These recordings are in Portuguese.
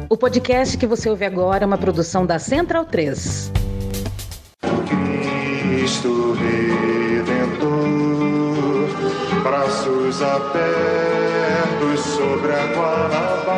O podcast que você ouve agora é uma produção da Central 3. Cristo Redentor, braços abertos sobre a Guanabara.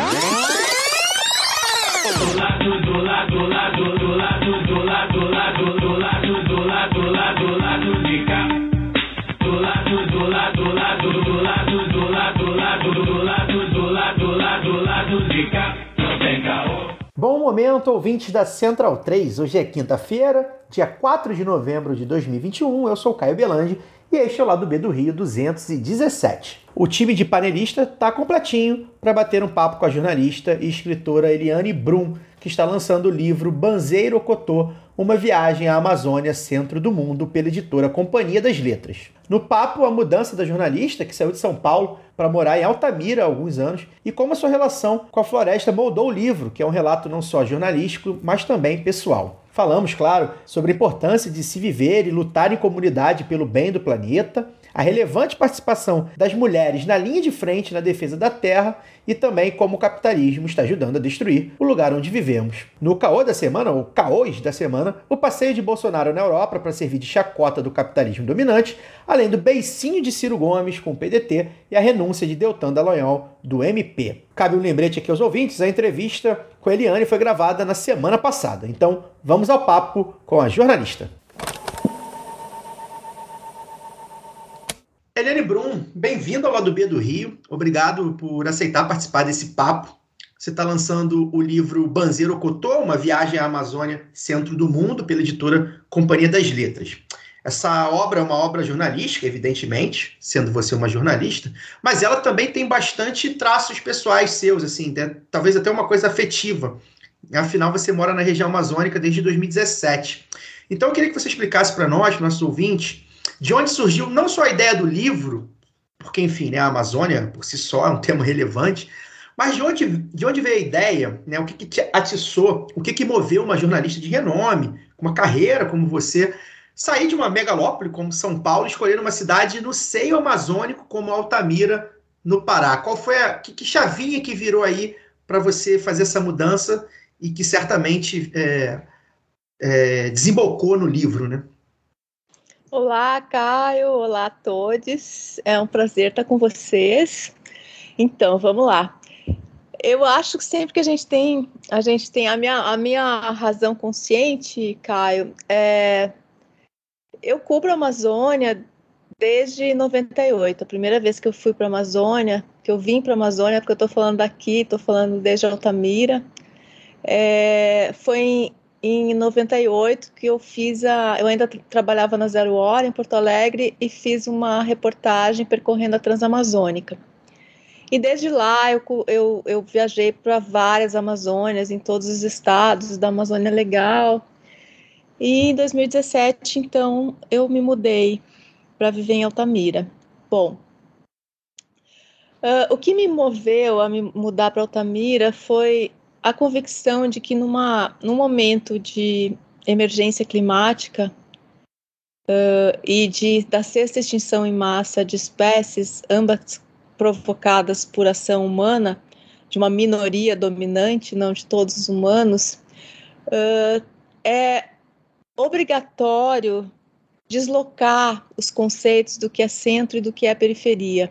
Bom momento, ouvintes da Central 3. Hoje é quinta-feira, dia 4 de novembro de 2021. Eu sou o Caio Belandi e este é o Lado B do Rio 217. O time de panelista está completinho para bater um papo com a jornalista e escritora Eliane Brum, que está lançando o livro Banzeiro Ocotô, uma viagem à Amazônia, centro do mundo, pela editora Companhia das Letras. No papo, a mudança da jornalista, que saiu de São Paulo para morar em Altamira há alguns anos, e como a sua relação com a floresta moldou o livro, que é um relato não só jornalístico, mas também pessoal. Falamos, claro, sobre a importância de se viver e lutar em comunidade pelo bem do planeta, a relevante participação das mulheres na linha de frente na defesa da terra e também como o capitalismo está ajudando a destruir o lugar onde vivemos. No caô da semana, ou caôs da semana, o passeio de Bolsonaro na Europa para servir de chacota do capitalismo dominante, além do beicinho de Ciro Gomes com o PDT e a renúncia de Deltan Dallagnol do MP. Cabe um lembrete aqui aos ouvintes, a entrevista com a Eliane foi gravada na semana passada. Então, vamos ao papo com a jornalista. Eliane Brum, bem-vinda ao Lado B do Rio. Obrigado por aceitar participar desse papo. Você está lançando o livro Banzeiro Ocotô, uma viagem à Amazônia, centro do mundo, pela editora Companhia das Letras. Essa obra é uma obra jornalística, evidentemente, sendo você uma jornalista, mas ela também tem bastante traços pessoais seus, assim, talvez até uma coisa afetiva. Afinal, você mora na região amazônica desde 2017. Então, eu queria que você explicasse para nós, nossos ouvintes, de onde surgiu não só a ideia do livro, porque, enfim, né, a Amazônia por si só é um tema relevante, mas de onde veio a ideia, né, o que te atiçou, o que moveu uma jornalista de renome, com uma carreira como você, sair de uma megalópole como São Paulo e escolher uma cidade no seio amazônico como Altamira, no Pará. Qual foi que chavinha que virou aí para você fazer essa mudança e que certamente desembocou no livro, né? Olá, Caio. Olá a todos. É um prazer estar com vocês. Então, vamos lá. Eu acho que sempre que a gente tem a minha razão consciente, Caio, eu cubro a Amazônia desde 98. A primeira vez que eu fui para a Amazônia, que eu vim para a Amazônia, porque eu estou falando daqui, estou falando desde Altamira, foi em 98 que eu eu ainda trabalhava na Zero Hora, em Porto Alegre, e fiz uma reportagem percorrendo a Transamazônica. E desde lá eu viajei para várias Amazônias, em todos os estados da Amazônia Legal. E em 2017, então, eu me mudei para viver em Altamira. Bom, o que me moveu a me mudar para Altamira foi a convicção de que num momento de emergência climática e da sexta extinção em massa de espécies, ambas provocadas por ação humana, de uma minoria dominante, não de todos os humanos, é obrigatório deslocar os conceitos do que é centro e do que é periferia.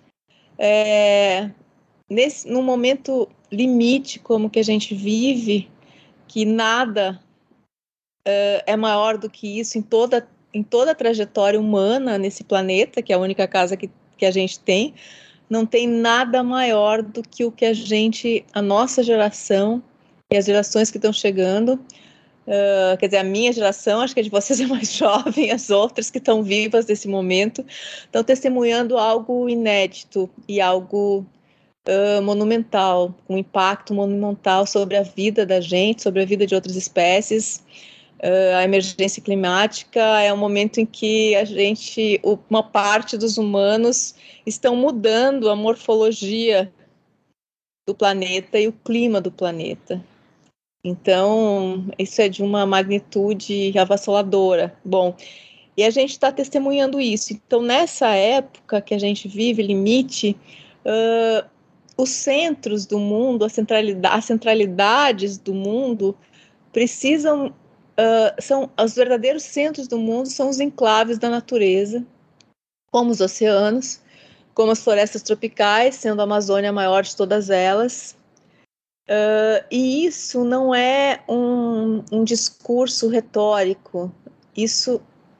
Num momento limite como que a gente vive, que nada é maior do que isso em toda a trajetória humana nesse planeta, que é a única casa que a gente tem, não tem nada maior do que o que a nossa geração e as gerações que estão chegando, quer dizer, a minha geração, acho que a de vocês é mais jovem, as outras que estão vivas nesse momento, estão testemunhando algo inédito e algo monumental, um impacto monumental sobre a vida da gente, sobre a vida de outras espécies. A emergência climática é um momento em que uma parte dos humanos estão mudando a morfologia do planeta e o clima do planeta. Então, isso é de uma magnitude avassaladora. Bom, e a gente está testemunhando isso. Então, nessa época que a gente vive, limite, os centros do mundo, as centralidades do mundo precisam, são os verdadeiros centros do mundo, são os enclaves da natureza, como os oceanos, como as florestas tropicais, sendo a Amazônia a maior de todas elas. E isso não é um discurso retórico, isso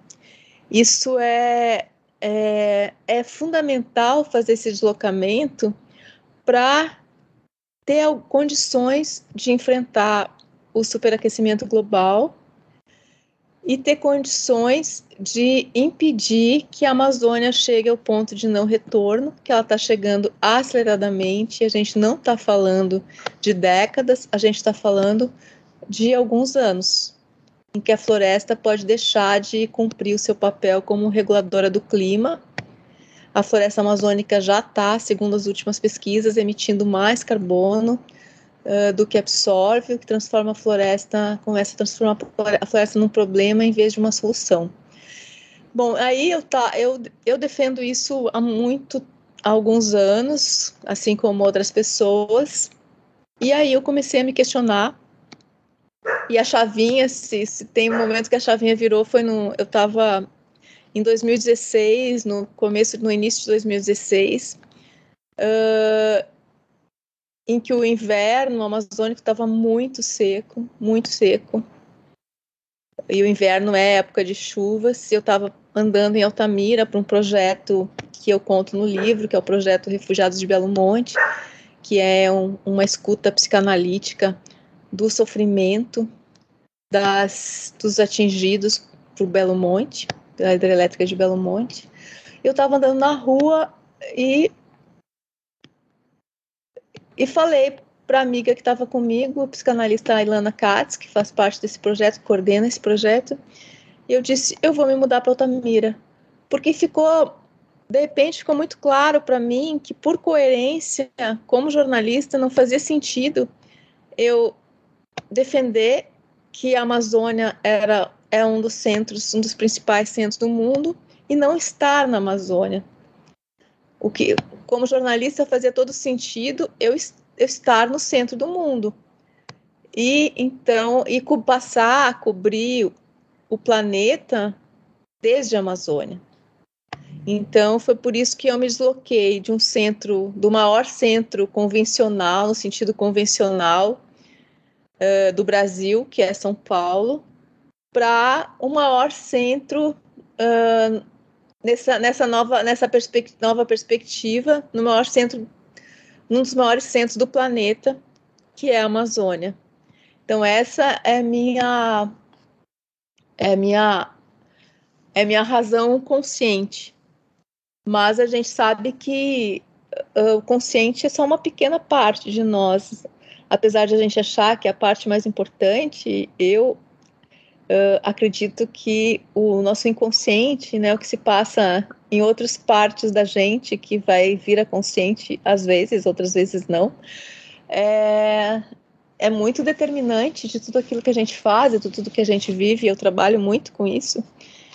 é fundamental fazer esse deslocamento para ter condições de enfrentar o superaquecimento global e ter condições de impedir que a Amazônia chegue ao ponto de não retorno, que ela está chegando aceleradamente. A gente não está falando de décadas, a gente está falando de alguns anos, em que a floresta pode deixar de cumprir o seu papel como reguladora do clima. A floresta amazônica já está, segundo as últimas pesquisas, emitindo mais carbono do que absorve, o que transforma a floresta, começa a transformar a floresta num problema em vez de uma solução. Bom, aí eu defendo isso há alguns anos, assim como outras pessoas, e aí eu comecei a me questionar, e a chavinha, se tem um momento que a chavinha virou, eu estava em 2016, no início de 2016, em que o inverno amazônico estava muito seco, e o inverno é época de chuvas. Eu estava andando em Altamira para um projeto que eu conto no livro, que é o projeto Refugiados de Belo Monte, que é uma escuta psicanalítica do sofrimento dos atingidos por Belo Monte, pela hidrelétrica de Belo Monte. Eu estava andando na rua e falei para a amiga que estava comigo, a psicanalista Ilana Katz, que faz parte desse projeto, coordena esse projeto, e eu disse, eu vou me mudar para Altamira, porque de repente ficou muito claro para mim que, por coerência, como jornalista, não fazia sentido eu defender que a Amazônia é um dos principais centros do mundo e não estar na Amazônia. O que, como jornalista, fazia todo sentido eu estar no centro do mundo e passar a cobrir o planeta desde a Amazônia. Então foi por isso que eu me desloquei do maior centro convencional, no sentido convencional, do Brasil, que é São Paulo, para o maior centro nessa nova perspectiva, num dos maiores centros do planeta, que é a Amazônia. Então essa é minha razão consciente. Mas a gente sabe que o consciente é só uma pequena parte de nós. Apesar de a gente achar que é a parte mais importante, eu acredito que o nosso inconsciente, né, o que se passa em outras partes da gente, que vai vir a consciente às vezes, outras vezes não, é muito determinante de tudo aquilo que a gente faz, de tudo que a gente vive. Eu trabalho muito com isso.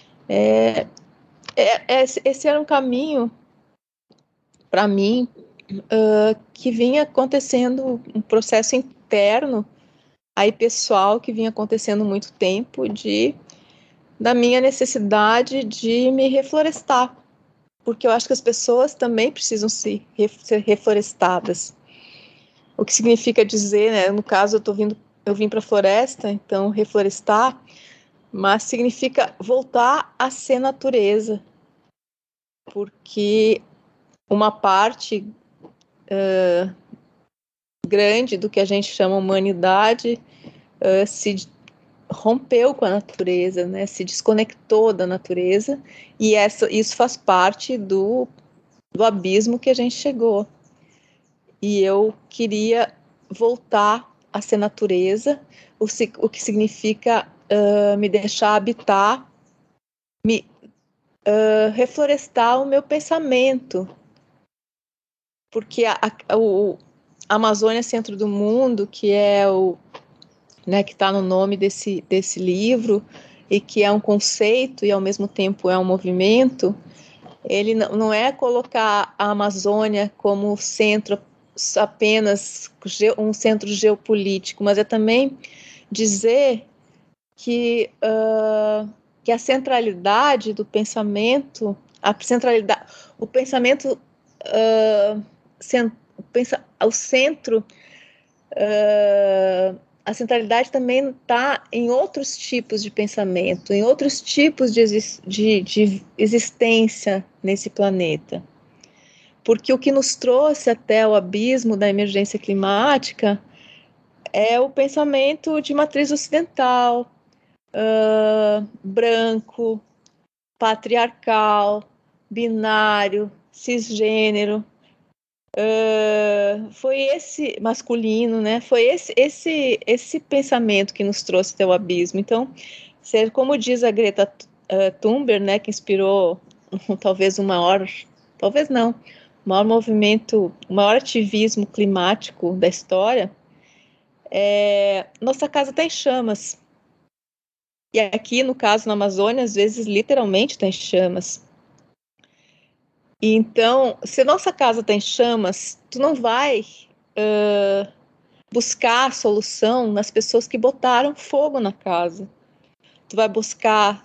Esse era um caminho para mim que vinha acontecendo, um processo interno aí pessoal que vinha acontecendo há muito tempo, da minha necessidade de me reflorestar, porque eu acho que as pessoas também precisam ser reflorestadas. O que significa dizer, né, no caso eu vim para a floresta, então reflorestar, mas significa voltar a ser natureza, porque uma parte grande do que a gente chama humanidade se rompeu com a natureza, né? Se desconectou da natureza, e isso faz parte do abismo que a gente chegou. E eu queria voltar a ser natureza, o que significa me deixar habitar, reflorestar o meu pensamento, porque a Amazônia Centro do Mundo, que é que está no nome desse livro, e que é um conceito e ao mesmo tempo é um movimento, ele não é colocar a Amazônia como centro apenas um centro geopolítico, mas é também dizer que a centralidade do pensamento, o pensamento, o centro, a centralidade também está em outros tipos de pensamento, em outros tipos de existência nesse planeta. Porque o que nos trouxe até o abismo da emergência climática é o pensamento de matriz ocidental, branco, patriarcal, binário, cisgênero. Foi esse masculino, né? Foi esse pensamento que nos trouxe até o abismo. Então, como diz a Greta Thunberg, né, que inspirou talvez o maior movimento, o maior ativismo climático da história, nossa casa está em chamas. E aqui, no caso, na Amazônia, às vezes, literalmente está em chamas. E então, se nossa casa está em chamas, tu não vai buscar a solução nas pessoas que botaram fogo na casa. Tu vai buscar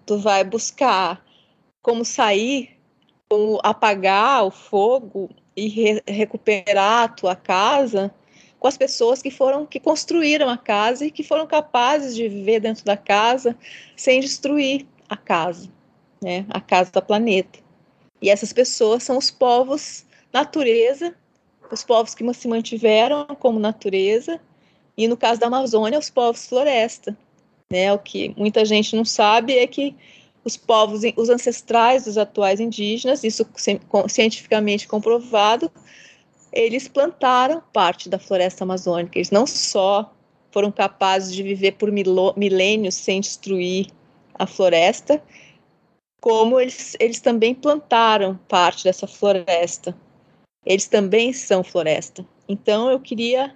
como sair, como apagar o fogo e recuperar a tua casa com as pessoas que construíram a casa e que foram capazes de viver dentro da casa sem destruir a casa, né? A casa do planeta. E essas pessoas são os povos natureza, os povos que se mantiveram como natureza, e no caso da Amazônia, os povos floresta, né? O que muita gente não sabe é que os ancestrais dos atuais indígenas, isso cientificamente comprovado, eles plantaram parte da floresta amazônica. Eles não só foram capazes de viver por milênios sem destruir a floresta, como eles também plantaram parte dessa floresta. Eles também são floresta. Então, eu queria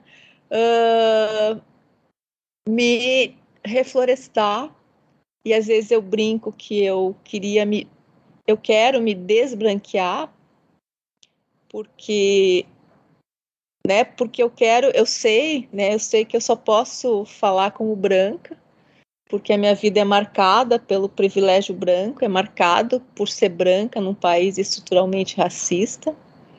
me reflorestar, e às vezes eu brinco que eu quero me desbranquear, porque eu sei que eu só posso falar como branca, porque a minha vida é marcada pelo privilégio branco, é marcado por ser branca num país estruturalmente racista.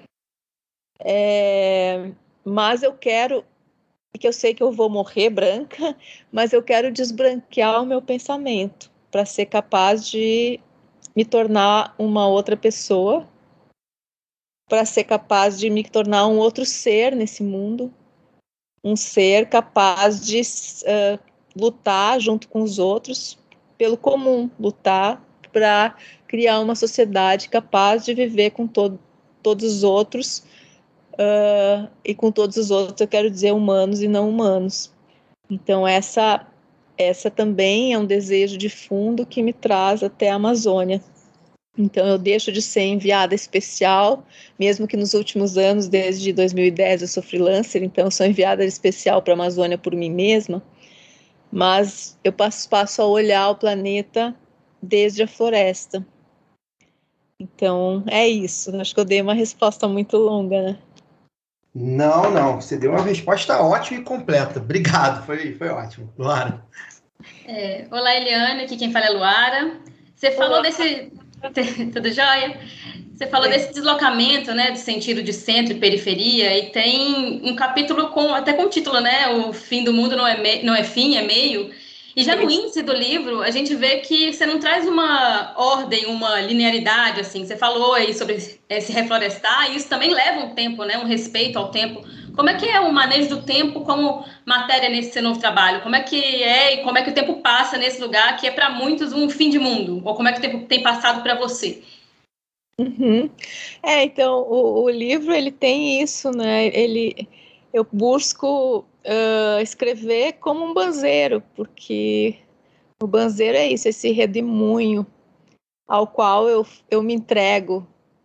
Mas eu sei que eu vou morrer branca, mas eu quero desbranquear o meu pensamento para ser capaz de me tornar uma outra pessoa, para ser capaz de me tornar um outro ser nesse mundo, um ser capaz de lutar junto com os outros pelo comum, lutar para criar uma sociedade capaz de viver com todos os outros, e com todos os outros eu quero dizer humanos e não humanos. Então essa também é um desejo de fundo que me traz até a Amazônia. Então eu deixo de ser enviada especial, mesmo que nos últimos anos, desde 2010 eu sou freelancer, então eu sou enviada especial para a Amazônia por mim mesma, mas eu passo a olhar o planeta desde a floresta. Então é isso, acho que eu dei uma resposta muito longa, né? Não, você deu uma resposta ótima e completa. Obrigado, foi ótimo. Luara. Olá, Eliane, aqui quem fala é Luara. Você falou desse... Tudo jóia? Você falou desse deslocamento, né, do sentido de centro e periferia, e tem um capítulo até com o título, né, o fim do mundo não é fim, é meio. E já no índice do livro, a gente vê que você não traz uma ordem, uma linearidade, assim. Você falou aí sobre se reflorestar, e isso também leva um tempo, né, um respeito ao tempo. Como é que é o manejo do tempo como matéria nesse seu novo trabalho? Como é que e como é que o tempo passa nesse lugar que é para muitos um fim de mundo? Ou como é que o tempo tem passado para você? Uhum. Então, o livro, ele tem isso, né? Eu busco escrever como um banzeiro, porque o banzeiro é isso, esse redemoinho ao qual eu me entrego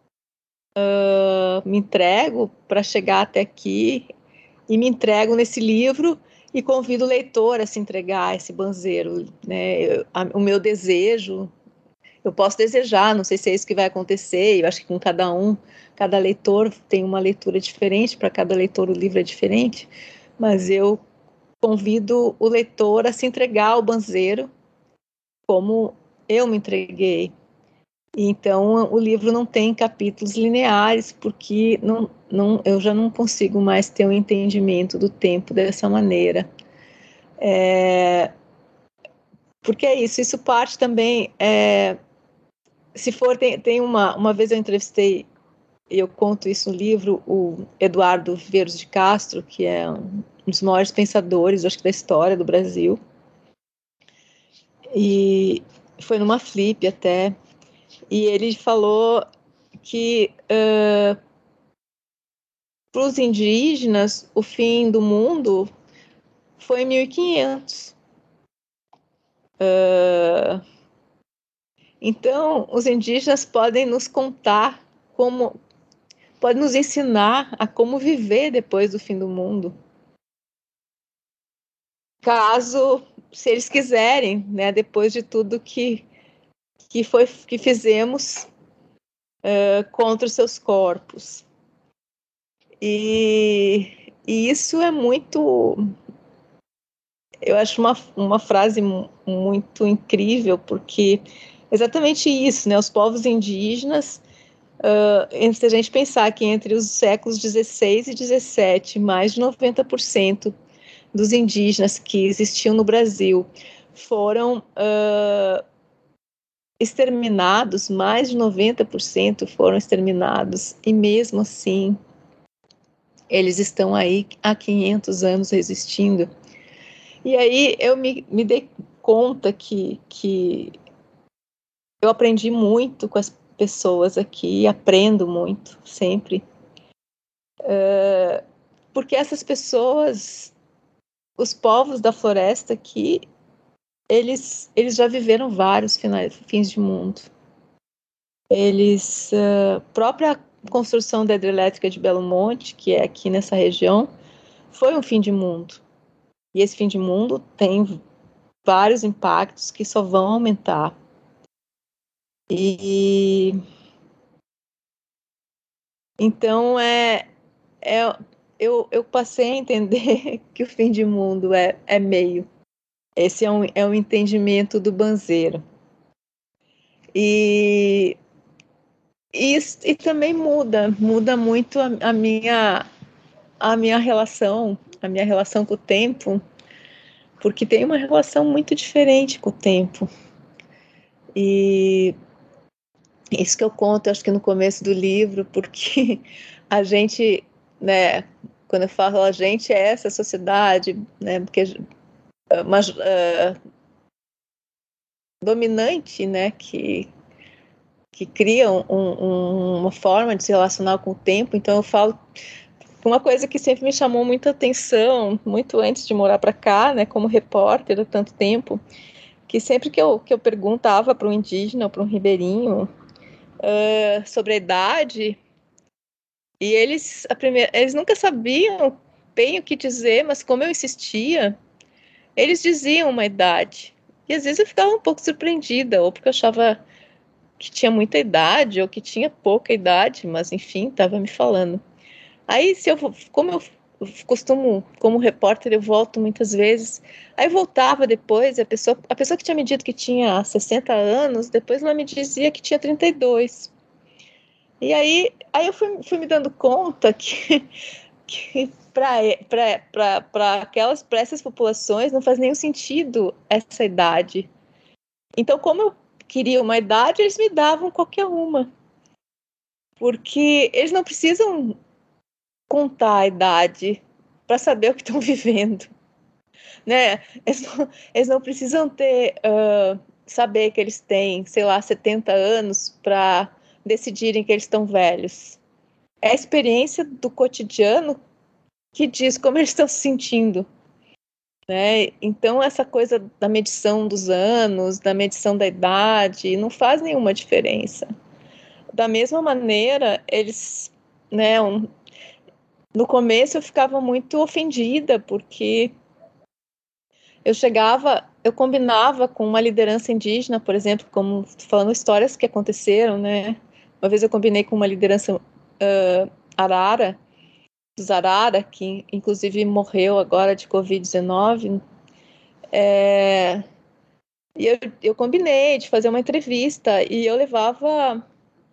para chegar até aqui, e me entrego nesse livro e convido o leitor a se entregar a esse banzeiro, né? O meu desejo Eu posso desejar, não sei se é isso que vai acontecer, eu acho que com cada leitor tem uma leitura diferente, para cada leitor o livro é diferente, mas eu convido o leitor a se entregar ao banzeiro como eu me entreguei. Então, o livro não tem capítulos lineares, porque eu já não consigo mais ter um entendimento do tempo dessa maneira. Porque é isso parte também... se for, tem uma vez eu entrevistei, e eu conto isso no livro, o Eduardo Viveiros de Castro, que é um dos maiores pensadores, acho que da história do Brasil, e foi numa Flip até, e ele falou que para os indígenas o fim do mundo foi em 1500. Então, os indígenas podem nos contar podem nos ensinar a como viver depois do fim do mundo. Se eles quiserem, né, depois de tudo que fizemos contra os seus corpos. E isso é muito... Eu acho uma frase muito incrível, porque exatamente isso, né? Os povos indígenas, se a gente pensar que entre os séculos 16 e 17, mais de 90% dos indígenas que existiam no Brasil foram exterminados, mais de 90% foram exterminados, e mesmo assim eles estão aí há 500 anos resistindo. E aí eu me dei conta que eu aprendi muito com as pessoas aqui, aprendo muito, sempre. Porque essas pessoas, os povos da floresta aqui, eles já viveram vários fins de mundo. Própria construção da hidrelétrica de Belo Monte, que é aqui nessa região, foi um fim de mundo. E esse fim de mundo tem vários impactos que só vão aumentar. E então eu passei a entender que o fim de mundo é meio. Esse é um entendimento do banzeiro. E também muda muito a minha relação com o tempo, porque tem uma relação muito diferente com o tempo. E isso que eu conto, acho que no começo do livro, porque a gente, né, quando eu falo a gente, é essa sociedade, né, porque dominante, né, que cria uma forma de se relacionar com o tempo. Então eu falo uma coisa que sempre me chamou muita atenção, muito antes de morar para cá, né, como repórter há tanto tempo, que sempre que eu perguntava para um indígena ou para um ribeirinho sobre a idade, e eles nunca sabiam bem o que dizer, mas como eu insistia, eles diziam uma idade. E às vezes eu ficava um pouco surpreendida, ou porque eu achava que tinha muita idade, ou que tinha pouca idade, mas enfim, estava me falando. Aí, como eu costumo, como repórter, eu volto muitas vezes. Aí voltava depois, a pessoa que tinha me dito que tinha 60 anos, depois ela me dizia que tinha 32. E aí eu fui me dando conta que para essas populações não faz nenhum sentido essa idade. Então, como eu queria uma idade, eles me davam qualquer uma. Porque eles não precisam contar a idade para saber o que estão vivendo, né? Eles não precisam saber que eles têm, sei lá, 70 anos para decidirem que eles estão velhos. É a experiência do cotidiano que diz como eles estão se sentindo, né? Então essa coisa da medição dos anos, da medição da idade, não faz nenhuma diferença. Da mesma maneira, eles, né, no começo eu ficava muito ofendida, porque eu chegava eu combinava com uma liderança indígena, por exemplo, como falando histórias que aconteceram, né? Uma vez eu combinei com uma liderança arara, dos Arara, que inclusive morreu agora de Covid-19. E eu combinei de fazer uma entrevista e eu levava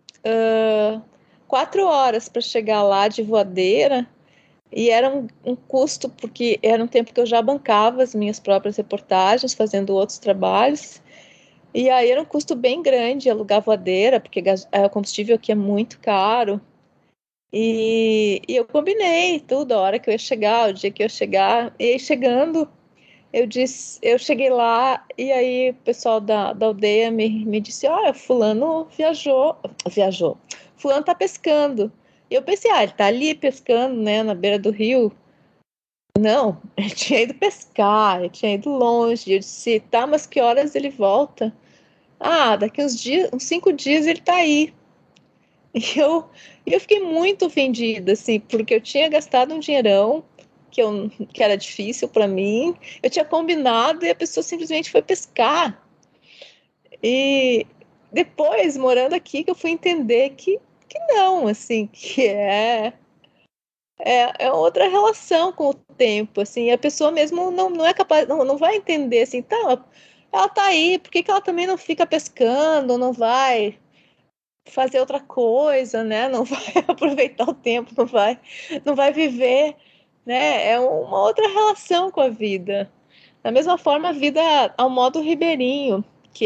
4 horas para chegar lá de voadeira. E era um custo, porque era um tempo que eu já bancava as minhas próprias reportagens, fazendo outros trabalhos. E aí era um custo bem grande alugar voadeira, porque o combustível aqui é muito caro. E eu combinei tudo, a hora que eu ia chegar, o dia que eu ia chegar. E aí chegando, eu cheguei lá, e aí o pessoal da aldeia me disse, olha, fulano viajou. Fulano tá pescando. E eu pensei, ele tá ali pescando, né, na beira do rio. Não, ele tinha ido pescar, ele tinha ido longe. Eu disse, tá, mas que horas ele volta? Daqui uns 5 dias ele tá aí. E eu fiquei muito ofendida, assim, porque eu tinha gastado um dinheirão que era difícil para mim. Eu tinha combinado e a pessoa simplesmente foi pescar. E depois, morando aqui, que eu fui entender que não, assim, que é outra relação com o tempo, assim, a pessoa mesmo não é capaz, não vai entender, assim, tá, ela tá aí, por que ela também não fica pescando, não vai fazer outra coisa, né, não vai aproveitar o tempo, não vai viver, né, é uma outra relação com a vida. Da mesma forma, a vida ao modo ribeirinho, que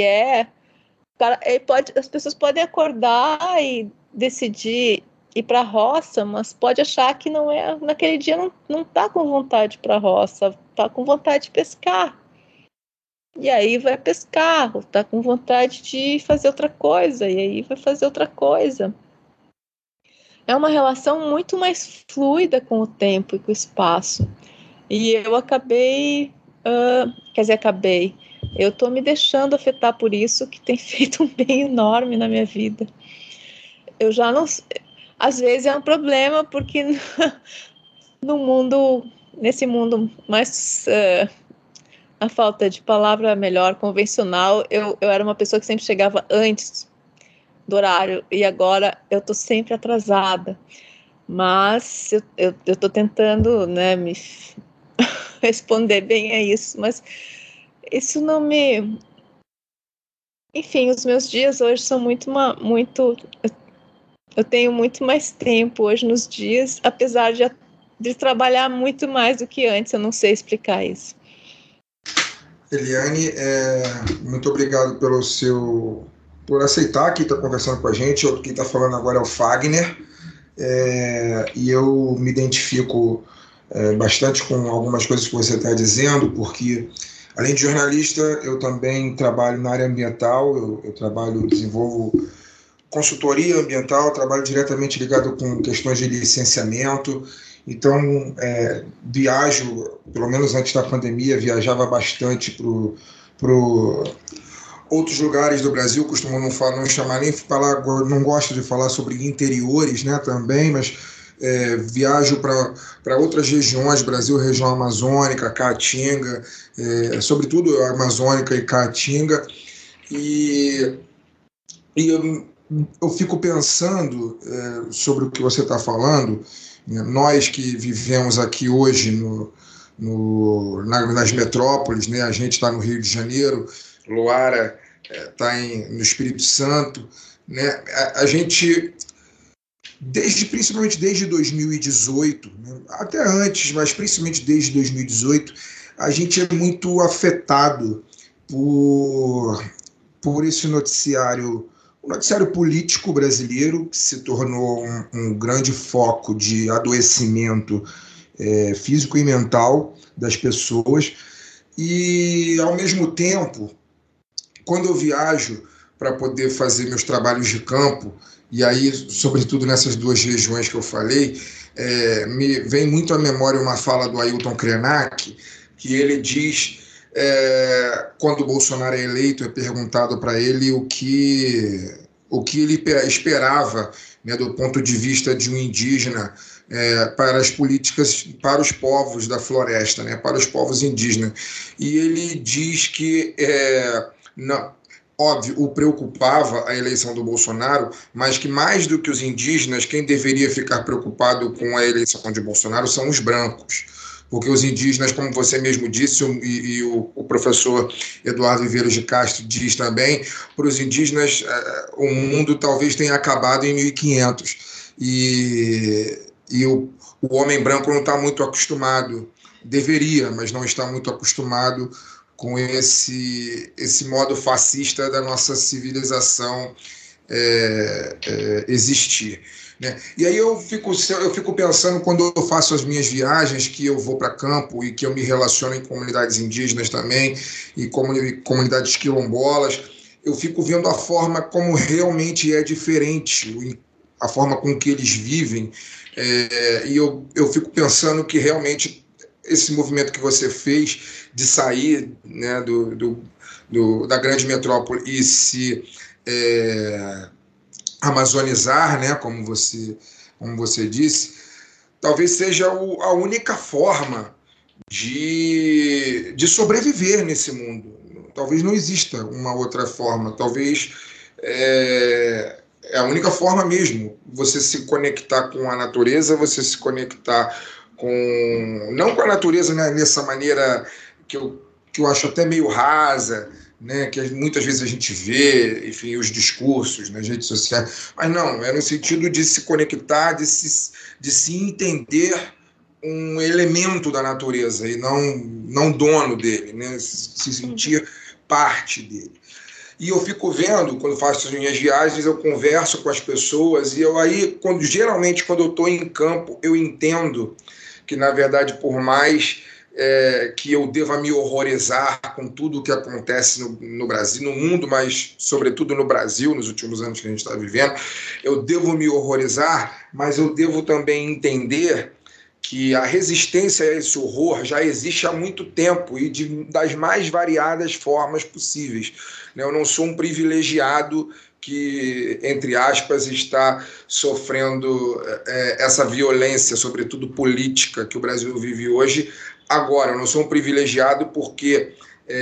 as pessoas podem acordar e decidir ir para a roça, mas pode achar que não é, naquele dia não tá com vontade para a roça, tá com vontade de pescar. E aí vai pescar, ou tá com vontade de fazer outra coisa, e aí vai fazer outra coisa. É uma relação muito mais fluida com o tempo e com o espaço. E eu eu tô me deixando afetar por isso, que tem feito um bem enorme na minha vida. Eu já não... Às vezes é um problema, porque nesse mundo mais... a falta de palavra melhor, convencional, eu era uma pessoa que sempre chegava antes do horário, e agora eu tô sempre atrasada. Mas eu tô tentando, né, me responder bem a isso, mas isso não me... Enfim, os meus dias hoje são muito... Eu tenho muito mais tempo hoje nos dias, apesar de trabalhar muito mais do que antes. Eu não sei explicar isso. Eliane, muito obrigado por aceitar aqui, estar conversando com a gente. Quem está falando agora é o Fagner, e eu me identifico bastante com algumas coisas que você está dizendo, porque além de jornalista, eu também trabalho na área ambiental. Eu desenvolvo consultoria ambiental, trabalho diretamente ligado com questões de licenciamento. Então, viajo, pelo menos antes da pandemia, viajava bastante para outros lugares do Brasil. Costumo não chamar nem falar, não gosto de falar sobre interiores, né, também, mas viajo para outras regiões do Brasil, região amazônica, Caatinga, sobretudo a amazônica e Caatinga, e eu fico pensando sobre o que você está falando. Nós que vivemos aqui hoje nas metrópoles, né? A gente está no Rio de Janeiro, Luara está no Espírito Santo, né? A gente, principalmente desde 2018, né? Até antes, mas principalmente desde 2018, a gente é muito afetado por esse noticiário. O noticiário político brasileiro, que se tornou um grande foco de adoecimento físico e mental das pessoas. E, ao mesmo tempo, quando eu viajo para poder fazer meus trabalhos de campo, e aí, sobretudo nessas duas regiões que eu falei, me vem muito à memória uma fala do Ailton Krenak, que ele diz... quando o Bolsonaro é eleito, é perguntado para ele o que ele esperava, né, do ponto de vista de um indígena para as políticas para os povos da floresta, né, para os povos indígenas. E ele diz que, não, óbvio, o preocupava a eleição do Bolsonaro, mas que mais do que os indígenas, quem deveria ficar preocupado com a eleição de Bolsonaro são os brancos. Porque os indígenas, como você mesmo disse, e o professor Eduardo Viveiros de Castro diz também, para os indígenas o mundo talvez tenha acabado em 1500. E o homem branco não está muito acostumado, deveria, mas não está muito acostumado com esse modo fascista da nossa civilização existir. Né? E aí eu fico pensando, quando eu faço as minhas viagens, que eu vou para campo e que eu me relaciono em comunidades indígenas também, e comunidades quilombolas, eu fico vendo a forma como realmente é diferente, a forma com que eles vivem, e eu fico pensando que realmente esse movimento que você fez de sair, né, da grande metrópole e se amazonizar, né, como você disse, talvez seja a única forma de sobreviver nesse mundo. Talvez não exista uma outra forma. Talvez é a única forma mesmo. Você se conectar com a natureza, você se conectar não com a natureza, né, nessa maneira que eu acho até meio rasa, né, que muitas vezes a gente vê, enfim, os discursos nas redes sociais, mas não, no sentido de se conectar, de se entender um elemento da natureza e não dono dele, né, se sentir parte dele. E eu fico vendo, quando faço as minhas viagens, eu converso com as pessoas, e geralmente quando eu estou em campo, eu entendo que, na verdade, por mais que eu deva me horrorizar com tudo o que acontece no Brasil, no mundo, mas sobretudo no Brasil, nos últimos anos que a gente está vivendo, eu devo me horrorizar, mas eu devo também entender que a resistência a esse horror já existe há muito tempo e das mais variadas formas possíveis. Eu não sou um privilegiado que, entre aspas, está sofrendo essa violência, sobretudo política, que o Brasil vive hoje. Agora, eu não sou um privilegiado porque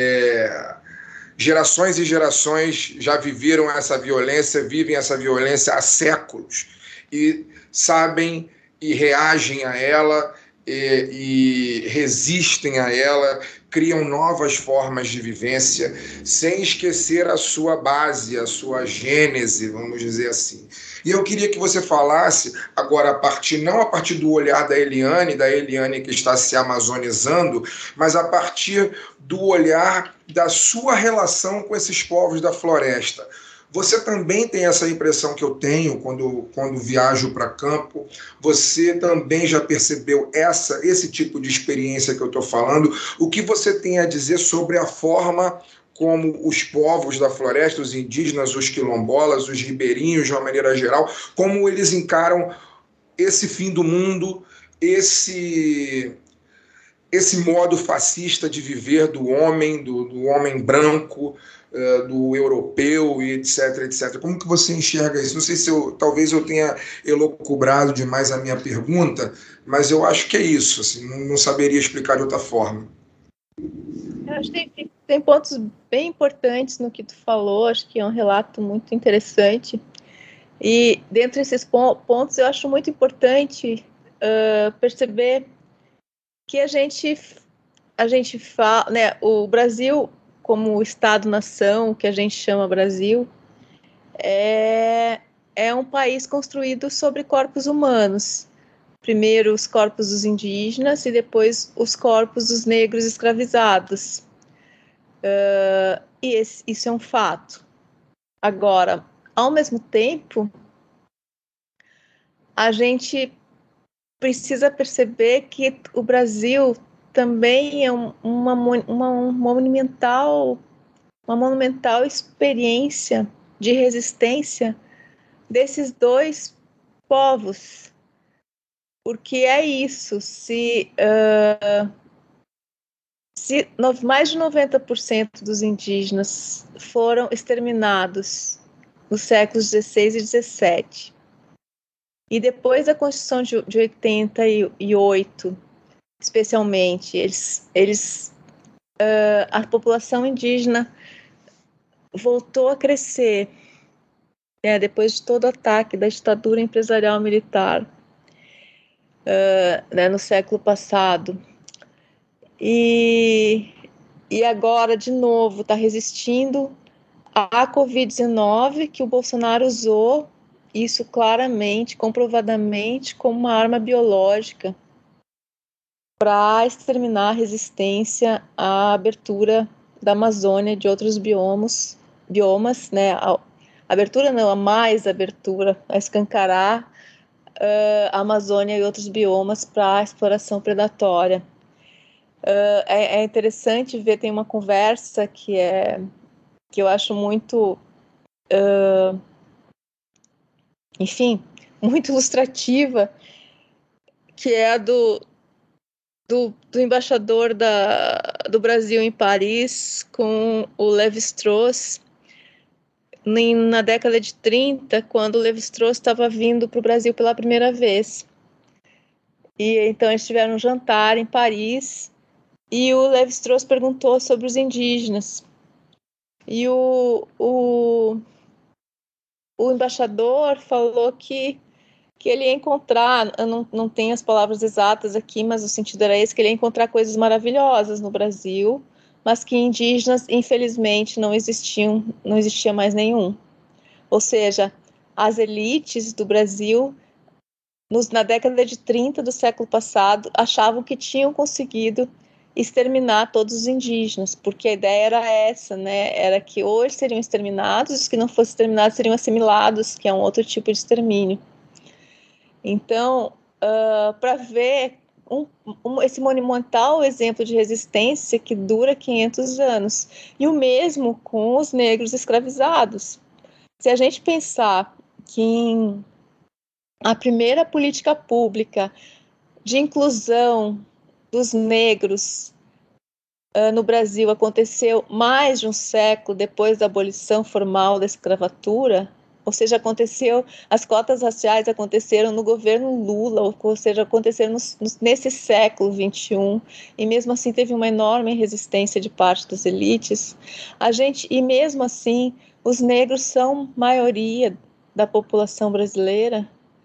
gerações e gerações já viveram essa violência, vivem essa violência há séculos e sabem e reagem a ela e resistem a ela, criam novas formas de vivência, sem esquecer a sua base, a sua gênese, vamos dizer assim. E eu queria que você falasse agora, não a partir do olhar da Eliane que está se amazonizando, mas a partir do olhar da sua relação com esses povos da floresta. Você também tem essa impressão que eu tenho quando viajo para campo? Você também já percebeu esse tipo de experiência que eu estou falando? O que você tem a dizer sobre a forma como os povos da floresta, os indígenas, os quilombolas, os ribeirinhos, de uma maneira geral, como eles encaram esse fim do mundo, esse modo fascista de viver do homem branco, do europeu, e etc, etc. Como que você enxerga isso? Não sei se talvez eu tenha elucubrado demais a minha pergunta, mas eu acho que é isso, assim, não saberia explicar de outra forma. Eu acho que tem pontos bem importantes no que tu falou, acho que é um relato muito interessante. E dentre esses pontos, eu acho muito importante perceber que a gente fala, né, o Brasil, como Estado-nação, que a gente chama Brasil, é um país construído sobre corpos humanos. Primeiro os corpos dos indígenas e depois os corpos dos negros escravizados. E isso é um fato. Agora, ao mesmo tempo, a gente precisa perceber que o Brasil também é uma monumental experiência de resistência desses dois povos. Porque é isso, se mais de 90% dos indígenas foram exterminados nos séculos XVI e XVII, E depois da Constituição de 88, especialmente, a população indígena voltou a crescer, depois de todo o ataque da ditadura empresarial militar, no século passado. E agora, de novo, está resistindo à Covid-19, que o Bolsonaro usou isso claramente, comprovadamente, como uma arma biológica para exterminar a resistência à abertura da Amazônia e de outros biomas, né? Abertura não, a mais abertura, a escancarar a Amazônia e outros biomas para a exploração predatória. É interessante ver, tem uma conversa que eu acho muito, enfim, muito ilustrativa, que é a do embaixador do Brasil em Paris com o Lévi-Strauss, na década de 30, quando o Lévi-Strauss estava vindo para o Brasil pela primeira vez. E então eles tiveram um jantar em Paris e o Lévi-Strauss perguntou sobre os indígenas. E o embaixador falou que ele ia encontrar, eu não tenho as palavras exatas aqui, mas o sentido era esse, que ele ia encontrar coisas maravilhosas no Brasil, mas que indígenas, infelizmente, não existia mais nenhum. Ou seja, as elites do Brasil, na década de 30 do século passado, achavam que tinham conseguido exterminar todos os indígenas, porque a ideia era essa, né? Era que ou eles seriam exterminados, os que não fossem exterminados seriam assimilados, que é um outro tipo de extermínio. Então, para ver esse monumental exemplo de resistência que dura 500 anos, e o mesmo com os negros escravizados. Se a gente pensar que a primeira política pública de inclusão dos negros no Brasil aconteceu mais de um século depois da abolição formal da escravatura, ou seja, as cotas raciais aconteceram no governo Lula, ou seja, aconteceram nesse século XXI, e mesmo assim teve uma enorme resistência de parte das elites. E mesmo assim, os negros são maioria da população brasileira,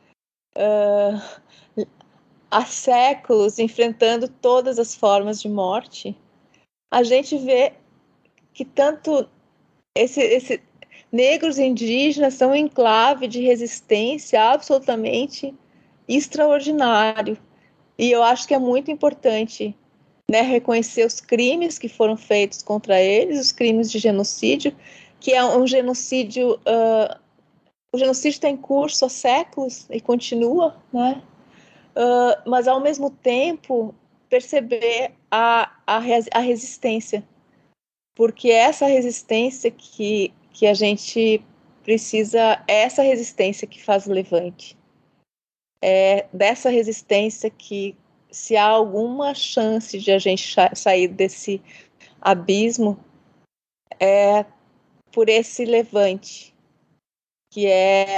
há séculos enfrentando todas as formas de morte. A gente vê que tanto negros e indígenas são um enclave de resistência absolutamente extraordinário. E eu acho que é muito importante, né, reconhecer os crimes que foram feitos contra eles, os crimes de genocídio, que é um genocídio... o genocídio está em curso há séculos e continua, né? Mas, ao mesmo tempo, perceber a resistência. Porque essa resistência que a gente precisa, é essa resistência que faz o levante. É dessa resistência que, se há alguma chance de a gente sair desse abismo, é por esse levante, que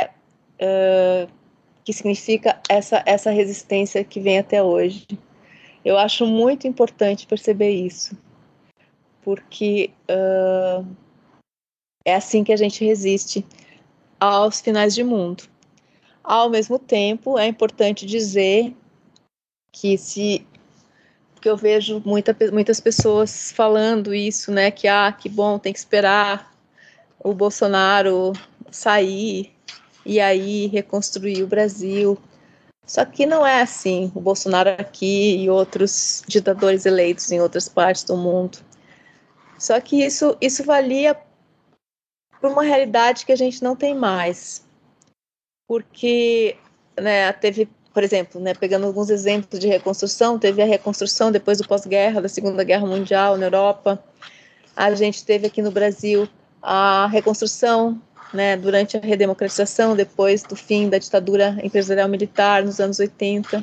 que significa essa resistência que vem até hoje. Eu acho muito importante perceber isso, porque é assim que a gente resiste aos finais de mundo. Ao mesmo tempo, é importante dizer que porque eu vejo muitas pessoas falando isso, né, que bom, tem que esperar o Bolsonaro sair e aí reconstruir o Brasil. Só que não é assim, o Bolsonaro aqui e outros ditadores eleitos em outras partes do mundo. Só que isso valia para uma realidade que a gente não tem mais. Porque, né, teve, por exemplo, né, pegando alguns exemplos de reconstrução, teve a reconstrução depois do pós-guerra, da Segunda Guerra Mundial na Europa. A gente teve aqui no Brasil a reconstrução, né, durante a redemocratização, depois do fim da ditadura empresarial militar nos anos 80.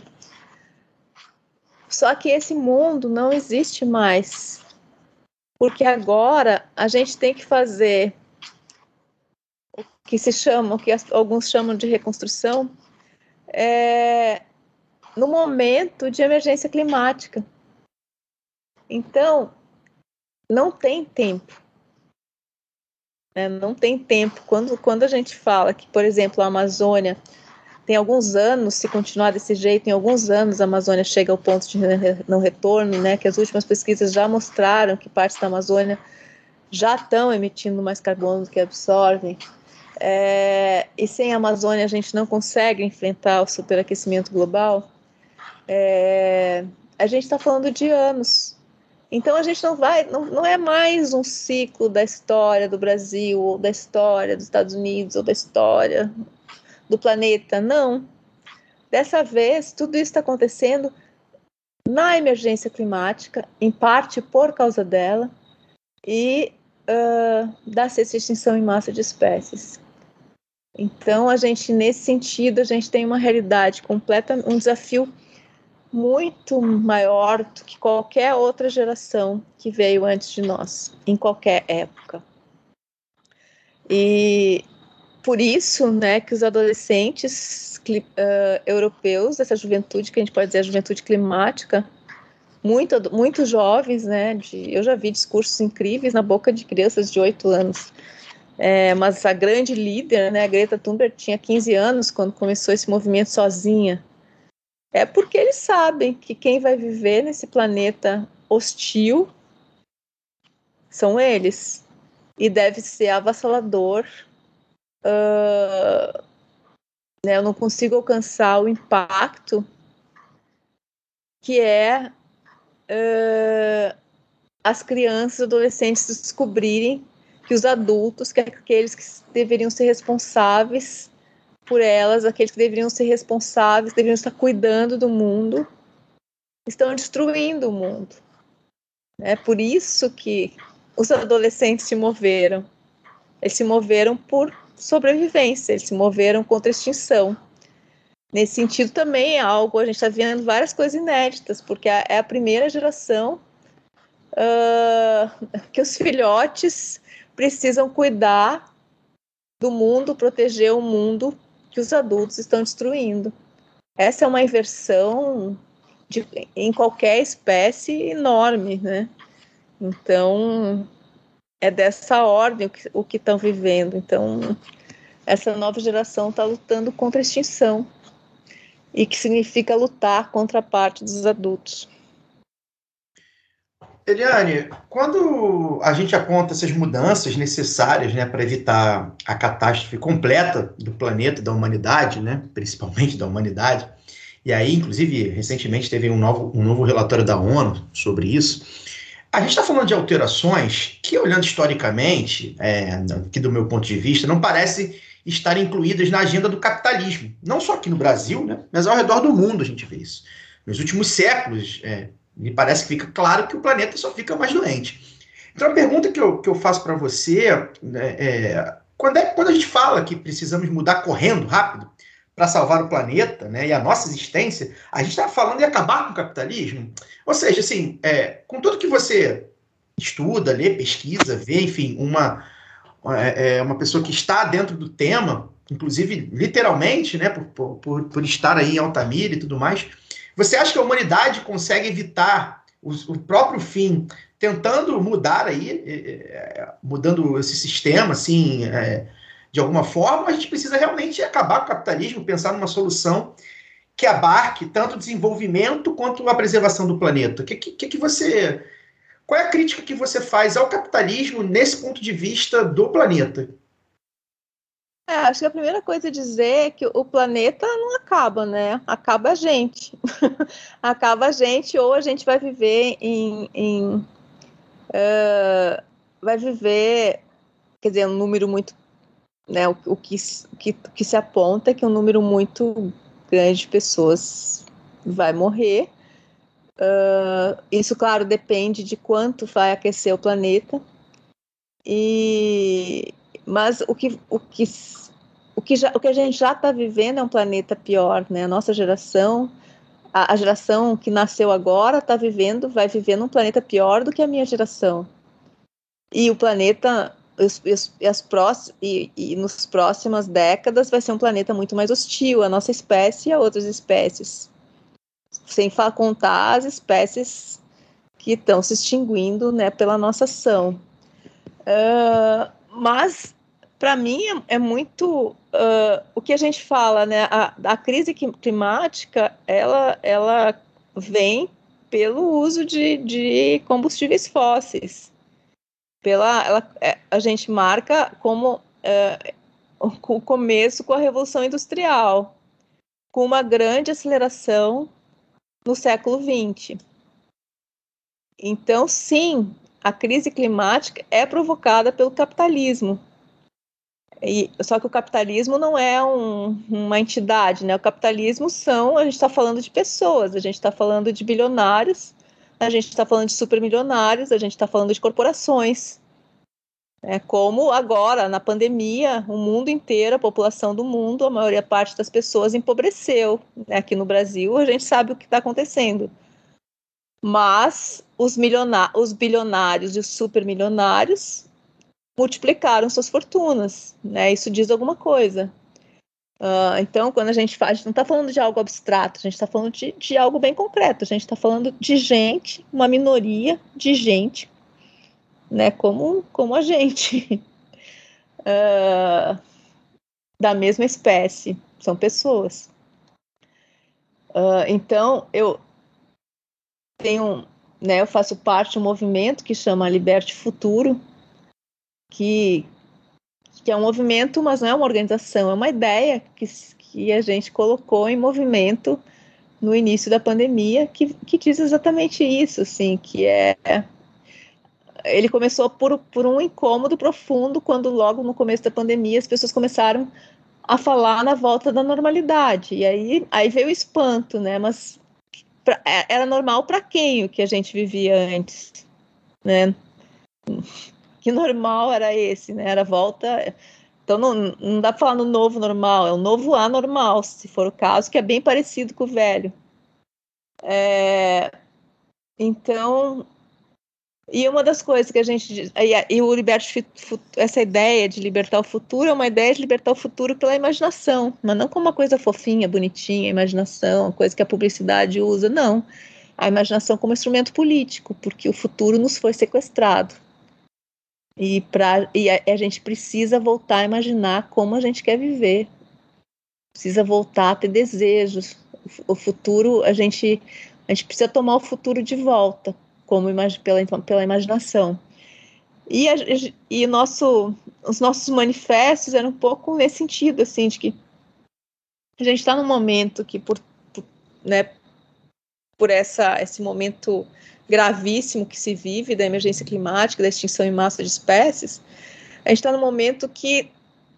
Só que esse mundo não existe mais, porque agora a gente tem que fazer o que alguns chamam de reconstrução, no momento de emergência climática. Então, não tem tempo. Não tem tempo. Quando a gente fala que, por exemplo, a Amazônia tem alguns anos, se continuar desse jeito, em alguns anos a Amazônia chega ao ponto de não retorno, né, que as últimas pesquisas já mostraram que partes da Amazônia já estão emitindo mais carbono do que absorvem, e sem a Amazônia a gente não consegue enfrentar o superaquecimento global, a gente está falando de anos. Então a gente não é mais um ciclo da história do Brasil, ou da história dos Estados Unidos, ou da história do planeta, não. Dessa vez, tudo isso está acontecendo na emergência climática, em parte por causa dela, e dessa extinção em massa de espécies. Então, nesse sentido, a gente tem uma realidade completa, um desafio muito maior do que qualquer outra geração que veio antes de nós, em qualquer época. E por isso, né, que os adolescentes europeus, dessa juventude, que a gente pode dizer a juventude climática, muito jovens, né, eu já vi discursos incríveis na boca de crianças de 8 anos, mas a grande líder, né, a Greta Thunberg, tinha 15 anos quando começou esse movimento sozinha. É porque eles sabem que quem vai viver nesse planeta hostil são eles, e deve ser avassalador. Eu não consigo alcançar o impacto que as crianças e adolescentes descobrirem que os adultos, que aqueles que deveriam ser responsáveis por elas, aqueles que deveriam ser responsáveis, deveriam estar cuidando do mundo, estão destruindo o mundo. É por isso que os adolescentes se moveram. Eles se moveram por sobrevivência, eles se moveram contra a extinção. Nesse sentido também é algo, a gente está vendo várias coisas inéditas, porque é a primeira geração que os filhotes precisam cuidar do mundo, proteger o mundo que os adultos estão destruindo. Essa é uma inversão em qualquer espécie enorme, né? Então, é dessa ordem o que estão vivendo. Então, essa nova geração está lutando contra a extinção, e que significa lutar contra a parte dos adultos. Eliane, quando a gente aponta essas mudanças necessárias, né, para evitar a catástrofe completa do planeta, da humanidade, né, principalmente da humanidade, e aí, inclusive, recentemente teve um novo relatório da ONU sobre isso, a gente está falando de alterações que, olhando historicamente, aqui do meu ponto de vista, não parece estar incluídas na agenda do capitalismo. Não só aqui no Brasil, né, mas ao redor do mundo a gente vê isso. Nos últimos séculos, me parece que fica claro que o planeta só fica mais doente. Então, a pergunta que eu faço para você quando a gente fala que precisamos mudar correndo, rápido, para salvar o planeta, né, e a nossa existência, a gente está falando de acabar com o capitalismo? Ou seja, assim, com tudo que você estuda, lê, pesquisa, vê, enfim, uma pessoa que está dentro do tema, inclusive literalmente, né, por estar aí em Altamira e tudo mais, você acha que a humanidade consegue evitar o próprio fim, tentando mudar aí, mudando esse sistema, assim, de alguma forma? A gente precisa realmente acabar com o capitalismo, pensar numa solução que abarque tanto o desenvolvimento quanto a preservação do planeta. Qual é a crítica que você faz ao capitalismo nesse ponto de vista do planeta? Acho que a primeira coisa a dizer é que o planeta não acaba, né? Acaba a gente. Acaba a gente, ou a gente vai viver vai viver, quer dizer, um número muito, né? O que se aponta é que um número muito grande de pessoas vai morrer. Isso, claro, depende de quanto vai aquecer o planeta. Mas o que a gente já está vivendo é um planeta pior, né? A nossa geração, a geração que nasceu agora vai viver num planeta pior do que a minha geração. E o planeta nos próximas décadas vai ser um planeta muito mais hostil à nossa espécie e a outras espécies, sem contar as espécies que estão se extinguindo, né, pela nossa ação. Mas, para mim, é muito o que a gente fala, né, a crise climática, ela vem pelo uso de combustíveis fósseis. A gente marca como o começo com a Revolução Industrial, com uma grande aceleração no século XX. Então, sim, a crise climática é provocada pelo capitalismo. Só que o capitalismo não é uma entidade, né? O capitalismo a gente está falando de pessoas, a gente está falando de bilionários, a gente está falando de supermilionários, a gente está falando de corporações. Como agora, na pandemia, o mundo inteiro, a população do mundo, a maioria parte das pessoas empobreceu. Aqui no Brasil, a gente sabe o que está acontecendo. Mas os bilionários e os supermilionários multiplicaram suas fortunas, né? Isso diz alguma coisa. Então, quando a gente não está falando de algo abstrato, a gente está falando de algo bem concreto. A gente está falando de gente, uma minoria de gente, né? Como a gente, da mesma espécie, são pessoas. Então, eu faço parte de um movimento que chama Liberte Futuro, que é um movimento, mas não é uma organização, é uma ideia que a gente colocou em movimento no início da pandemia, que diz exatamente isso, assim, ele começou por um incômodo profundo, quando logo no começo da pandemia as pessoas começaram a falar na volta da normalidade, e aí veio o espanto, né, mas era normal para quem o que a gente vivia antes, né? Que normal era esse, né? Era volta. Então não dá para falar no novo normal, é o novo anormal, se for o caso, que é bem parecido com o velho. Então, e uma das coisas que a gente e o essa ideia de libertar o futuro é uma ideia de libertar o futuro pela imaginação, mas não como uma coisa fofinha, bonitinha, imaginação, coisa que a publicidade usa, não. A imaginação como instrumento político, porque o futuro nos foi sequestrado. E a gente precisa voltar a imaginar como a gente quer viver. Precisa voltar a ter desejos. O futuro, a gente precisa tomar o futuro de volta, pela imaginação. E os nossos manifestos eram um pouco nesse sentido, assim, de que a gente está num momento que, por esse momento gravíssimo que se vive da emergência climática, da extinção em massa de espécies, a gente está num momento que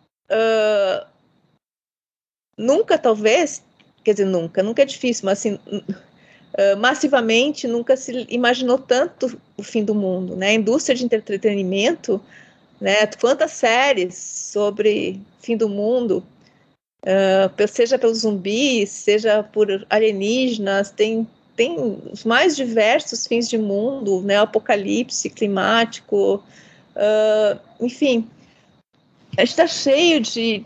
nunca, talvez, quer dizer, nunca é difícil, mas assim, massivamente nunca se imaginou tanto o fim do mundo, né? A indústria de entretenimento, né? Quantas séries sobre fim do mundo, seja pelos zumbis, seja por alienígenas, tem os mais diversos fins de mundo, né? Apocalipse climático, enfim, a gente está cheio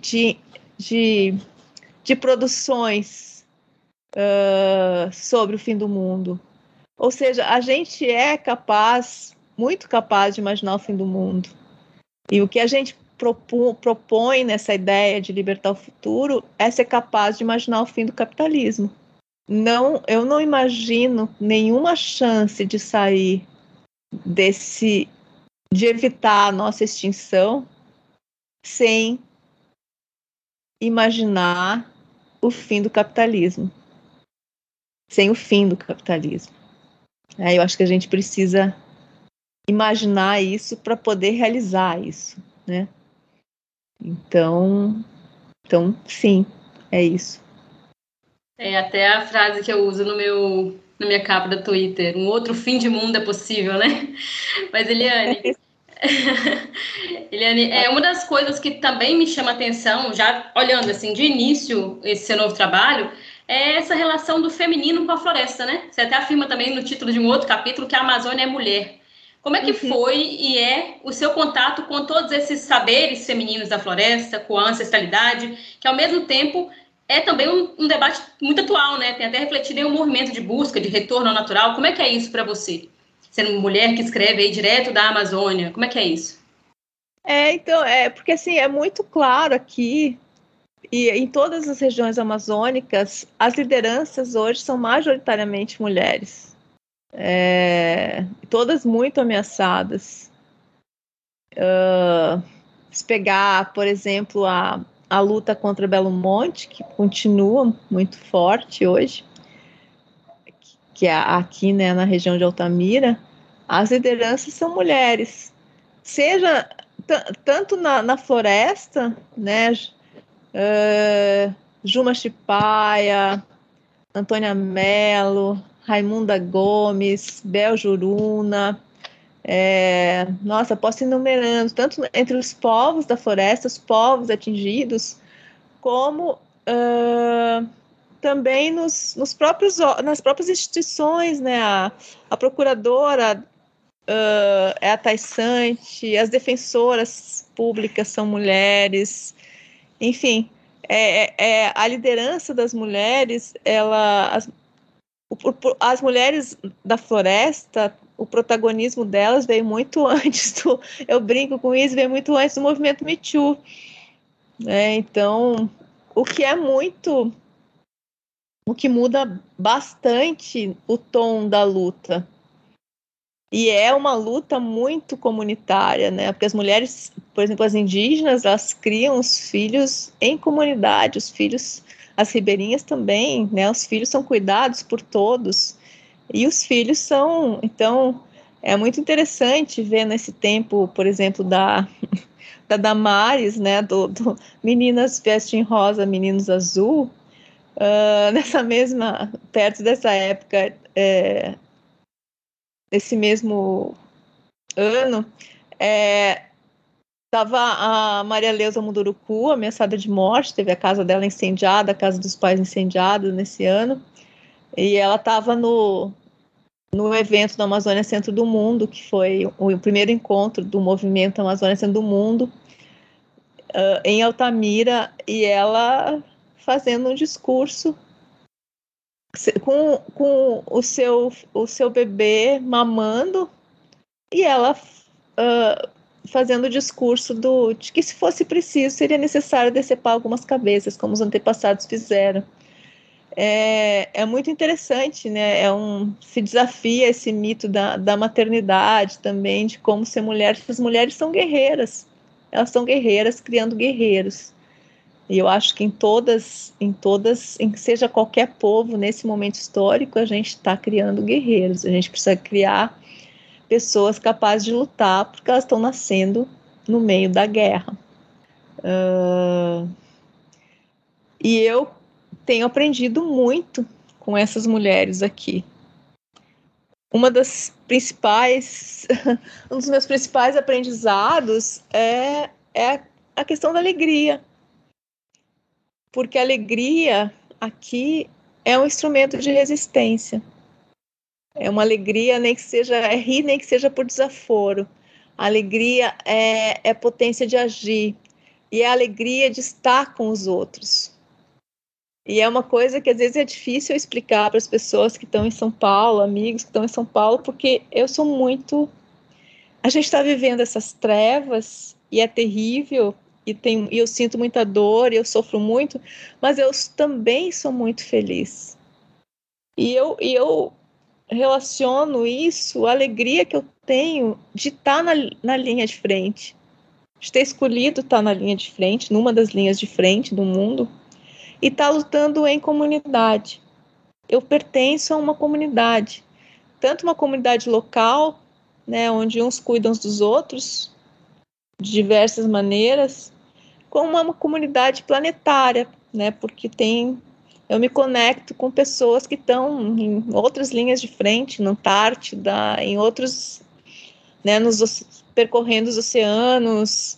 de produções sobre o fim do mundo. Ou seja, a gente é muito capaz de imaginar o fim do mundo. E o que a gente propõe nessa ideia de libertar o futuro é ser capaz de imaginar o fim do capitalismo. Eu não imagino nenhuma chance de sair de evitar a nossa extinção sem imaginar o fim do capitalismo. Sem o fim do capitalismo. Eu acho que a gente precisa imaginar isso para poder realizar isso, né? Então, sim, é isso. É até a frase que eu uso na minha capa do Twitter. Um outro fim de mundo é possível, né? Mas, Eliane, é uma das coisas que também me chama atenção, já olhando assim de início esse seu novo trabalho, é essa relação do feminino com a floresta, né? Você até afirma também no título de um outro capítulo que a Amazônia é mulher. Como é que foi e é o seu contato com todos esses saberes femininos da floresta, com a ancestralidade, que ao mesmo tempo é também um debate muito atual, né? Tem até refletido em um movimento de busca, de retorno ao natural. Como é que é isso para você? Sendo uma mulher que escreve aí direto da Amazônia, como é que é isso? Então, porque assim, é muito claro aqui, e em todas as regiões amazônicas, as lideranças hoje são majoritariamente mulheres. Todas muito ameaçadas. Se pegar, por exemplo, a luta contra Belo Monte, que continua muito forte hoje, que é aqui, né, na região de Altamira, as lideranças são mulheres. Seja tanto na floresta, né, Juma Chipaia, Antônia Mello, Raimunda Gomes, Bel Juruna, nossa, posso ir enumerando, tanto entre os povos da floresta, os povos atingidos, como também nas próprias instituições, né? A procuradora é a Thais Sante, as defensoras públicas são mulheres, enfim, a liderança das mulheres, as mulheres da floresta, o protagonismo delas veio muito antes eu brinco com isso, veio muito antes do movimento Me Too, né? Então, o que muda bastante o tom da luta. E é uma luta muito comunitária, né? Porque as mulheres, por exemplo, as indígenas, elas criam os filhos em comunidade, as ribeirinhas também, né? Os filhos são cuidados por todos. E os filhos são... Então, é muito interessante ver nesse tempo, por exemplo, da Damares, né? Do Meninas Vestem Rosa, Meninos Azul, perto dessa época, esse mesmo ano, estava a Maria Leusa Munduruku, ameaçada de morte, teve a casa dela incendiada, a casa dos pais incendiada nesse ano, e ela estava no evento do Amazônia Centro do Mundo, que foi o primeiro encontro do movimento Amazônia Centro do Mundo, em Altamira, e ela fazendo um discurso com o seu bebê mamando, e ela fazendo o discurso de que, se fosse preciso, seria necessário decepar algumas cabeças, como os antepassados fizeram. É muito interessante, né? Se desafia esse mito da maternidade também, de como ser mulher. As mulheres são guerreiras, elas são guerreiras criando guerreiros. E eu acho que seja qualquer povo, nesse momento histórico, a gente está criando guerreiros. A gente precisa criar pessoas capazes de lutar, porque elas estão nascendo no meio da guerra. E eu tenho aprendido muito com essas mulheres aqui. Um dos meus principais aprendizados é a questão da alegria. Porque a alegria aqui é um instrumento de resistência. É uma alegria, nem que seja rir, nem que seja por desaforo. A alegria é potência de agir. E é a alegria de estar com os outros. E é uma coisa que às vezes é difícil explicar para as pessoas que estão em São Paulo, amigos que estão em São Paulo, porque eu sou muito... A gente está vivendo essas trevas e é terrível, e eu sinto muita dor, e eu sofro muito, mas eu também sou muito feliz. E eu relaciono isso, a alegria que eu tenho de estar na linha de frente, de ter escolhido estar na linha de frente, numa das linhas de frente do mundo, e estar lutando em comunidade. Eu pertenço a uma comunidade, tanto uma comunidade local, né, onde uns cuidam dos outros, de diversas maneiras, como uma comunidade planetária, né, porque eu me conecto com pessoas que estão em outras linhas de frente, na Antártida, em outros, né, percorrendo os oceanos,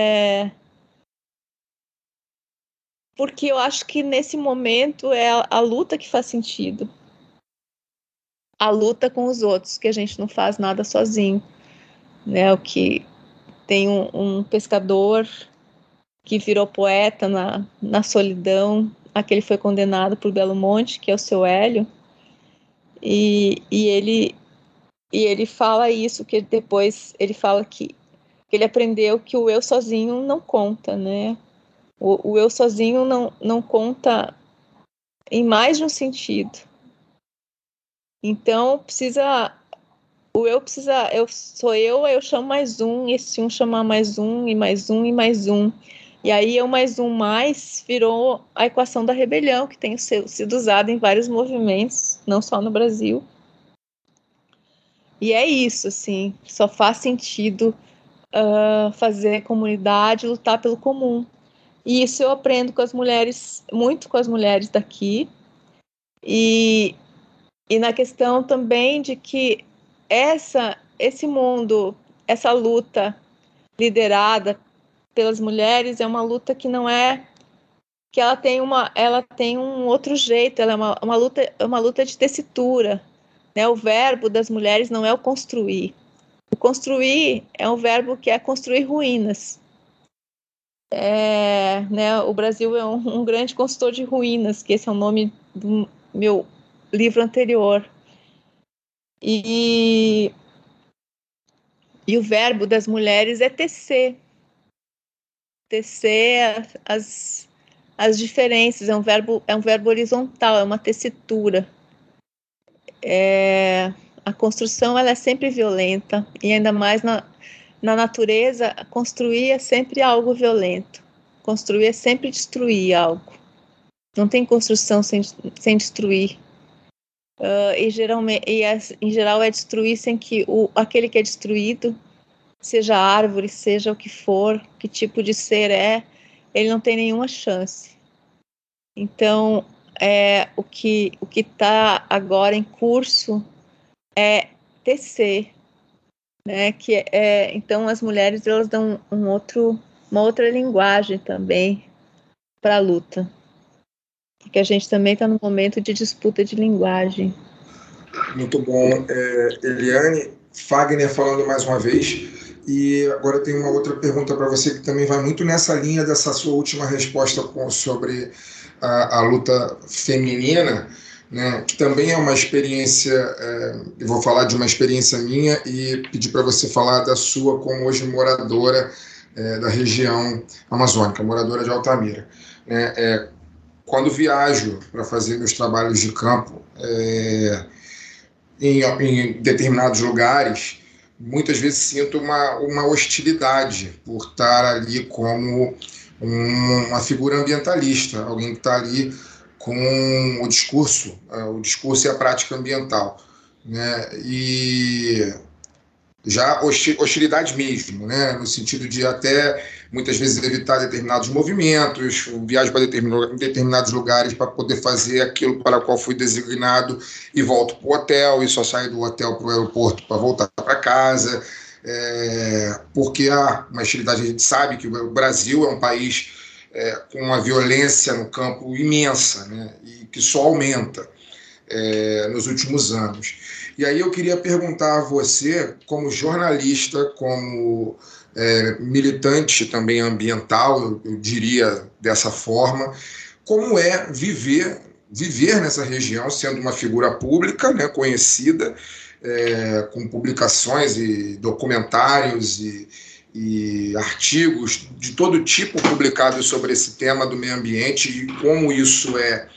porque eu acho que nesse momento é a luta que faz sentido. A luta com os outros, que a gente não faz nada sozinho. né? O que tem um pescador que virou poeta na solidão, a que ele foi condenado por Belo Monte, que é o seu Hélio, e ele fala isso, que depois ele fala que ele aprendeu que o eu sozinho não conta, né? O eu sozinho não conta em mais de um sentido. Então, eu chamo mais um, e esse um chamar mais um, e mais um, e mais um. E aí, eu mais um mais virou a equação da rebelião, que tem sido usada em vários movimentos, não só no Brasil. E é isso, assim, só faz sentido fazer comunidade, lutar pelo comum. E isso eu aprendo com as mulheres, muito com as mulheres daqui, e na questão também de que esse mundo, essa luta liderada pelas mulheres é uma luta que não é, que ela tem um outro jeito, ela é uma luta de tessitura, né? O verbo das mulheres não é o construir. O construir é um verbo que é construir ruínas. Né, o Brasil é um grande construtor de ruínas, que esse é o nome do meu livro anterior. E o verbo das mulheres é tecer. Tecer as diferenças, é um verbo horizontal, é uma tessitura. A construção ela é sempre violenta, e ainda mais na natureza, construir é sempre algo violento. Construir é sempre destruir algo. Não tem construção sem destruir. Em geral é destruir sem que aquele que é destruído, seja árvore, seja o que for, que tipo de ser ele não tem nenhuma chance. Então, o que está agora em curso é tecer, né? Então as mulheres elas dão uma outra linguagem também para a luta, porque a gente também está num momento de disputa de linguagem. Muito bom. Eliane, Fagner falando mais uma vez. E agora eu tenho uma outra pergunta para você que também vai muito nessa linha dessa sua última resposta sobre a luta feminina, né, que também é uma experiência, eu vou falar de uma experiência minha e pedir para você falar da sua como hoje moradora da região amazônica, moradora de Altamira. Né, quando viajo para fazer meus trabalhos de campo em determinados lugares, muitas vezes sinto uma hostilidade por estar ali como uma figura ambientalista, alguém que está ali com o discurso e a prática ambiental, né? E já hostilidade mesmo, né? No sentido de até muitas vezes evitar determinados movimentos, viagem para determinados lugares para poder fazer aquilo para o qual fui designado e volto para o hotel e só saio do hotel para o aeroporto para voltar para casa, porque há uma hostilidade. A gente sabe que o Brasil é um país com uma violência no campo imensa, né? E que só aumenta nos últimos anos. E aí eu queria perguntar a você, como jornalista, como militante também ambiental, eu diria dessa forma, como é viver nessa região, sendo uma figura pública, né, conhecida, com publicações e documentários e artigos de todo tipo publicados sobre esse tema do meio ambiente e como isso é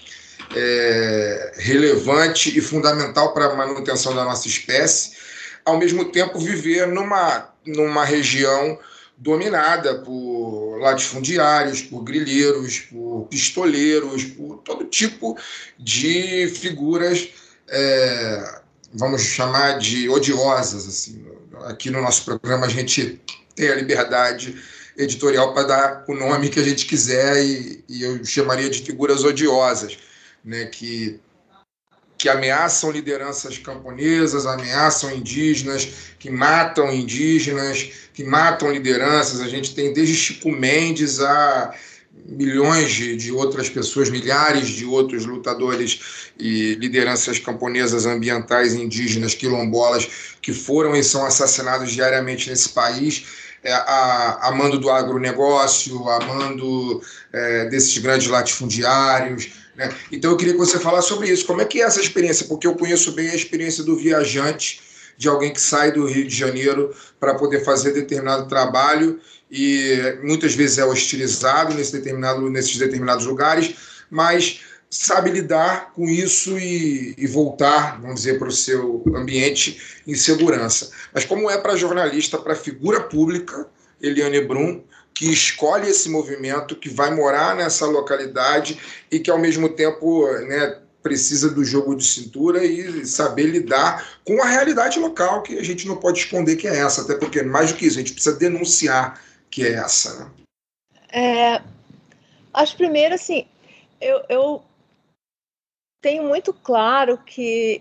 relevante e fundamental para a manutenção da nossa espécie, ao mesmo tempo viver numa região dominada por latifundiários, por grileiros, por pistoleiros, por todo tipo de figuras, vamos chamar de odiosas. Assim. Aqui no nosso programa a gente tem a liberdade editorial para dar o nome que a gente quiser e eu chamaria de figuras odiosas, né, que ameaçam lideranças camponesas, ameaçam indígenas, que matam indígenas, que matam lideranças. A gente tem desde Chico Mendes a milhões de outras pessoas, milhares de outros lutadores e lideranças camponesas, ambientais, indígenas, quilombolas, que foram e são assassinados diariamente nesse país, a mando do agronegócio, a mando desses grandes latifundiários, né? Então eu queria que você falasse sobre isso. Como é que é essa experiência? Porque eu conheço bem a experiência do viajante, de alguém que sai do Rio de Janeiro para poder fazer determinado trabalho e muitas vezes é hostilizado nesses determinados lugares, mas sabe lidar com isso e voltar, vamos dizer, para o seu ambiente em segurança. Mas como é para a jornalista, para a figura pública, Eliane Brum, que escolhe esse movimento, que vai morar nessa localidade e que, ao mesmo tempo, né, precisa do jogo de cintura e saber lidar com a realidade local, que a gente não pode esconder que é essa, até porque, mais do que isso, a gente precisa denunciar que é essa, né? Acho primeiro, assim, eu tenho muito claro que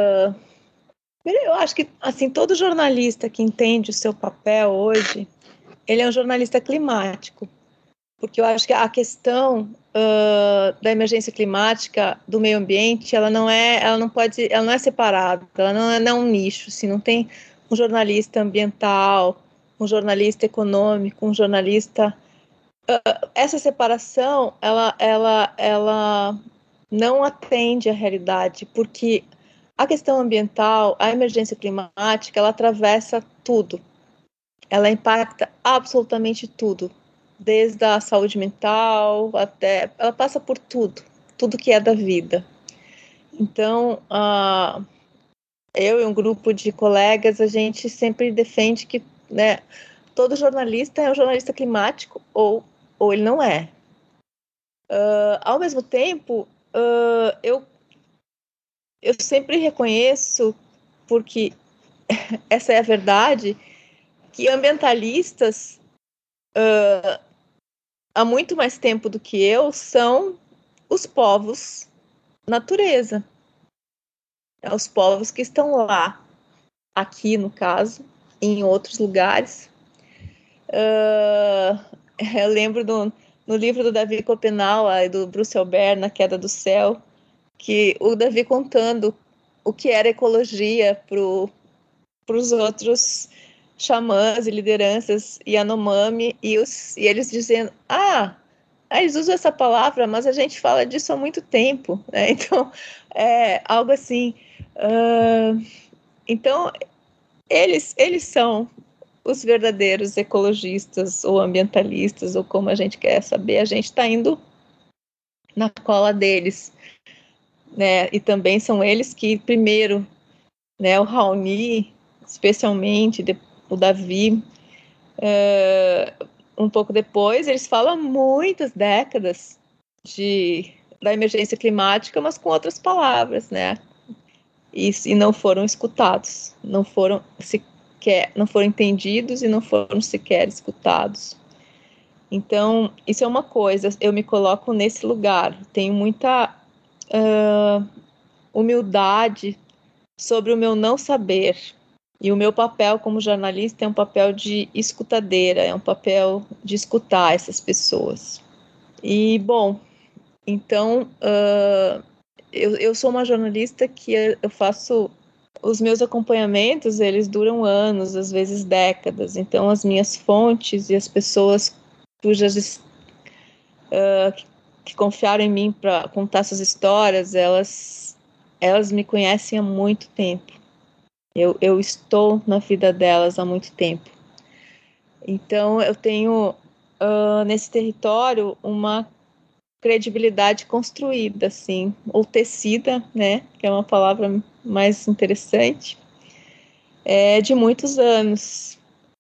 eu acho que, assim, todo jornalista que entende o seu papel hoje, ele é um jornalista climático, porque eu acho que a questão da emergência climática, do meio ambiente, ela não é separada, ela não é um nicho, assim, não tem um jornalista ambiental, um jornalista econômico, um jornalista... essa separação, ela não atende à realidade, porque a questão ambiental, a emergência climática, ela atravessa tudo, ela impacta absolutamente tudo, desde a saúde mental até... ela passa por tudo que é da vida. Então, eu e um grupo de colegas, a gente sempre defende que, né, todo jornalista é um jornalista climático ou ele não é. Ao mesmo tempo, eu sempre reconheço, porque essa é a verdade, que ambientalistas, há muito mais tempo do que eu, são os povos natureza. Os povos que estão lá, aqui no caso, em outros lugares. Eu lembro no livro do Davi Copenau e do Bruce Albert, Na Queda do Céu, que o Davi contando o que era ecologia para os outros xamãs e lideranças Yanomami, e eles dizendo, eles usam essa palavra, mas a gente fala disso há muito tempo, né? Então, é algo assim. Então, eles são os verdadeiros ecologistas ou ambientalistas, ou como a gente quer saber, a gente está indo na cola deles, né? E também são eles que primeiro, né, o Raoni, especialmente o Davi, um pouco depois, eles falam muitas décadas da emergência climática, mas com outras palavras, né? E não foram escutados, não foram entendidos e não foram sequer escutados. Então, isso é uma coisa, eu me coloco nesse lugar, tenho muita humildade sobre o meu não saber, e o meu papel como jornalista é um papel de escutadeira, é um papel de escutar essas pessoas. E, bom, então, eu sou uma jornalista que eu faço... Os meus acompanhamentos, eles duram anos, às vezes décadas. Então, as minhas fontes e as pessoas que confiaram em mim para contar essas histórias, elas me conhecem há muito tempo. Eu estou na vida delas há muito tempo. Então, eu tenho nesse território uma credibilidade construída, assim, ou tecida, né, que é uma palavra mais interessante, de muitos anos.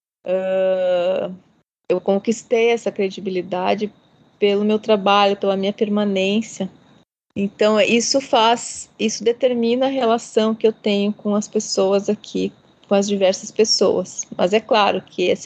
Eu conquistei essa credibilidade pelo meu trabalho, pela minha permanência. Então, isso determina a relação que eu tenho com as pessoas aqui, com as diversas pessoas. Mas é claro que esse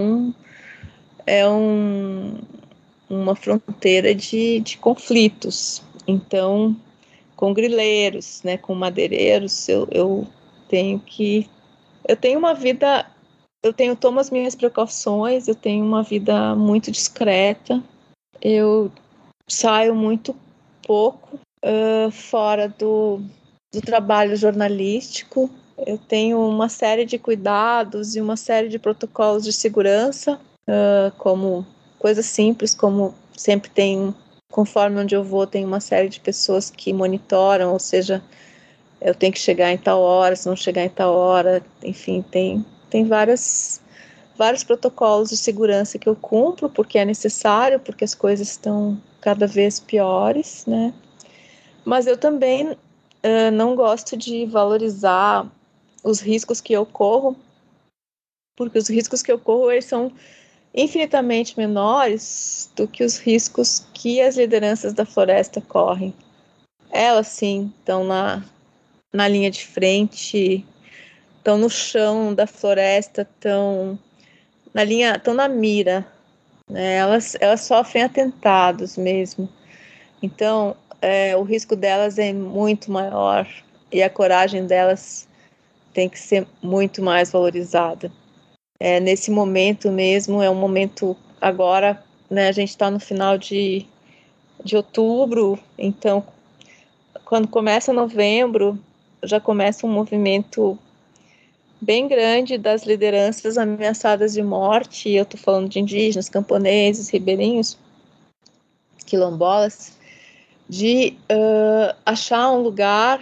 uma fronteira de conflitos. Então, com grileiros, né, com madeireiros, eu tenho uma vida, tomo as minhas precauções, eu tenho uma vida muito discreta, eu saio muito pouco fora do trabalho jornalístico. Eu tenho uma série de cuidados e uma série de protocolos de segurança, como coisas simples, como sempre tem, conforme onde eu vou, tem uma série de pessoas que monitoram, ou seja, eu tenho que chegar em tal hora, se não chegar em tal hora, enfim, tem vários protocolos de segurança que eu cumpro, porque é necessário, porque as coisas estão cada vez piores, né? Mas eu também não gosto de valorizar os riscos que eu corro, porque os riscos que eu corro, eles são infinitamente menores do que os riscos que as lideranças da floresta correm. Elas, sim, estão na linha de frente, estão no chão da floresta, estão na mira, né? Elas sofrem atentados mesmo. Então, o risco delas é muito maior e a coragem delas tem que ser muito mais valorizada. Nesse momento mesmo, é um momento agora, né, a gente está no final de outubro, então quando começa novembro, já começa um movimento bem grande das lideranças ameaçadas de morte. Eu estou falando de indígenas, camponeses, ribeirinhos, quilombolas, de achar um lugar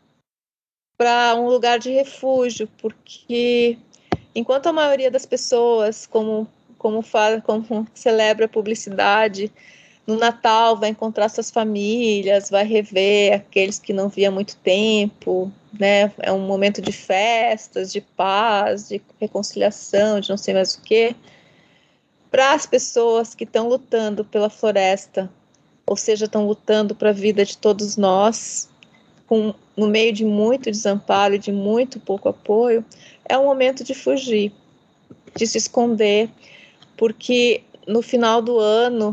de refúgio, porque enquanto a maioria das pessoas, como celebra a publicidade, no Natal vai encontrar suas famílias, vai rever aqueles que não via há muito tempo, né? É um momento de festas, de paz, de reconciliação, de não sei mais o quê. Para as pessoas que estão lutando pela floresta, ou seja, estão lutando para a vida de todos nós, no meio de muito desamparo e de muito pouco apoio, é um momento de fugir, de se esconder, porque no final do ano,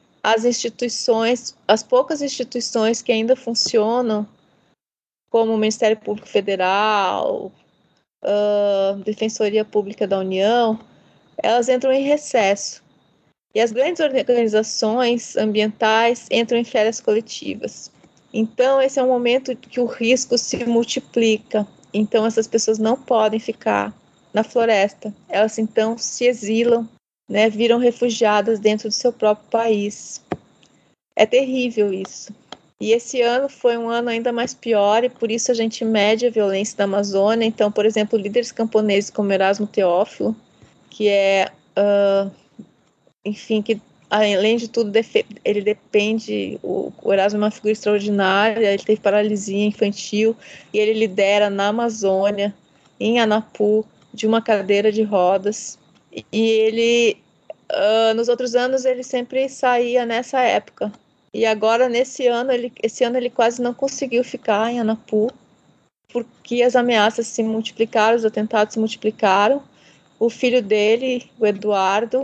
as poucas instituições que ainda funcionam, como o Ministério Público Federal, Defensoria Pública da União, elas entram em recesso. E as grandes organizações ambientais entram em férias coletivas. Então, esse é um momento que o risco se multiplica. Então, essas pessoas não podem ficar na floresta. Elas, então, se exilam, né, viram refugiadas dentro do seu próprio país. É terrível isso. E esse ano foi um ano ainda mais pior, e por isso a gente mede a violência da Amazônia. Então, por exemplo, líderes camponeses como Erasmo Teófilo, que é, enfim, que além de tudo, ele depende, o Erasmo é uma figura extraordinária, ele teve paralisia infantil, e ele lidera na Amazônia, em Anapu, de uma cadeira de rodas. E ele, nos outros anos, ele sempre saía nessa época. E agora, esse ano ele quase não conseguiu ficar em Anapu, porque as ameaças se multiplicaram, os atentados se multiplicaram. O filho dele, o Eduardo,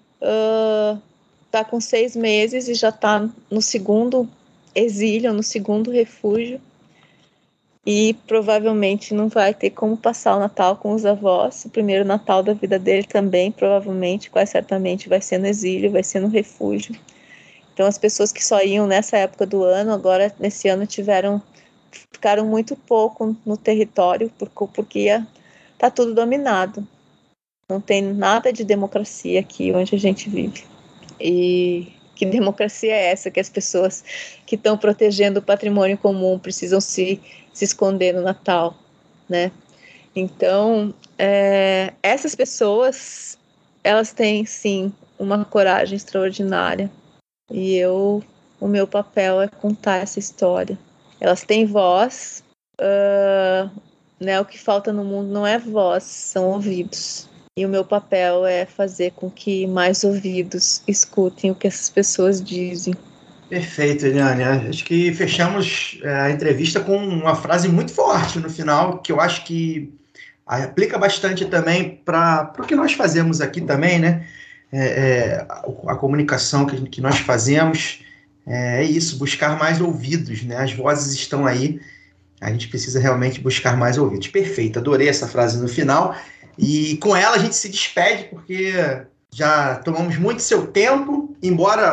está com 6 meses e já está no segundo exílio, no segundo refúgio. E provavelmente não vai ter como passar o Natal com os avós. O primeiro Natal da vida dele também, provavelmente, quase certamente, vai ser no exílio, vai ser no refúgio. Então, as pessoas que só iam nessa época do ano, agora, nesse ano, ficaram muito pouco no território, porque está tudo dominado. Não tem nada de democracia aqui onde a gente vive. E que democracia é essa que as pessoas que estão protegendo o patrimônio comum precisam se esconder no Natal, né? Então, essas pessoas, elas têm, sim, uma coragem extraordinária. E o meu papel é contar essa história. Elas têm voz, né? O que falta no mundo não é voz, são ouvidos. E o meu papel é fazer com que mais ouvidos escutem o que essas pessoas dizem. Perfeito, Eliane. Acho que fechamos a entrevista com uma frase muito forte no final, que eu acho que aplica bastante também para o que nós fazemos aqui também, né? A comunicação que nós fazemos é isso, buscar mais ouvidos, né? As vozes estão aí, a gente precisa realmente buscar mais ouvidos. Perfeito, adorei essa frase no final. E com ela a gente se despede, porque já tomamos muito seu tempo, embora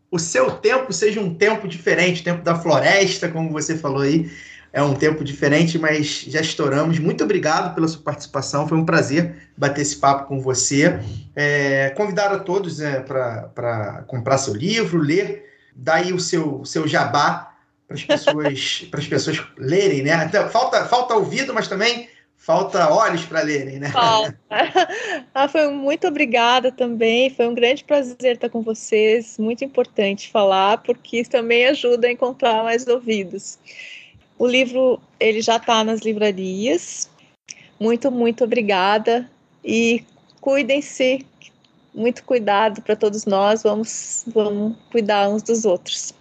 o seu tempo seja um tempo diferente, o tempo da floresta, como você falou aí. É um tempo diferente, mas já estouramos. Muito obrigado pela sua participação. Foi um prazer bater esse papo com você. Convidar a todos para comprar seu livro, ler, dar aí o seu jabá para as pessoas lerem, né? Então, falta ouvido, mas também falta olhos para lerem, né? Falta. Foi muito obrigada também. Foi um grande prazer estar com vocês. Muito importante falar, porque isso também ajuda a encontrar mais ouvidos. O livro, ele já está nas livrarias. Muito, muito obrigada. E cuidem-se. Muito cuidado para todos nós. Vamos cuidar uns dos outros.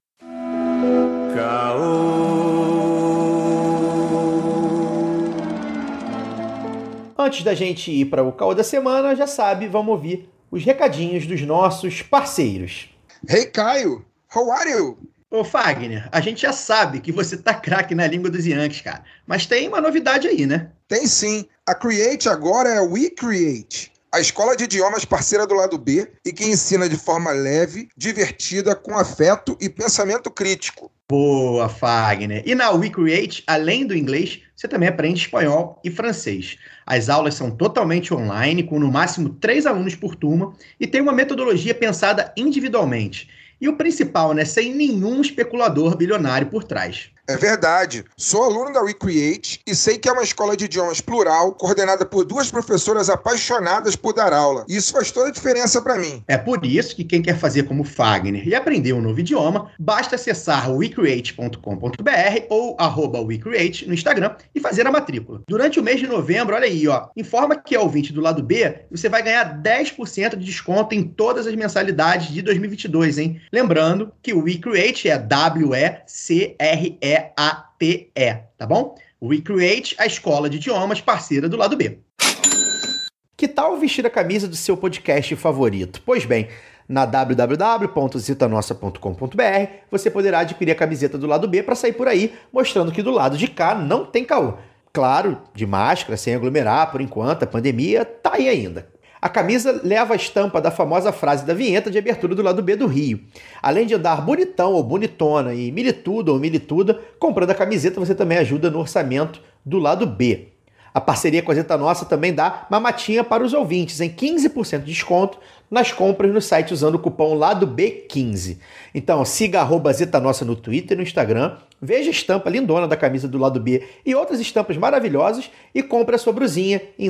Antes da gente ir para o Caô da Semana, já sabe, vamos ouvir os recadinhos dos nossos parceiros. Hey, Caio! How are you? Ô, Fagner, a gente já sabe que você tá craque na língua dos Yankees, cara. Mas tem uma novidade aí, né? Tem sim. A Create agora é a We Create, a escola de idiomas parceira do lado B e que ensina de forma leve, divertida, com afeto e pensamento crítico. Boa, Fagner. E na We Create, além do inglês, você também aprende espanhol e francês. As aulas são totalmente online, com no máximo 3 alunos por turma, e tem uma metodologia pensada individualmente. E o principal, né? Sem nenhum especulador bilionário por trás. É verdade. Sou aluno da Recreate e sei que é uma escola de idiomas plural, coordenada por 2 professoras apaixonadas por dar aula. E isso faz toda a diferença para mim. É por isso que quem quer fazer como Fagner e aprender um novo idioma, basta acessar wecreate.com.br ou @wecreate no Instagram e fazer a matrícula. Durante o mês de novembro, olha aí, ó, informa que é ouvinte do lado B e você vai ganhar 10% de desconto em todas as mensalidades de 2022, hein? Lembrando que o WeCreate é WECREATE, tá bom? WeCreate, a escola de idiomas parceira do lado B. Que tal vestir a camisa do seu podcast favorito? Pois bem, na www.zitanossa.com.br você poderá adquirir a camiseta do lado B para sair por aí mostrando que do lado de cá não tem caô. Claro, de máscara, sem aglomerar, por enquanto, a pandemia tá aí ainda. A camisa leva a estampa da famosa frase da vinheta de abertura do lado B do Rio. Além de andar bonitão ou bonitona e militudo ou milituda, comprando a camiseta você também ajuda no orçamento do lado B. A parceria com a Zeta Nossa também dá mamatinha para os ouvintes, em 15% de desconto nas compras no site usando o cupom LADOB15. Então siga @Zeta Nossa no Twitter e no Instagram, veja a estampa lindona da camisa do lado B e outras estampas maravilhosas e compre a sua brusinha em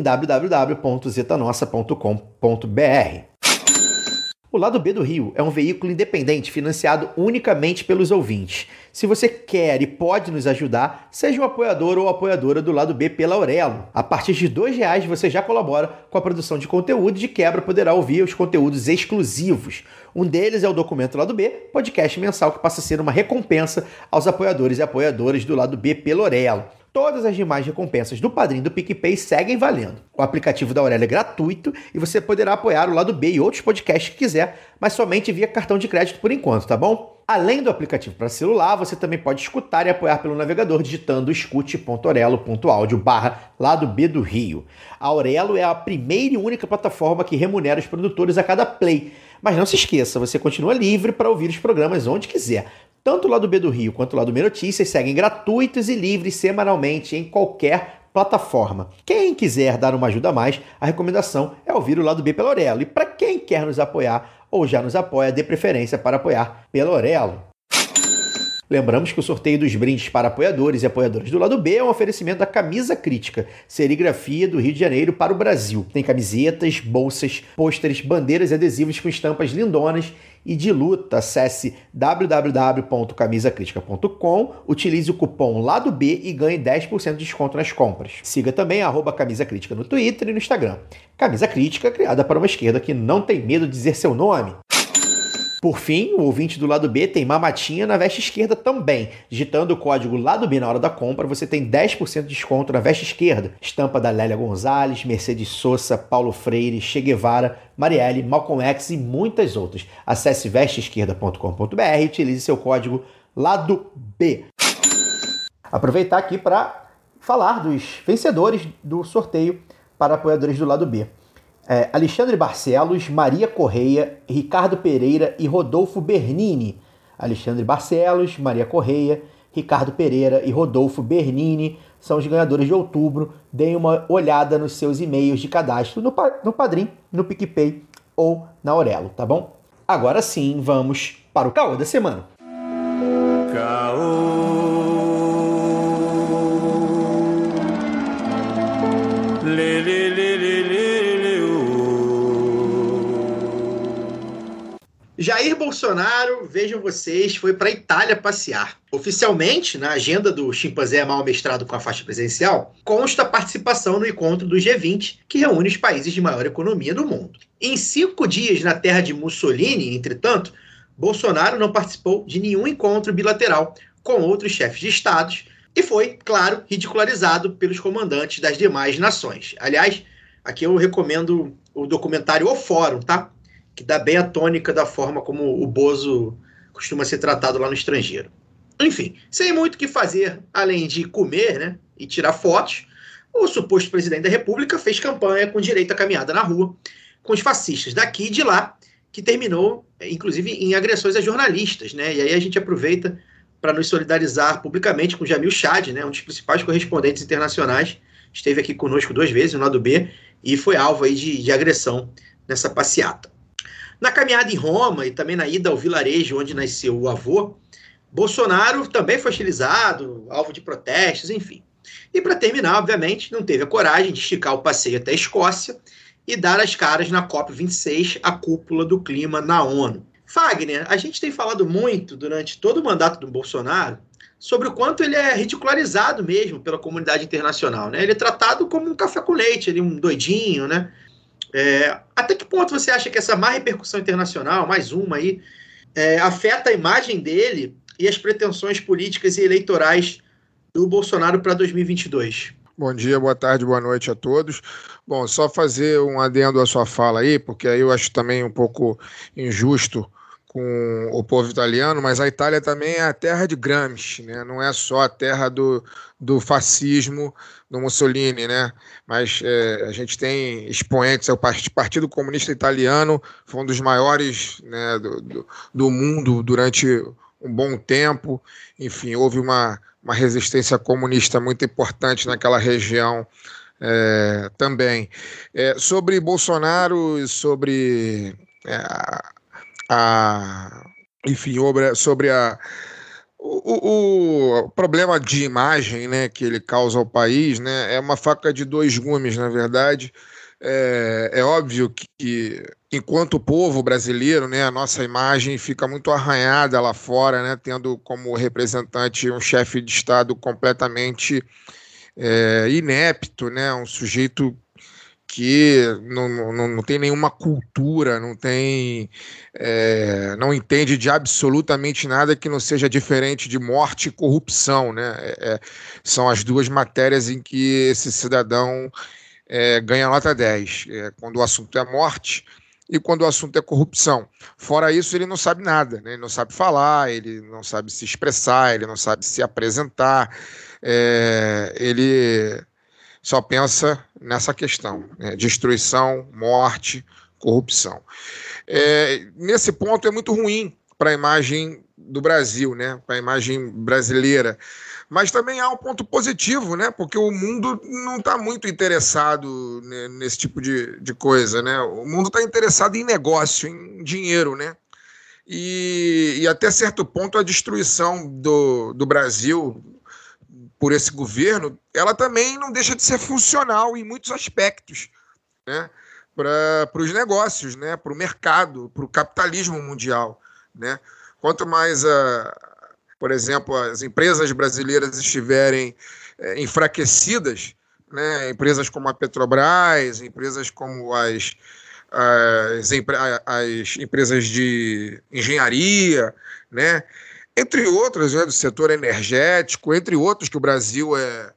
www.zetanossa.com.br. O Lado B do Rio é um veículo independente financiado unicamente pelos ouvintes. Se você quer e pode nos ajudar, seja um apoiador ou apoiadora do Lado B pela Aurelo. A partir de R$2 você já colabora com a produção de conteúdo e de quebra poderá ouvir os conteúdos exclusivos. Um deles é o Documento Lado B, podcast mensal que passa a ser uma recompensa aos apoiadores e apoiadoras do Lado B pela Aurelo. Todas as demais recompensas do Padrim e do PicPay seguem valendo. O aplicativo da Aurelo é gratuito e você poderá apoiar o Lado B e outros podcasts que quiser, mas somente via cartão de crédito por enquanto, tá bom? Além do aplicativo para celular, você também pode escutar e apoiar pelo navegador digitando escute.orelo.audio/Lado B do Rio. A Aurelo é a primeira e única plataforma que remunera os produtores a cada play. Mas não se esqueça, você continua livre para ouvir os programas onde quiser. Tanto o Lado B do Rio quanto o Lado B Notícias seguem gratuitos e livres semanalmente em qualquer plataforma. Quem quiser dar uma ajuda a mais, a recomendação é ouvir o Lado B pela Aurelo. E para quem quer nos apoiar ou já nos apoia, dê preferência para apoiar pela Aurelo. Lembramos que o sorteio dos brindes para apoiadores e apoiadoras do Lado B é um oferecimento da Camisa Crítica, serigrafia do Rio de Janeiro para o Brasil. Tem camisetas, bolsas, pôsteres, bandeiras e adesivos com estampas lindonas e de luta. Acesse www.camisacritica.com, utilize o cupom Lado B e ganhe 10% de desconto nas compras. Siga também @Camisa Crítica no Twitter e no Instagram. Camisa Crítica, criada para uma esquerda que não tem medo de dizer seu nome. Por fim, o ouvinte do Lado B tem mamatinha na veste esquerda também. Digitando o código Lado B na hora da compra, você tem 10% de desconto na veste esquerda. Estampa da Lélia Gonzalez, Mercedes Sosa, Paulo Freire, Che Guevara, Marielle, Malcolm X e muitas outras. Acesse vesteesquerda.com.br e utilize seu código Lado B. Aproveitar aqui para falar dos vencedores do sorteio para apoiadores do Lado B. Alexandre Barcelos, Maria Correia, Ricardo Pereira e Rodolfo Bernini. Alexandre Barcelos, Maria Correia, Ricardo Pereira e Rodolfo Bernini são os ganhadores de outubro. Deem uma olhada nos seus e-mails de cadastro no Padrim, no PicPay ou na Aurelo, tá bom? Agora sim, vamos para o Caô da semana. Caô. Lê, lê, lê, lê, lê, lê, Jair Bolsonaro, vejam vocês, foi para a Itália passear. Oficialmente, na agenda do chimpanzé mal amestrado com a faixa presidencial, consta a participação no encontro do G20, que reúne os países de maior economia do mundo. Em 5 dias na terra de Mussolini, entretanto, Bolsonaro não participou de nenhum encontro bilateral com outros chefes de estados e foi, claro, ridicularizado pelos comandantes das demais nações. Aliás, aqui eu recomendo o documentário O Fórum, tá? Que dá bem a tônica da forma como o Bozo costuma ser tratado lá no estrangeiro. Enfim, sem muito o que fazer, além de comer, né, e tirar fotos, o suposto presidente da República fez campanha com direito à caminhada na rua, com os fascistas daqui e de lá, que terminou, inclusive, em agressões a jornalistas, né? E aí a gente aproveita para nos solidarizar publicamente com o Jamil Chad, né, um dos principais correspondentes internacionais, esteve aqui conosco 2 vezes no lado B e foi alvo aí de agressão nessa passeata. Na caminhada em Roma e também na ida ao vilarejo onde nasceu o avô, Bolsonaro também foi hostilizado, alvo de protestos, enfim. E para terminar, obviamente, não teve a coragem de esticar o passeio até a Escócia e dar as caras na COP26, a cúpula do clima na ONU. Fagner, a gente tem falado muito durante todo o mandato do Bolsonaro sobre o quanto ele é ridicularizado mesmo pela comunidade internacional, né? Ele é tratado como um café com leite, ele é um doidinho, né? Até que ponto você acha que essa má repercussão internacional, mais uma aí, afeta a imagem dele e as pretensões políticas e eleitorais do Bolsonaro para 2022? Bom dia, boa tarde, boa noite a todos. Bom, só fazer um adendo à sua fala aí, porque aí eu acho também um pouco injusto com o povo italiano, mas a Itália também é a terra de Gramsci, né? Não é só a terra do fascismo, do Mussolini, né? Mas a gente tem expoentes, o Partido Comunista Italiano foi um dos maiores, né, do mundo durante um bom tempo. Enfim, houve uma resistência comunista muito importante naquela região também. Sobre Bolsonaro e sobre sobre o problema de imagem, né, que ele causa ao país, né, é uma faca de 2 gumes, na verdade. É óbvio que, enquanto povo brasileiro, né, a nossa imagem fica muito arranhada lá fora, né, tendo como representante um chefe de Estado completamente inepto, né, um sujeito que não tem nenhuma cultura, não entende de absolutamente nada que não seja diferente de morte e corrupção, né? São as 2 matérias em que esse cidadão ganha nota 10, quando o assunto é morte e quando o assunto é corrupção. Fora isso, ele não sabe nada, né? Ele não sabe falar, ele não sabe se expressar, ele não sabe se apresentar, ele só pensa nessa questão, né? Destruição, morte, corrupção. Nesse ponto é muito ruim para a imagem do Brasil, né? Para a imagem brasileira. Mas também há um ponto positivo, né? Porque o mundo não está muito interessado, né, nesse tipo de coisa, né? O mundo está interessado em negócio, em dinheiro, né? E até certo ponto a destruição do Brasil por esse governo, ela também não deixa de ser funcional em muitos aspectos, né, para os negócios, né, para o mercado, para o capitalismo mundial, né. Quanto mais, por exemplo, as empresas brasileiras estiverem enfraquecidas, né, empresas como a Petrobras, empresas como as empresas de engenharia, né, entre outras, né, do setor energético, entre outros que o Brasil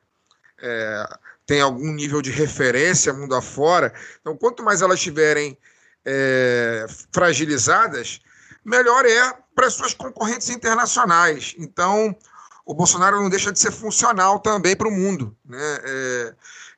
tem algum nível de referência mundo afora. Então, quanto mais elas estiverem fragilizadas, melhor é para as suas concorrentes internacionais. Então, o Bolsonaro não deixa de ser funcional também para o mundo, né?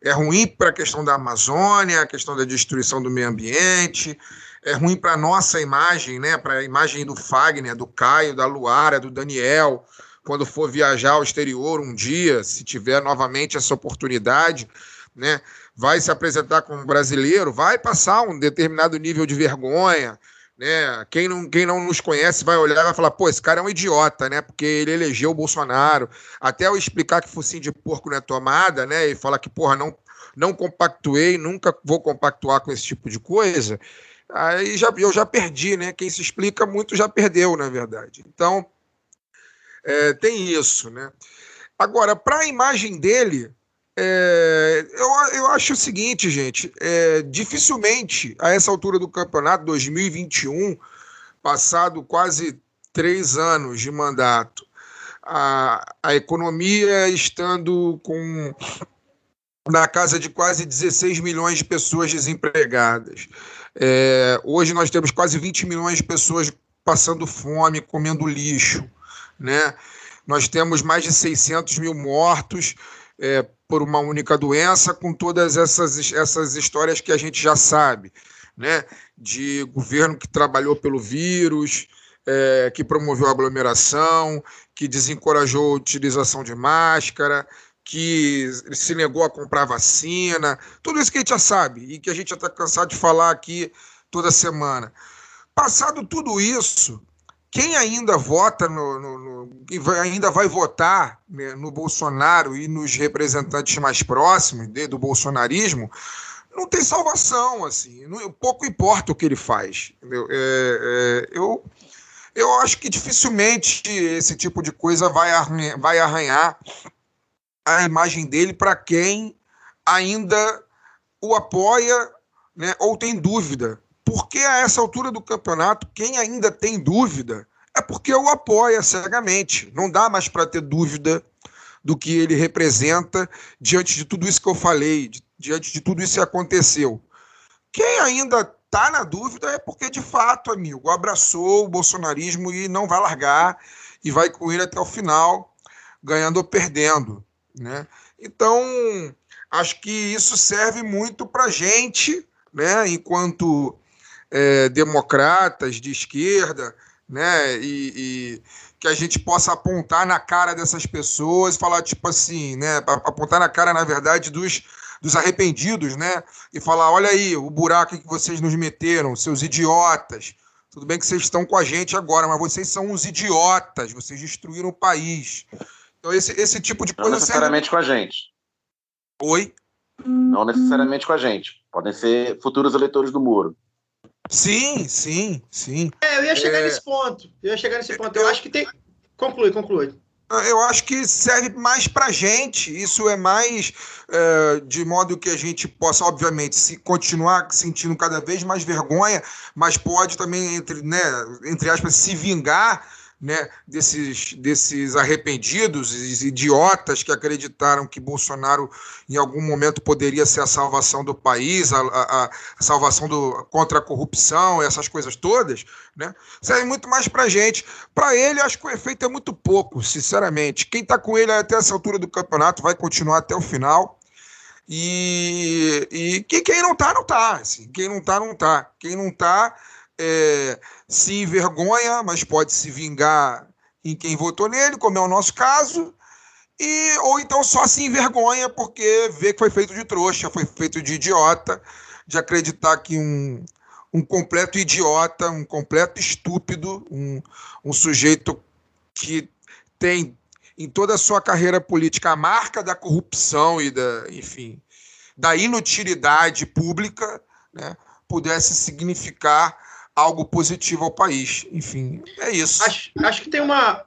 É ruim para a questão da Amazônia, a questão da destruição do meio ambiente, é ruim para a nossa imagem, né? Para a imagem do Fagner, do Caio, da Luara, do Daniel, quando for viajar ao exterior um dia, se tiver novamente essa oportunidade, né? Vai se apresentar como brasileiro, vai passar um determinado nível de vergonha, né? Quem não nos conhece vai olhar e vai falar, pô, esse cara é um idiota, né? Porque ele elegeu o Bolsonaro. Até eu explicar que focinho de porco não é tomada, né? E falar que, porra, não compactuei, nunca vou compactuar com esse tipo de coisa. Aí eu já perdi, né? Quem se explica muito já perdeu, na verdade. Então, tem isso, né? Agora, para a imagem dele, eu acho o seguinte, gente, dificilmente, a essa altura do campeonato, 2021, passado quase 3 anos de mandato, a economia estando na casa de quase 16 milhões de pessoas desempregadas. Hoje nós temos quase 20 milhões de pessoas passando fome, comendo lixo, né? Nós temos mais de 600 mil mortos por uma única doença, com todas essas histórias que a gente já sabe, né? De governo que trabalhou pelo vírus, que promoveu a aglomeração, que desencorajou a utilização de máscara, que se negou a comprar vacina, tudo isso que a gente já sabe e que a gente já está cansado de falar aqui toda semana. Passado tudo isso, quem ainda vota ainda vai votar, né, no Bolsonaro e nos representantes mais próximos do bolsonarismo, não tem salvação, assim, pouco importa o que ele faz, entendeu? Eu acho que dificilmente esse tipo de coisa vai arranhar a imagem dele para quem ainda o apoia, né, ou tem dúvida. Porque a essa altura do campeonato, quem ainda tem dúvida é porque o apoia cegamente. Não dá mais para ter dúvida do que ele representa diante de tudo isso que eu falei, diante de tudo isso que aconteceu. Quem ainda está na dúvida é porque, de fato, amigo, abraçou o bolsonarismo e não vai largar e vai com ele até o final, ganhando ou perdendo, né? Então, acho que isso serve muito para a gente, né, enquanto democratas de esquerda, né, e que a gente possa apontar na cara dessas pessoas e falar, tipo assim, né, apontar na cara, na verdade, dos arrependidos, né, e falar, olha aí, o buraco que vocês nos meteram, seus idiotas. Tudo bem que vocês estão com a gente agora, mas vocês são uns idiotas, vocês destruíram o país. Então, esse tipo de coisa... Não necessariamente com a gente. Oi? Não necessariamente com a gente. Podem ser futuros eleitores do Moro. Sim. Eu ia chegar nesse ponto. Eu acho que tem... Conclui. Eu acho que serve mais para a gente. Isso é mais de modo que a gente possa, obviamente, continuar sentindo cada vez mais vergonha, mas pode também, entre aspas, se vingar, né, desses arrependidos, esses idiotas que acreditaram que Bolsonaro em algum momento poderia ser a salvação do país, a salvação contra a corrupção, essas coisas todas, né, serve muito mais para a gente. Para ele, acho que o efeito é muito pouco, sinceramente. Quem está com ele até essa altura do campeonato vai continuar até o final. E quem não está, não está. Assim, quem não está, não está. Quem não está... se envergonha, mas pode se vingar em quem votou nele, como é o nosso caso, ou então só se envergonha porque vê que foi feito de trouxa, foi feito de idiota, de acreditar que um completo idiota, um completo estúpido, um sujeito que tem em toda a sua carreira política a marca da corrupção e da inutilidade pública, né, pudesse significar algo positivo ao país. Enfim, é isso. Acho que tem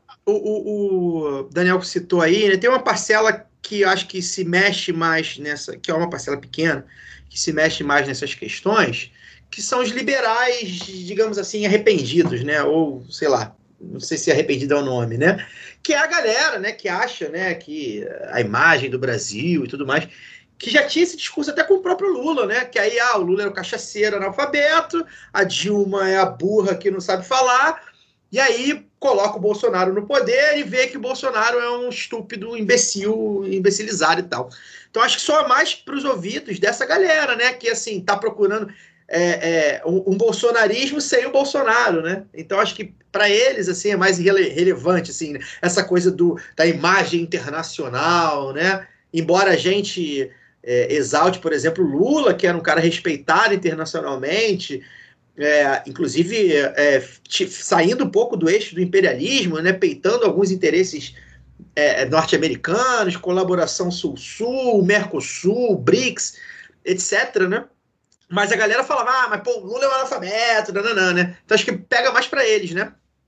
o Daniel citou aí, né, tem uma parcela que acho que se mexe mais nessa, que é uma parcela pequena, que se mexe mais nessas questões, que são os liberais, digamos assim, arrependidos, né, ou sei lá, não sei se arrependido é o nome, né, que é a galera, né, que acha, né, que a imagem do Brasil e tudo mais, que já tinha esse discurso até com o próprio Lula, né? Que aí, o Lula era o cachaceiro analfabeto, a Dilma é a burra que não sabe falar, e aí coloca o Bolsonaro no poder e vê que o Bolsonaro é um estúpido, imbecilizado e tal. Então, acho que soa mais para os ouvidos dessa galera, né? Que, assim, tá procurando um bolsonarismo sem o Bolsonaro, né? Então, acho que para eles, assim, é mais relevante, assim, essa coisa da imagem internacional, né? Embora a gente exalte, por exemplo, Lula, que era um cara respeitado internacionalmente, inclusive saindo um pouco do eixo do imperialismo, né? Peitando alguns interesses norte-americanos, colaboração Sul-Sul, Mercosul, BRICS, etc., né? Mas a galera falava, mas pô, o Lula é um analfabeto, nananã, né? Então acho que pega mais para eles, né?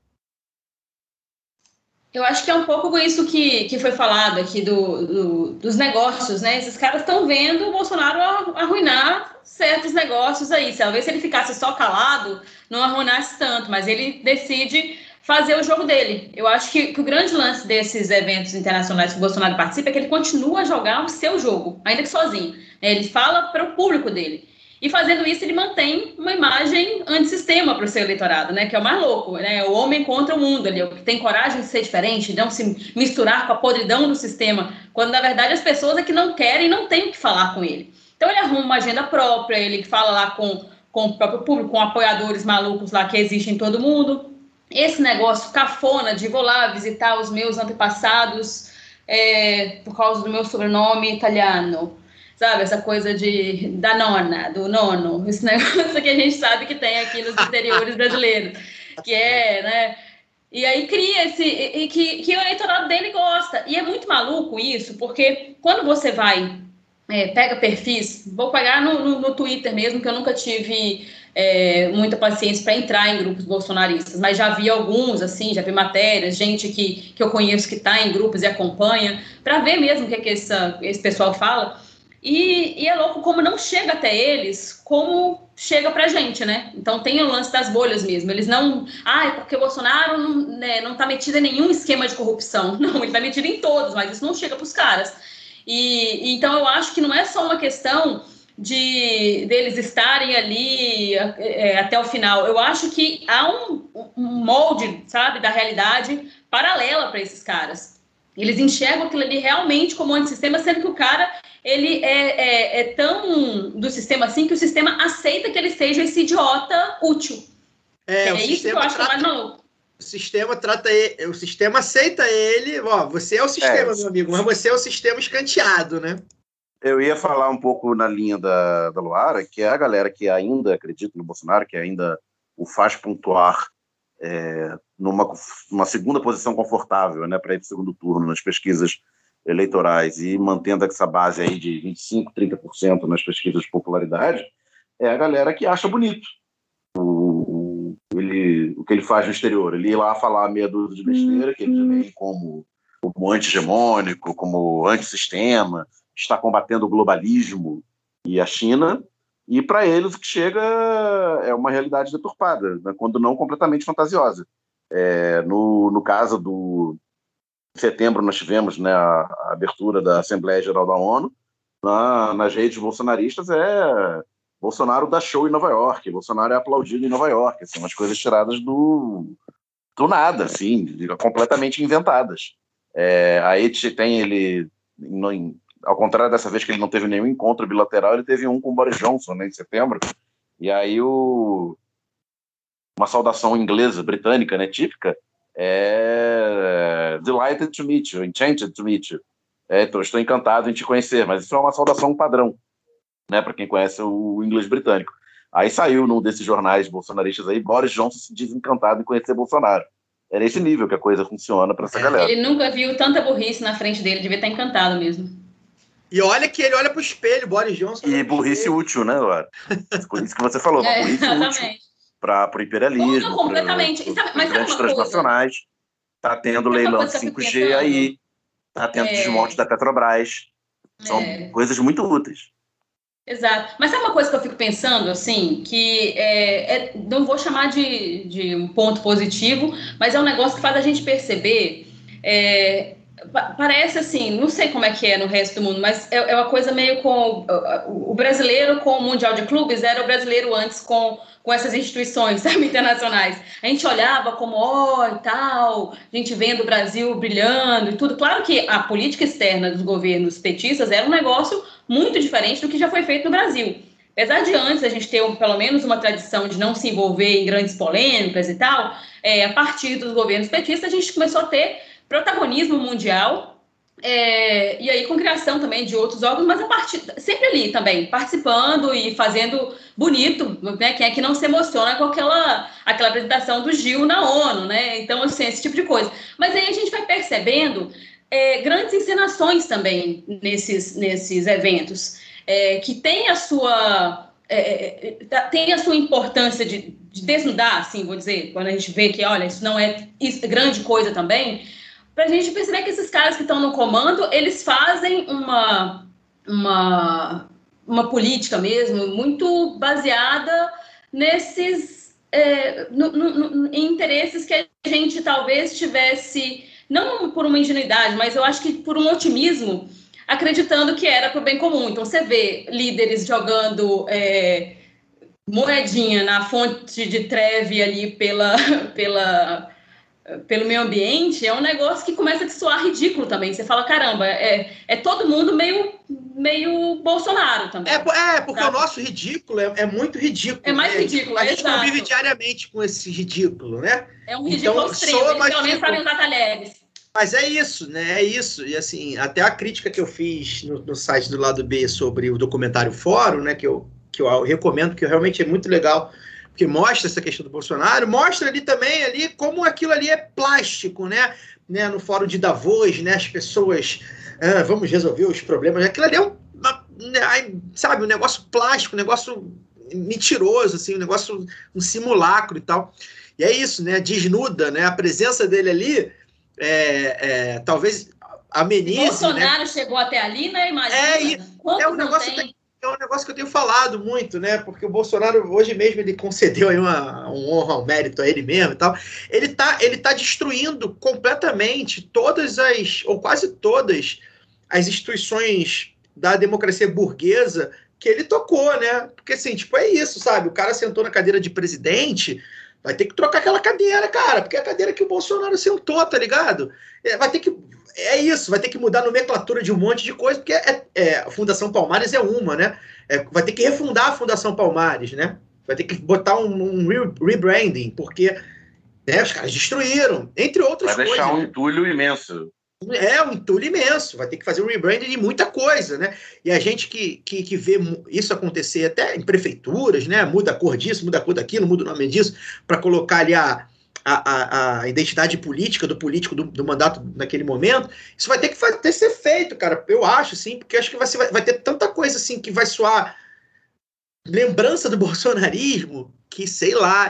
Eu acho que é um pouco isso que foi falado aqui dos negócios, né? Esses caras estão vendo o Bolsonaro arruinar certos negócios aí. Talvez se ele ficasse só calado, não arruinasse tanto, mas ele decide fazer o jogo dele. Eu acho que o grande lance desses eventos internacionais que o Bolsonaro participa é que ele continua a jogar o seu jogo, ainda que sozinho. Ele fala para o público dele. E fazendo isso, ele mantém uma imagem antissistema para o seu eleitorado, né? Que é o mais louco, né? O homem contra o mundo ali, o que tem coragem de ser diferente, não se misturar com a podridão do sistema, quando na verdade as pessoas é que não querem e não têm o que falar com ele. Então ele arruma uma agenda própria, ele fala lá com o próprio público, com apoiadores malucos lá que existem em todo mundo. Esse negócio cafona de vou lá visitar os meus antepassados por causa do meu sobrenome italiano. Sabe, essa coisa da nona, do nono, esse negócio que a gente sabe que tem aqui nos interiores brasileiros, que né? E aí cria que o eleitorado dele gosta. E é muito maluco isso, porque quando você vai, pega perfis, vou pegar no Twitter mesmo, que eu nunca tive muita paciência para entrar em grupos bolsonaristas, mas já vi alguns, assim, já vi matérias, gente que eu conheço que está em grupos e acompanha, para ver mesmo o que esse pessoal fala. E é louco como não chega até eles, como chega pra gente, né? Então tem o lance das bolhas mesmo. Eles não... é porque o Bolsonaro não tá metido em nenhum esquema de corrupção. Não, ele tá metido em todos, mas isso não chega pros caras. Então eu acho que não é só uma questão deles estarem ali até o final. Eu acho que há um molde, sabe, da realidade paralela para esses caras. Eles enxergam aquilo ali realmente como antissistema, sendo que o cara... ele é tão do sistema assim que o sistema aceita que ele seja esse idiota útil. Isso que eu acho mais maluco. O sistema aceita ele, você é o sistema, meu amigo, mas você é o sistema escanteado, né? Eu ia falar um pouco na linha da Luara, que é a galera que ainda acredita no Bolsonaro, que ainda o faz pontuar numa segunda posição confortável, né, para ir para o segundo turno nas pesquisas eleitorais e mantendo essa base aí de 25%, 30% nas pesquisas de popularidade, é a galera que acha bonito o que ele faz no exterior. Ele ir lá falar meia dúzia de besteira, que ele vem como anti-hegemônico, como antissistema, está combatendo o globalismo e a China, e para eles o que chega é uma realidade deturpada, né, quando não completamente fantasiosa. No caso do em setembro nós tivemos, né, a abertura da Assembleia Geral da ONU, nas redes bolsonaristas Bolsonaro dá show em Nova York, Bolsonaro é aplaudido em Nova York, são umas coisas tiradas do nada, assim, completamente inventadas. Aí tem ele, ao contrário dessa vez que ele não teve nenhum encontro bilateral, ele teve um com o Boris Johnson, né, em setembro, e aí uma saudação inglesa, britânica, né, típica, delighted to meet you, enchanted to meet you. Estou encantado em te conhecer, mas isso é uma saudação padrão, né, para quem conhece o inglês britânico. Aí saiu num desses jornais bolsonaristas aí, Boris Johnson se diz encantado em conhecer Bolsonaro. É nesse nível que a coisa funciona para essa galera. Ele nunca viu tanta burrice na frente dele, devia estar encantado mesmo. E olha que ele olha pro espelho, Boris Johnson. E burrice útil, né, Laura? Por isso que você falou, uma burrice útil para o imperialismo, completamente. Mas grandes transnacionais. Está tendo leilão de 5G aí, está tendo desmonte da Petrobras. São coisas muito úteis. Exato. Mas sabe uma coisa que eu fico pensando, assim, que não vou chamar de um ponto positivo, mas é um negócio que faz a gente perceber parece assim, não sei como é que é no resto do mundo, mas é uma coisa meio com o brasileiro com o Mundial de Clubes, era o brasileiro antes com essas instituições, sabe, internacionais. A gente olhava como, e tal, a gente vendo o Brasil brilhando e tudo. Claro que a política externa dos governos petistas era um negócio muito diferente do que já foi feito no Brasil. Apesar de antes a gente ter pelo menos uma tradição de não se envolver em grandes polêmicas e tal, a partir dos governos petistas a gente começou a ter protagonismo mundial, e aí com criação também de outros órgãos, mas sempre ali também, participando e fazendo bonito, né? Quem é que não se emociona com aquela apresentação do Gil na ONU, né? Então, assim, esse tipo de coisa. Mas aí a gente vai percebendo grandes encenações também nesses eventos, que tem a sua importância de desnudar, assim, vou dizer, quando a gente vê que, olha, isso não é grande coisa também, para a gente perceber que esses caras que estão no comando, eles fazem uma política mesmo muito baseada nesses em interesses que a gente talvez tivesse, não por uma ingenuidade, mas eu acho que por um otimismo, acreditando que era para o bem comum. Então você vê líderes jogando moedinha na fonte de Trevi ali pelo meio ambiente, é um negócio que começa a soar ridículo também. Você fala, caramba, todo mundo meio Bolsonaro também. Porque o nosso ridículo é muito ridículo. É mais ridículo, a gente convive diariamente com esse ridículo, né? É um ridículo ao extremo, eles pelo menos sabem usar talheres. Mas é isso, né? É isso. E assim, até a crítica que eu fiz no site do Lado B sobre o documentário Fórum, né? Que eu recomendo, que realmente é muito legal, porque mostra essa questão do Bolsonaro, mostra ali também como aquilo ali é plástico, né? No Fórum de Davos, né? As pessoas, vamos resolver os problemas. Aquilo ali sabe, um negócio plástico, um negócio mentiroso, assim, um simulacro e tal. E é isso, né? Desnuda, né? A presença dele ali talvez amenize. Bolsonaro, né? Chegou até ali, né? Imagina. É um negócio que eu tenho falado muito, né? Porque o Bolsonaro, hoje mesmo, ele concedeu aí uma honra ao mérito a ele mesmo e tal. Ele tá destruindo completamente todas ou quase todas, as instituições da democracia burguesa que ele tocou, né? Porque, assim, é isso, sabe? O cara sentou na cadeira de presidente, vai ter que trocar aquela cadeira, cara, porque é a cadeira que o Bolsonaro sentou, tá ligado? Vai ter que... É isso, vai ter que mudar a nomenclatura de um monte de coisa, porque a Fundação Palmares é uma, né? Vai ter que refundar a Fundação Palmares, né? Vai ter que botar um rebranding, porque os caras destruíram, entre outras coisas. Vai deixar um entulho imenso. Um entulho imenso, vai ter que fazer um rebranding de muita coisa, né? E a gente que vê isso acontecer até em prefeituras, né? Muda a cor disso, muda a cor daquilo, muda o nome disso, para colocar ali a identidade política do político do mandato naquele momento. Isso vai ter que ser feito, cara. Eu acho, sim, porque acho que vai ter tanta coisa assim que vai soar lembrança do bolsonarismo que, sei lá,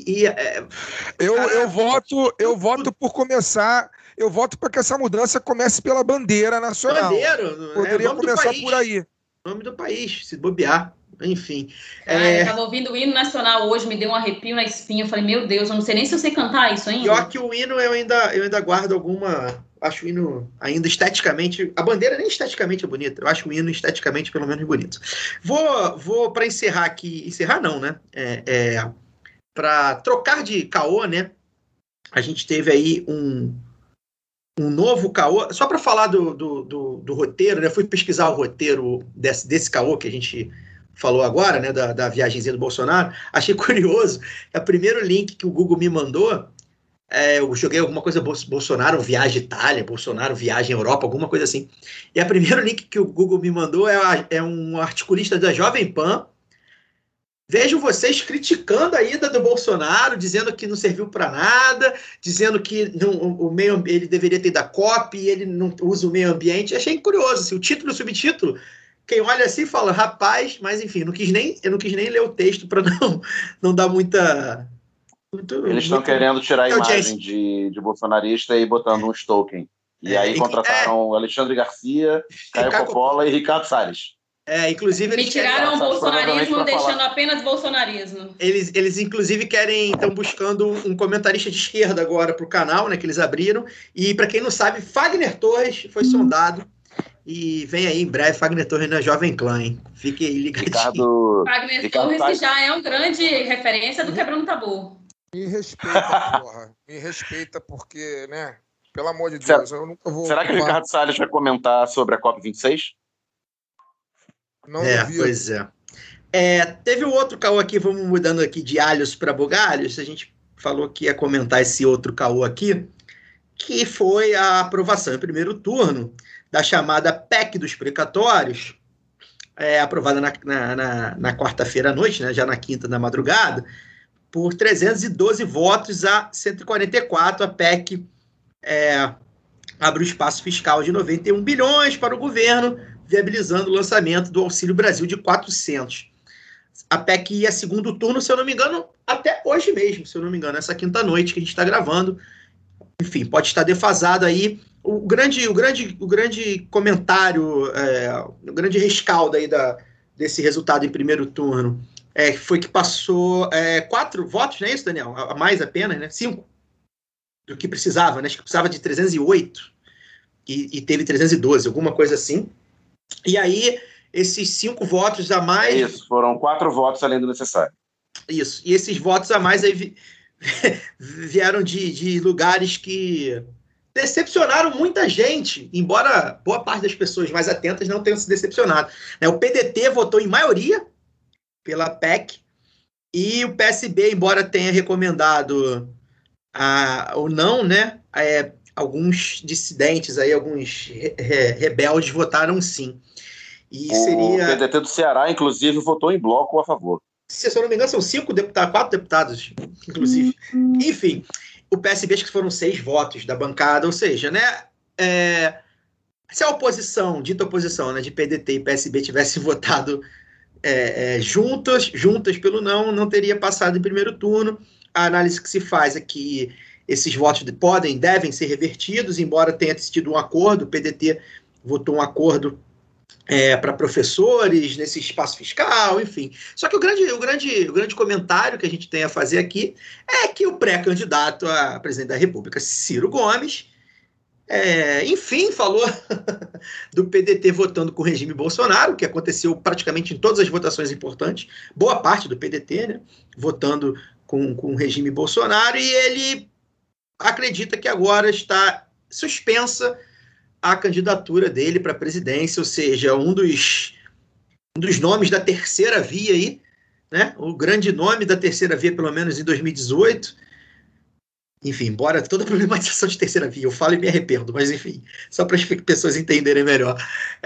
eu voto por começar. Eu voto para que essa mudança comece pela bandeira nacional. Poderia começar por aí. Nome do país, se bobear. Enfim. Eu tava ouvindo o hino nacional hoje, me deu um arrepio na espinha. Eu falei, meu Deus, eu não sei nem se eu sei cantar isso ainda. Pior que o hino, eu ainda guardo alguma... Acho o hino ainda esteticamente... A bandeira nem esteticamente é bonita. Eu acho o hino esteticamente, pelo menos, bonito. Vou para encerrar aqui... Encerrar não, né? Para trocar de caô, né? A gente teve aí um novo caô. Só para falar do roteiro, né? Fui pesquisar o roteiro desse caô que a gente falou agora, né? Da viagemzinha do Bolsonaro. Achei curioso. É o primeiro link que o Google me mandou. Eu joguei alguma coisa Bolsonaro viagem Itália, Bolsonaro viagem Europa, alguma coisa assim. E o primeiro link que o Google me mandou é um articulista da Jovem Pan. Vejo vocês criticando a ida do Bolsonaro, dizendo que não serviu para nada, dizendo que ele deveria ter ido à COP e ele não usa o meio ambiente. Achei curioso, assim, o título e o subtítulo. Quem olha assim fala, rapaz, mas enfim, eu não quis nem ler o texto para não dar muita... Eles estão querendo tirar a imagem de bolsonarista e botando um Stoken. E aí contrataram Alexandre Garcia, Caio Coppola e Ricardo Salles. Inclusive me tiraram o bolsonarismo, deixando apenas bolsonarismo. Eles inclusive estão buscando um comentarista de esquerda agora para o canal, né, que eles abriram. E para quem não sabe, Fagner Torres foi sondado. E vem aí em breve Fagner Torres na Jovem Clã, hein? Fique aí ligadinho. Fagner Torres, que já é uma grande referência do Quebrando Tabu. Me respeita, porra. Me respeita porque, né? Pelo amor de Deus, eu nunca vou... Será que o Ricardo Salles vai comentar sobre a COP26? Não duvido. Pois é. Teve um outro caô aqui, vamos mudando aqui de alhos para bugalhos. A gente falou que ia comentar esse outro caô aqui, que foi a aprovação em primeiro turno da chamada PEC dos precatórios, aprovada na quarta-feira à noite, né, já na quinta da madrugada, por 312 votos a 144. A PEC abre o espaço fiscal de 91 bilhões para o governo, viabilizando o lançamento do Auxílio Brasil de 400. A PEC ia segundo turno, se eu não me engano, até hoje mesmo, se eu não me engano, essa quinta-noite que a gente está gravando. Enfim, pode estar defasado aí. O grande comentário, o grande rescaldo aí desse resultado em primeiro turno foi que passou 4 votos, não é isso, Daniel? A mais apenas, né? 5 do que precisava, né? Acho que precisava de 308 e teve 312, alguma coisa assim. E aí, esses 5 votos a mais... Isso, foram 4 votos além do necessário. Isso, e esses votos a mais aí vieram de lugares que decepcionaram muita gente, embora boa parte das pessoas mais atentas não tenham se decepcionado. O PDT votou em maioria pela PEC e o PSB, embora tenha recomendado ou não, né, alguns dissidentes, aí, alguns rebeldes votaram sim. E o PDT do Ceará, inclusive, votou em bloco a favor. Se eu não me engano, são 5 deputados, 4 deputados, inclusive. Enfim, o PSB, acho que foram 6 votos da bancada, ou seja, né, se a oposição, dita oposição, né, de PDT e PSB tivesse votado juntas pelo não teria passado em primeiro turno. A análise que se faz é que esses votos devem ser revertidos, embora tenha tido um acordo. O PDT votou um acordo para professores nesse espaço fiscal, enfim. Só que o grande comentário que a gente tem a fazer aqui é que o pré-candidato a presidente da República, Ciro Gomes, enfim, falou do PDT votando com o regime Bolsonaro, que aconteceu praticamente em todas as votações importantes, boa parte do PDT, né, votando com o regime Bolsonaro, e ele acredita que agora está suspensa a candidatura dele para a presidência, ou seja, um dos nomes da terceira via aí, né? O grande nome da terceira via, pelo menos em 2018. Enfim, embora toda a problematização de terceira via, eu falo e me arrependo, mas enfim, só para as pessoas entenderem melhor.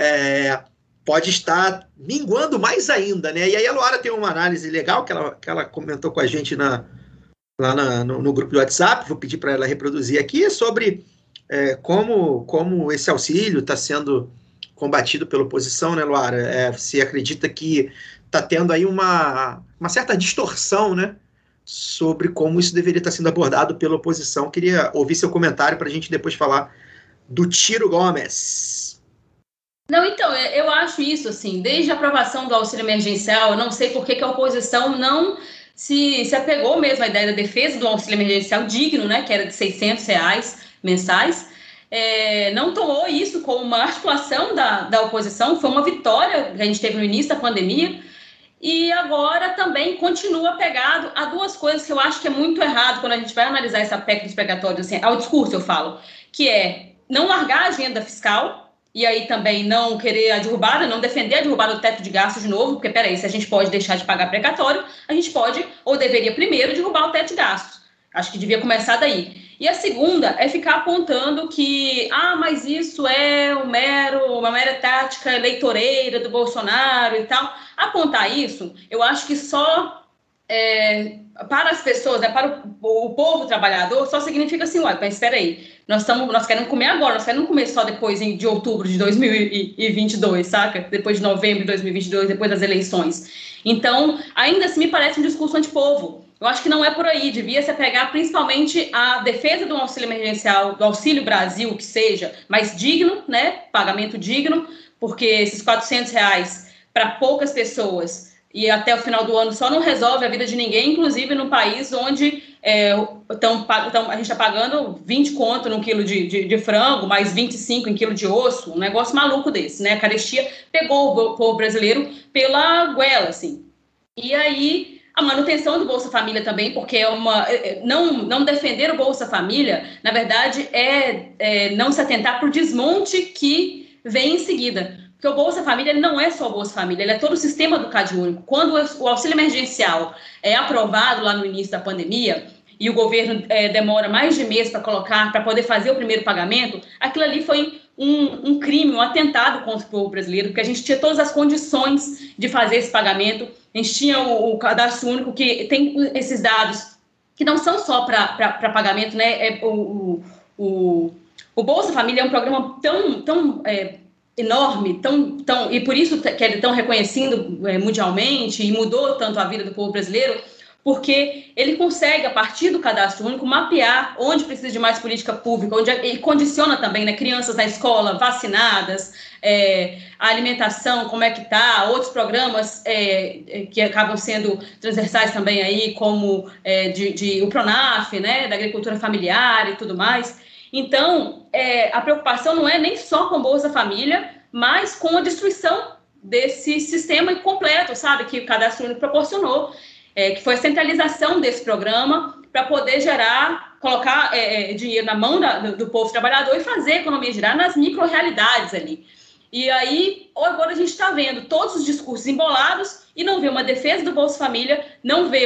Pode estar minguando mais ainda, né? E aí a Luara tem uma análise legal que ela comentou com a gente lá no grupo do WhatsApp, vou pedir para ela reproduzir aqui, sobre como esse auxílio está sendo combatido pela oposição, né, Luara? Você acredita que está tendo aí uma certa distorção, né, sobre como isso deveria estar sendo abordado pela oposição. Queria ouvir seu comentário para a gente depois falar do Ciro Gomes. Não, então, eu acho isso, assim, desde a aprovação do auxílio emergencial, eu não sei por que a oposição não se apegou mesmo à ideia da defesa do auxílio emergencial digno, né, que era de R$600 mensais, não tomou isso como uma articulação da oposição, foi uma vitória que a gente teve no início da pandemia, e agora também continua apegado a duas coisas que eu acho que é muito errado quando a gente vai analisar essa PEC dos precatórios, assim, ao discurso eu falo, que é não largar a agenda fiscal, e aí também não querer a derrubada, não defender a derrubada do teto de gastos de novo, porque peraí, se a gente pode deixar de pagar precatório, a gente pode, ou deveria primeiro, derrubar o teto de gastos. Acho que devia começar daí. E a segunda é ficar apontando que, mas isso é uma mera tática eleitoreira do Bolsonaro e tal. Apontar isso, eu acho que só para as pessoas, né, para o povo trabalhador, só significa assim, mas espera aí, nós queremos comer agora, nós queremos comer só depois de outubro de 2022, saca? Depois de novembro de 2022, depois das eleições. Então, ainda assim me parece um discurso antipovo. Eu acho que não é por aí, devia se apegar principalmente à defesa do auxílio emergencial, do Auxílio Brasil, que seja mais digno, né, pagamento digno, porque esses R$400 para poucas pessoas e até o final do ano só não resolve a vida de ninguém, inclusive num país onde a gente está pagando 20 conto num quilo de frango, mais 25 em quilo de osso, um negócio maluco desse, né? A carestia pegou o povo brasileiro pela goela, assim. E aí, a manutenção do Bolsa Família também, porque não defender o Bolsa Família, na verdade, não se atentar para o desmonte que vem em seguida. Porque o Bolsa Família ele não é só o Bolsa Família, ele é todo o sistema do Cade Único. Quando o auxílio emergencial é aprovado lá no início da pandemia, e o governo demora mais de mês para poder fazer o primeiro pagamento, aquilo ali foi um crime, um atentado contra o povo brasileiro, porque a gente tinha todas as condições de fazer esse pagamento. A gente tinha o Cadastro Único, que tem esses dados que não são só para pagamento, né? O Bolsa Família é um programa tão enorme, e por isso que ele é tão reconhecido mundialmente e mudou tanto a vida do povo brasileiro, porque ele consegue, a partir do Cadastro Único, mapear onde precisa de mais política pública, onde ele condiciona também, né, crianças na escola vacinadas, a alimentação, como é que está, outros programas que acabam sendo transversais também aí, como o Pronaf, né, da agricultura familiar e tudo mais. Então, a preocupação não é nem só com Bolsa Família, mas com a destruição desse sistema completo, sabe, que o Cadastro Único proporcionou. Que foi a centralização desse programa para poder colocar dinheiro na mão do povo trabalhador e fazer a economia girar nas micro-realidades ali. E aí, agora a gente está vendo todos os discursos embolados e não vê uma defesa do Bolsa Família, não vê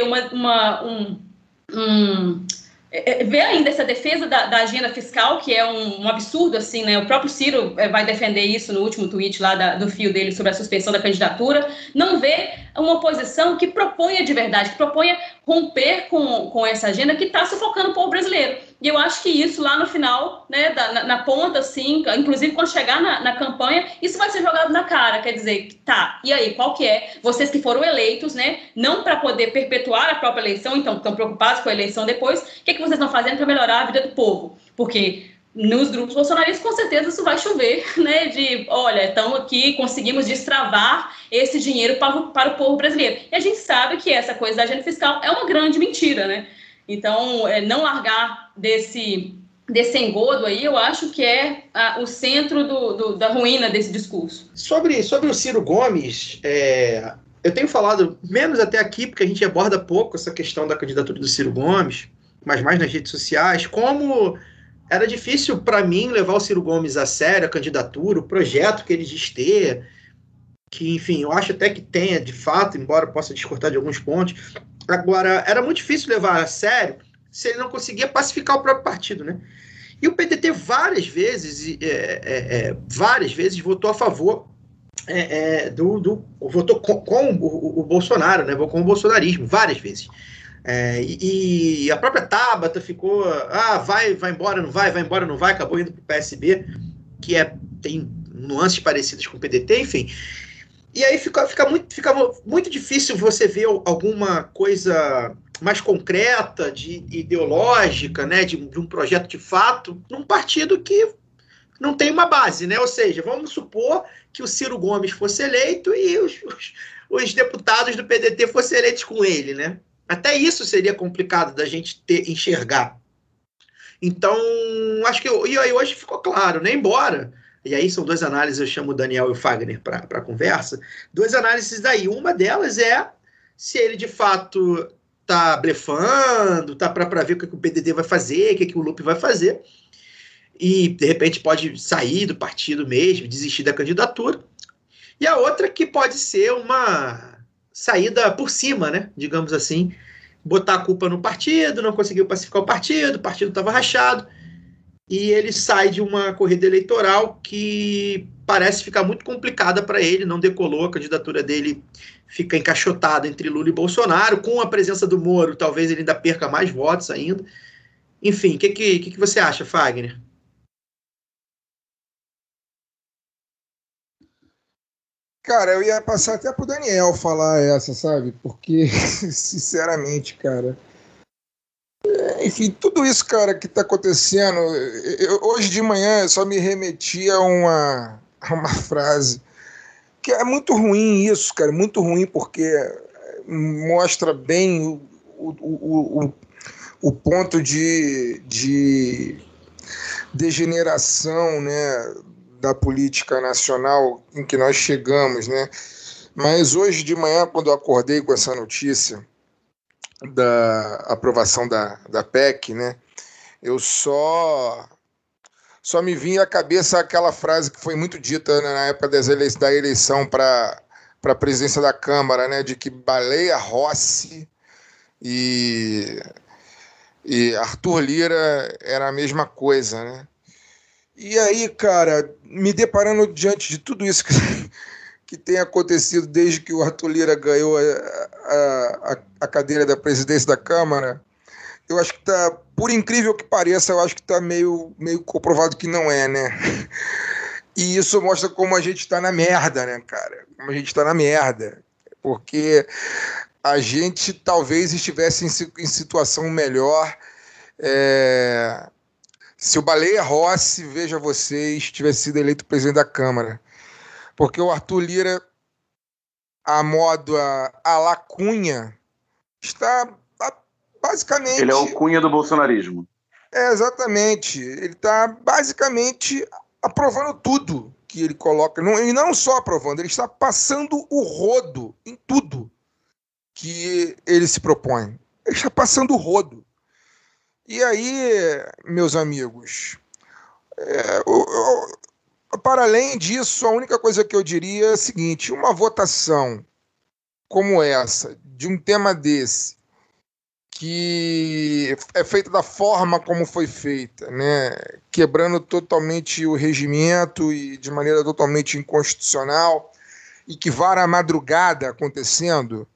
vê ainda essa defesa da agenda fiscal, que é um absurdo, assim, né? O próprio Ciro vai defender isso no último tweet lá do fio dele sobre a suspensão da candidatura. Não vê uma oposição que proponha de verdade, que proponha romper com essa agenda que está sufocando o povo brasileiro. E eu acho que isso lá no final, né, na ponta, assim, inclusive quando chegar na campanha, isso vai ser jogado na cara. Quer dizer, tá, e aí, qual que é? Vocês que foram eleitos, né, não para poder perpetuar a própria eleição, então estão preocupados com a eleição depois, o que vocês estão fazendo para melhorar a vida do povo? Porque nos grupos bolsonaristas, com certeza, isso vai chover, né, olha, então aqui conseguimos destravar esse dinheiro para o povo brasileiro. E a gente sabe que essa coisa da agenda fiscal é uma grande mentira, né? Então, não largar desse engodo aí, eu acho que é o centro da ruína desse discurso. Sobre o Ciro Gomes, eu tenho falado menos até aqui, porque a gente aborda pouco essa questão da candidatura do Ciro Gomes, mas mais nas redes sociais, como era difícil para mim levar o Ciro Gomes a sério, a candidatura, o projeto que ele diz ter, que, enfim, eu acho até que tenha, de fato, embora possa discordar de alguns pontos. Agora, era muito difícil levar a sério se ele não conseguia pacificar o próprio partido, né? E o PDT várias vezes votou a favor, votou com o Bolsonaro, né? Com o bolsonarismo, várias vezes. E a própria Tabata ficou, vai embora, não vai embora, não vai, acabou indo para o PSB, que tem nuances parecidas com o PDT, enfim. E aí fica muito difícil você ver alguma coisa mais concreta, ideológica, né, de um projeto de fato, num partido que não tem uma base, né? Ou seja, vamos supor que o Ciro Gomes fosse eleito e os deputados do PDT fossem eleitos com ele, né? Até isso seria complicado da gente enxergar. Então, acho que aí hoje ficou claro, né? Embora... E aí são duas análises, eu chamo o Daniel e o Fagner para a conversa. Duas análises daí. Uma delas é se ele, de fato, está blefando, tá para ver o que o PDT vai fazer, o que o Lupe vai fazer. E, de repente, pode sair do partido mesmo, desistir da candidatura. E a outra que pode ser uma saída por cima, né? Digamos assim, botar a culpa no partido, não conseguiu pacificar o partido estava rachado. E ele sai de uma corrida eleitoral que parece ficar muito complicada para ele, não decolou, a candidatura dele fica encaixotada entre Lula e Bolsonaro, com a presença do Moro, talvez ele ainda perca mais votos ainda. Enfim, o que você acha, Fagner? Cara, eu ia passar até pro Daniel falar essa, sabe? Porque, sinceramente, cara... Enfim, tudo isso, cara, que tá acontecendo... hoje de manhã eu só me remeti a uma frase que é muito ruim isso, cara, muito ruim, porque mostra bem o ponto de degeneração, né, da política nacional em que nós chegamos, né? Mas hoje de manhã, quando eu acordei com essa notícia da aprovação da PEC, né, eu só me vinha à cabeça aquela frase que foi muito dita, né, na época da eleição para a presidência da Câmara, né, de que Baleia Rossi e Arthur Lira era a mesma coisa, né? E aí, cara, me deparando diante de tudo isso que tem acontecido desde que o Arthur Lira ganhou a cadeira da presidência da Câmara, eu acho que tá, por incrível que pareça, eu acho que tá meio comprovado que não é, né? E isso mostra como a gente tá na merda, né, cara? Como a gente tá na merda. Porque a gente talvez estivesse em situação melhor se o Baleia Rossi, veja vocês, tivesse sido eleito presidente da Câmara. Porque o Arthur Lira, a modo a la Cunha, está basicamente... Ele é o Cunha do bolsonarismo. Exatamente. Ele está basicamente aprovando tudo que ele coloca. E não só aprovando, ele está passando o rodo em tudo que ele se propõe. Ele está passando o rodo. E aí, meus amigos, para além disso, a única coisa que eu diria é a seguinte: uma votação como essa, de um tema desse, que é feita da forma como foi feita, né? Quebrando totalmente o regimento e de maneira totalmente inconstitucional, e que vara a madrugada acontecendo,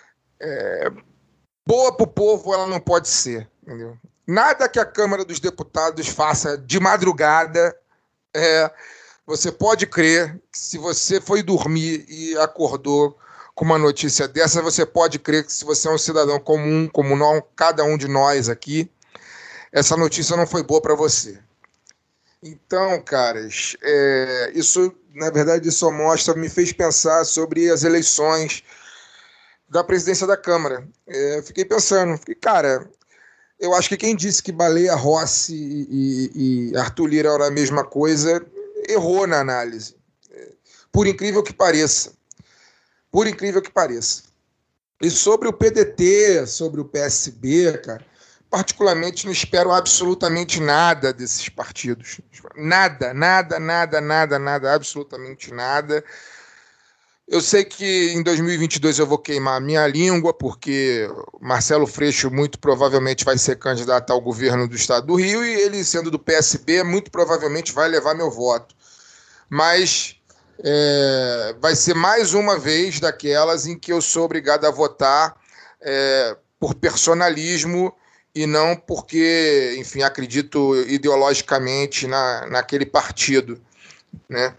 boa para o povo ela não pode ser, entendeu? Nada que a Câmara dos Deputados faça de madrugada, você pode crer que se você foi dormir e acordou com uma notícia dessa, você pode crer que se você é um cidadão comum, como cada um de nós aqui, essa notícia não foi boa para você. Então, caras, isso, na verdade, só me fez pensar sobre as eleições da presidência da Câmara. Fiquei pensando, cara, eu acho que quem disse que Baleia Rossi e Arthur Lira eram a mesma coisa, errou na análise. Por incrível que pareça. Por incrível que pareça. E sobre o PDT, sobre o PSB, cara, particularmente não espero absolutamente nada desses partidos. Nada, absolutamente nada. Eu sei que em 2022 eu vou queimar a minha língua, porque Marcelo Freixo muito provavelmente vai ser candidato ao governo do estado do Rio e ele, sendo do PSB, muito provavelmente vai levar meu voto. Mas vai ser mais uma vez daquelas em que eu sou obrigado a votar por personalismo e não porque, enfim, acredito ideologicamente naquele partido, né?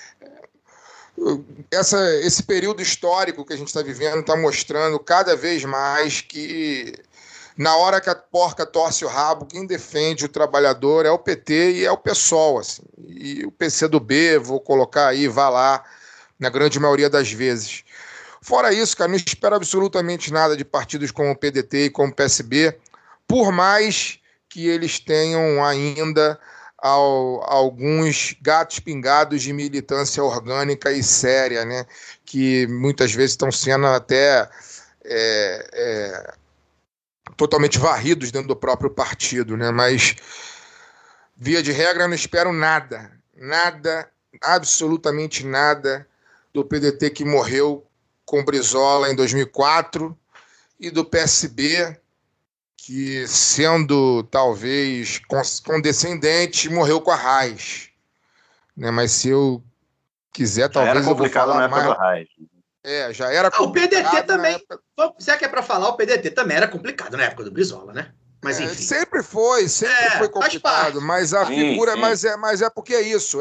Esse período histórico que a gente está vivendo está mostrando cada vez mais que, na hora que a porca torce o rabo, quem defende o trabalhador é o PT e é o PSOL. Assim. E o PCdoB, vou colocar aí, vá lá, na grande maioria das vezes. Fora isso, cara, não espero absolutamente nada de partidos como o PDT e como o PSB, por mais que eles tenham ainda alguns gatos pingados de militância orgânica e séria, né? Que muitas vezes estão sendo até totalmente varridos dentro do próprio partido, né? Mas, via de regra, eu não espero nada, absolutamente nada do PDT que morreu com Brizola em 2004 e do PSB que, sendo talvez condescendente, morreu com a Raiz. Né? Mas se eu quiser, talvez eu vou falar mais... Da Raiz. Já era complicado. O PDT também, se é que é para falar, o PDT também era complicado na época do Brizola, né? Mas enfim. Sempre foi complicado, mas a figura... Sim. Mas é porque é isso,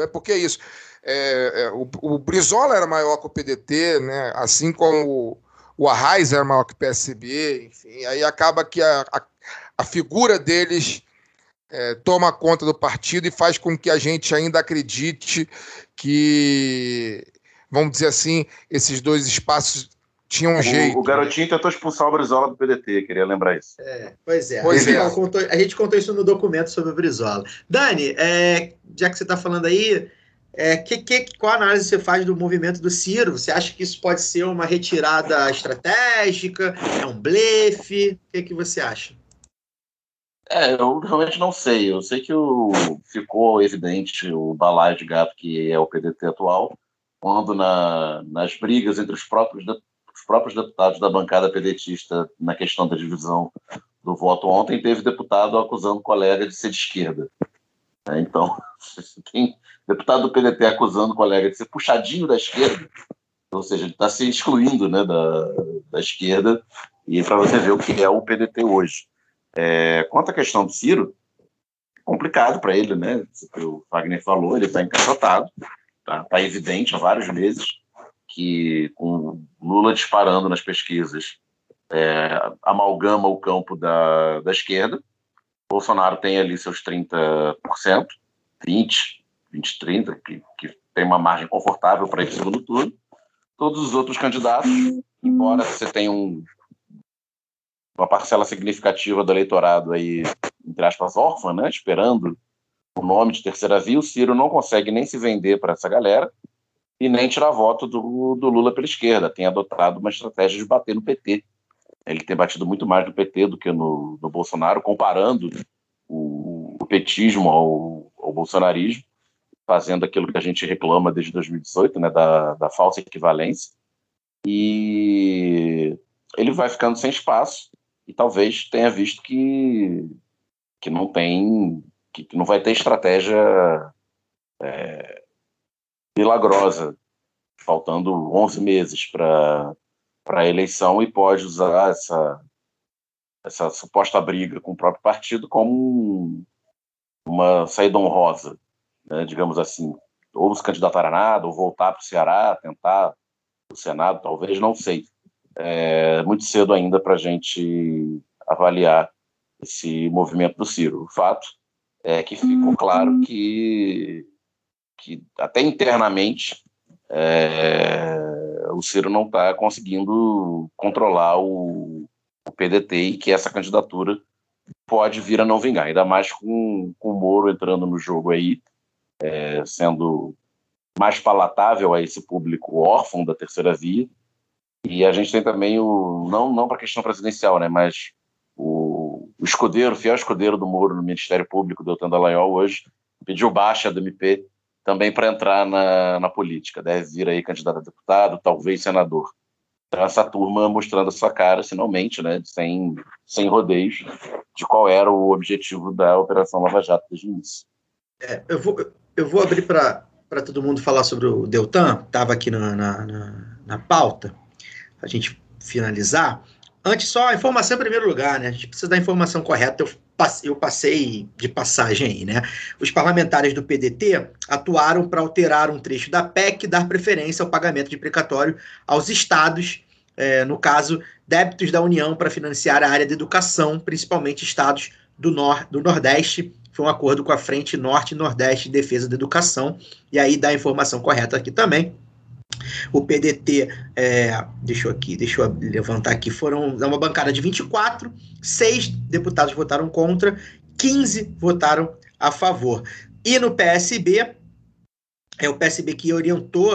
o Brizola era maior que o PDT, né? Assim como o Arraes era maior que o PSB, enfim, aí acaba que a figura deles toma conta do partido e faz com que a gente ainda acredite que vamos dizer assim, esses dois espaços tinham um jeito. O garotinho tentou expulsar o Brizola do PDT, queria lembrar isso. Pois é. A gente contou isso no documento sobre o Brizola. Dani, já que você está falando aí, qual análise você faz do movimento do Ciro? Você acha que isso pode ser uma retirada estratégica? É um blefe? O que você acha? Eu realmente não sei. Eu sei que ficou evidente o balaio de gato que é o PDT atual, quando nas brigas entre os próprios deputados da bancada pedetista na questão da divisão do voto ontem, teve deputado acusando o colega de ser de esquerda. Então, tem deputado do PDT acusando o colega de ser puxadinho da esquerda, ou seja, ele está se excluindo, né, da esquerda, e para você ver o que é o PDT hoje. Quanto à questão do Ciro, complicado para ele, né? O Wagner falou, ele está encaixotado, tá evidente há vários meses que, com Lula disparando nas pesquisas, amalgama o campo da esquerda. Bolsonaro tem ali seus 30%, 20, 30%, que tem uma margem confortável para ir para o segundo turno. Todos os outros candidatos, embora você tenha uma parcela significativa do eleitorado aí, entre aspas, órfã, né, esperando o nome de terceira via, o Ciro não consegue nem se vender para essa galera e nem tirar voto do Lula pela esquerda. Tem adotado uma estratégia de bater no PT. Ele tem batido muito mais no PT do que no Bolsonaro, comparando o petismo ao bolsonarismo, fazendo aquilo que a gente reclama desde 2018, né, da falsa equivalência. E ele vai ficando sem espaço e talvez tenha visto que não vai ter estratégia milagrosa, faltando 11 meses para a eleição, e pode usar essa suposta briga com o próprio partido como uma saída honrosa, né, digamos assim, ou se candidatar a nada, ou voltar para o Ceará, tentar o Senado, talvez, não sei. É muito cedo ainda para a gente avaliar esse movimento do Ciro. O fato é que ficou claro que até internamente o Ciro não está conseguindo controlar o PDT, e que essa candidatura pode vir a não vingar, ainda mais com o Moro entrando no jogo aí, sendo mais palatável a esse público órfão da terceira via. E a gente tem também não para a questão presidencial, né, mas o escudeiro, o fiel escudeiro do Moro no Ministério Público, Deltan Dallagnol, hoje pediu baixa do MP também para entrar na política. Deve vir aí candidato a deputado, talvez senador. Então, essa turma mostrando a sua cara, finalmente, né, sem rodeios, de qual era o objetivo da Operação Lava Jato desde o início. Eu vou abrir para todo mundo falar sobre o Deltan, estava aqui na pauta, a gente finalizar. Antes, só a informação em primeiro lugar, né? A gente precisa da informação correta. Eu passei de passagem aí, né? Os parlamentares do PDT atuaram para alterar um trecho da PEC e dar preferência ao pagamento de precatório aos estados, no caso, débitos da União para financiar a área de educação, principalmente estados do Nordeste. Foi um acordo com a Frente Norte e Nordeste de Defesa da Educação. E aí dá a informação correta aqui também. O PDT, deixa eu levantar aqui, foram uma bancada de 24, 6 deputados votaram contra, 15 votaram a favor. E no PSB, o PSB que orientou,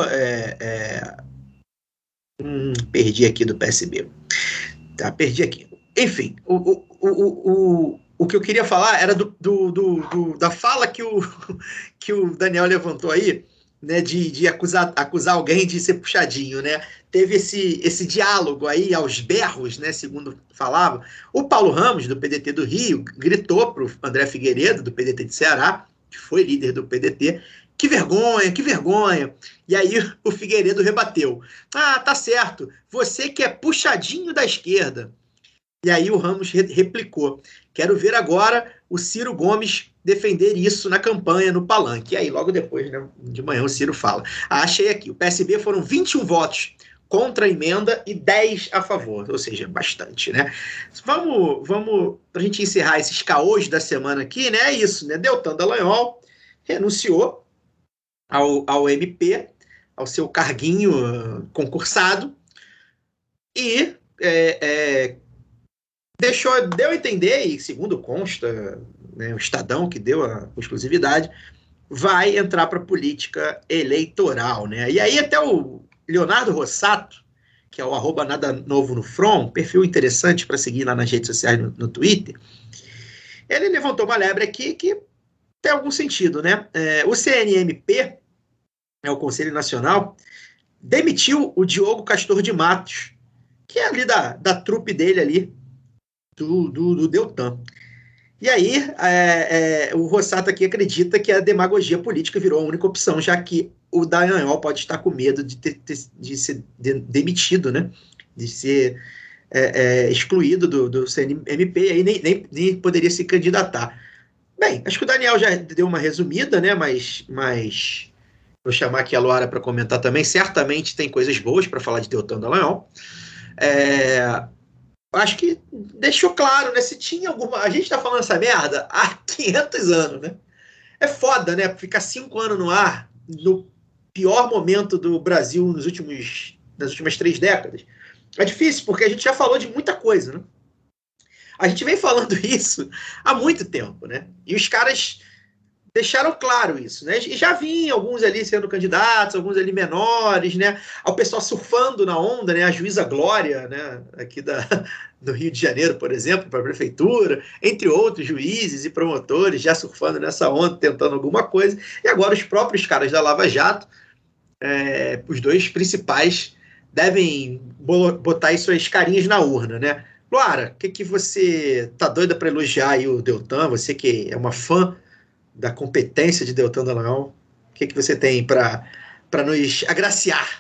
perdi aqui do PSB, perdi aqui. Enfim, o que eu queria falar era da fala que o Daniel levantou aí, né, de acusar alguém de ser puxadinho, né? Teve esse diálogo aí aos berros, né, segundo falava. O Paulo Ramos, do PDT do Rio, gritou para o André Figueiredo, do PDT de Ceará, que foi líder do PDT, que vergonha, que vergonha. E aí o Figueiredo rebateu. Tá certo, você que é puxadinho da esquerda. E aí o Ramos replicou. Quero ver agora o Ciro Gomes defender isso na campanha, no palanque. E aí, logo depois, né, de manhã, o Ciro fala. Achei aqui, o PSB foram 21 votos contra a emenda e 10 a favor, ou seja, bastante, né? Vamos para a gente encerrar esses caôs da semana aqui, né? É isso, né? Deltan Dallagnol renunciou ao MP, ao seu carguinho concursado e deu a entender, e segundo consta, né, o Estadão que deu a exclusividade, vai entrar para a política eleitoral, né? E aí até o Leonardo Rossato, que é o @nada_novo_no_front, perfil interessante para seguir lá nas redes sociais, no Twitter, ele levantou uma lebre aqui que tem algum sentido, né? O CNMP, o Conselho Nacional, demitiu o Diogo Castor de Matos, que é ali da trupe dele ali, do Deltan. E aí, o Rossato aqui acredita que a demagogia política virou a única opção, já que o Dallagnol pode estar com medo de ser demitido, né? De ser excluído do CNMP, e aí nem poderia se candidatar. Bem, acho que o Daniel já deu uma resumida, né? Mas vou chamar aqui a Luara para comentar também. Certamente tem coisas boas para falar de Deltan Dallagnol. Acho que deixou claro, né? Se tinha alguma... A gente está falando essa merda há 500 anos, né? É foda, né? Ficar 5 anos no ar, no pior momento do Brasil nas últimas 3 décadas. É difícil, porque a gente já falou de muita coisa, né? A gente vem falando isso há muito tempo, né? E os caras deixaram claro isso, né? E já vinha alguns ali sendo candidatos, alguns ali menores, né? O pessoal surfando na onda, né? A juíza Glória, né? Aqui do Rio de Janeiro, por exemplo, para a prefeitura, entre outros juízes e promotores já surfando nessa onda, tentando alguma coisa. E agora os próprios caras da Lava Jato, os 2 principais, devem botar aí suas carinhas na urna, né? Luara, o que você tá doida para elogiar aí o Deltan? Você que é uma fã da competência de Deltan Dallagnol, o que você tem para nos agraciar?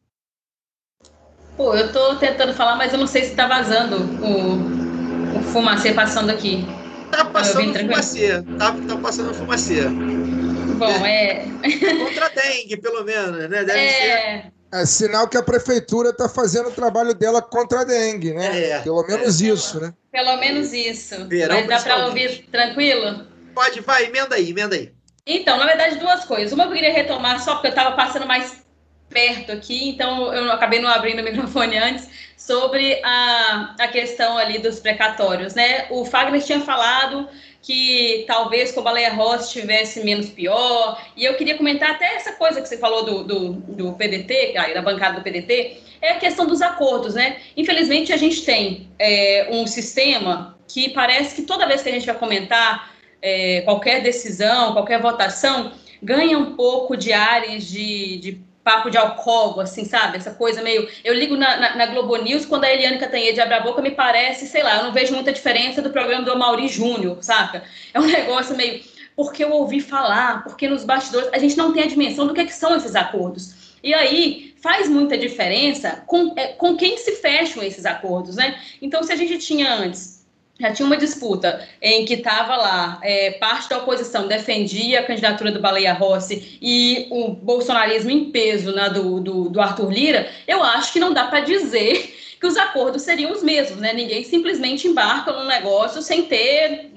Pô, eu tô tentando falar, mas eu não sei se tá vazando o fumacê passando aqui. Tá passando fumacê. Tá passando fumacê. Bom, Contra a dengue, pelo menos, né? Deve ser. É sinal que a prefeitura está fazendo o trabalho dela contra a dengue, né? Pelo menos isso, né? Pelo menos isso. Verão, mas dá para ouvir tranquilo? Pode, vai, emenda aí. Então, na verdade, 2 coisas. Uma eu queria retomar só porque eu estava passando mais perto aqui, então eu acabei não abrindo o microfone antes, sobre a questão ali dos precatórios, né? O Fagner tinha falado que talvez com o Baleia Rossi estivesse menos pior, e eu queria comentar até essa coisa que você falou do PDT, da bancada do PDT, é a questão dos acordos, né? Infelizmente, a gente tem um sistema que parece que toda vez que a gente vai comentar qualquer decisão, qualquer votação, ganha um pouco de ares de papo de alcova, assim, sabe? Essa coisa meio... Eu ligo na Globo News, quando a Eliane Cantanhede abre a boca, me parece, sei lá, eu não vejo muita diferença do programa do Amaury Júnior, saca? É um negócio meio... Porque eu ouvi falar, porque nos bastidores... A gente não tem a dimensão do que são esses acordos. E aí, faz muita diferença com quem se fecham esses acordos, né? Então, se a gente tinha antes... Já tinha uma disputa em que estava lá, parte da oposição defendia a candidatura do Baleia Rossi e o bolsonarismo em peso, né, do Arthur Lira. Eu acho que não dá para dizer que os acordos seriam os mesmos, né? Ninguém simplesmente embarca num negócio sem ter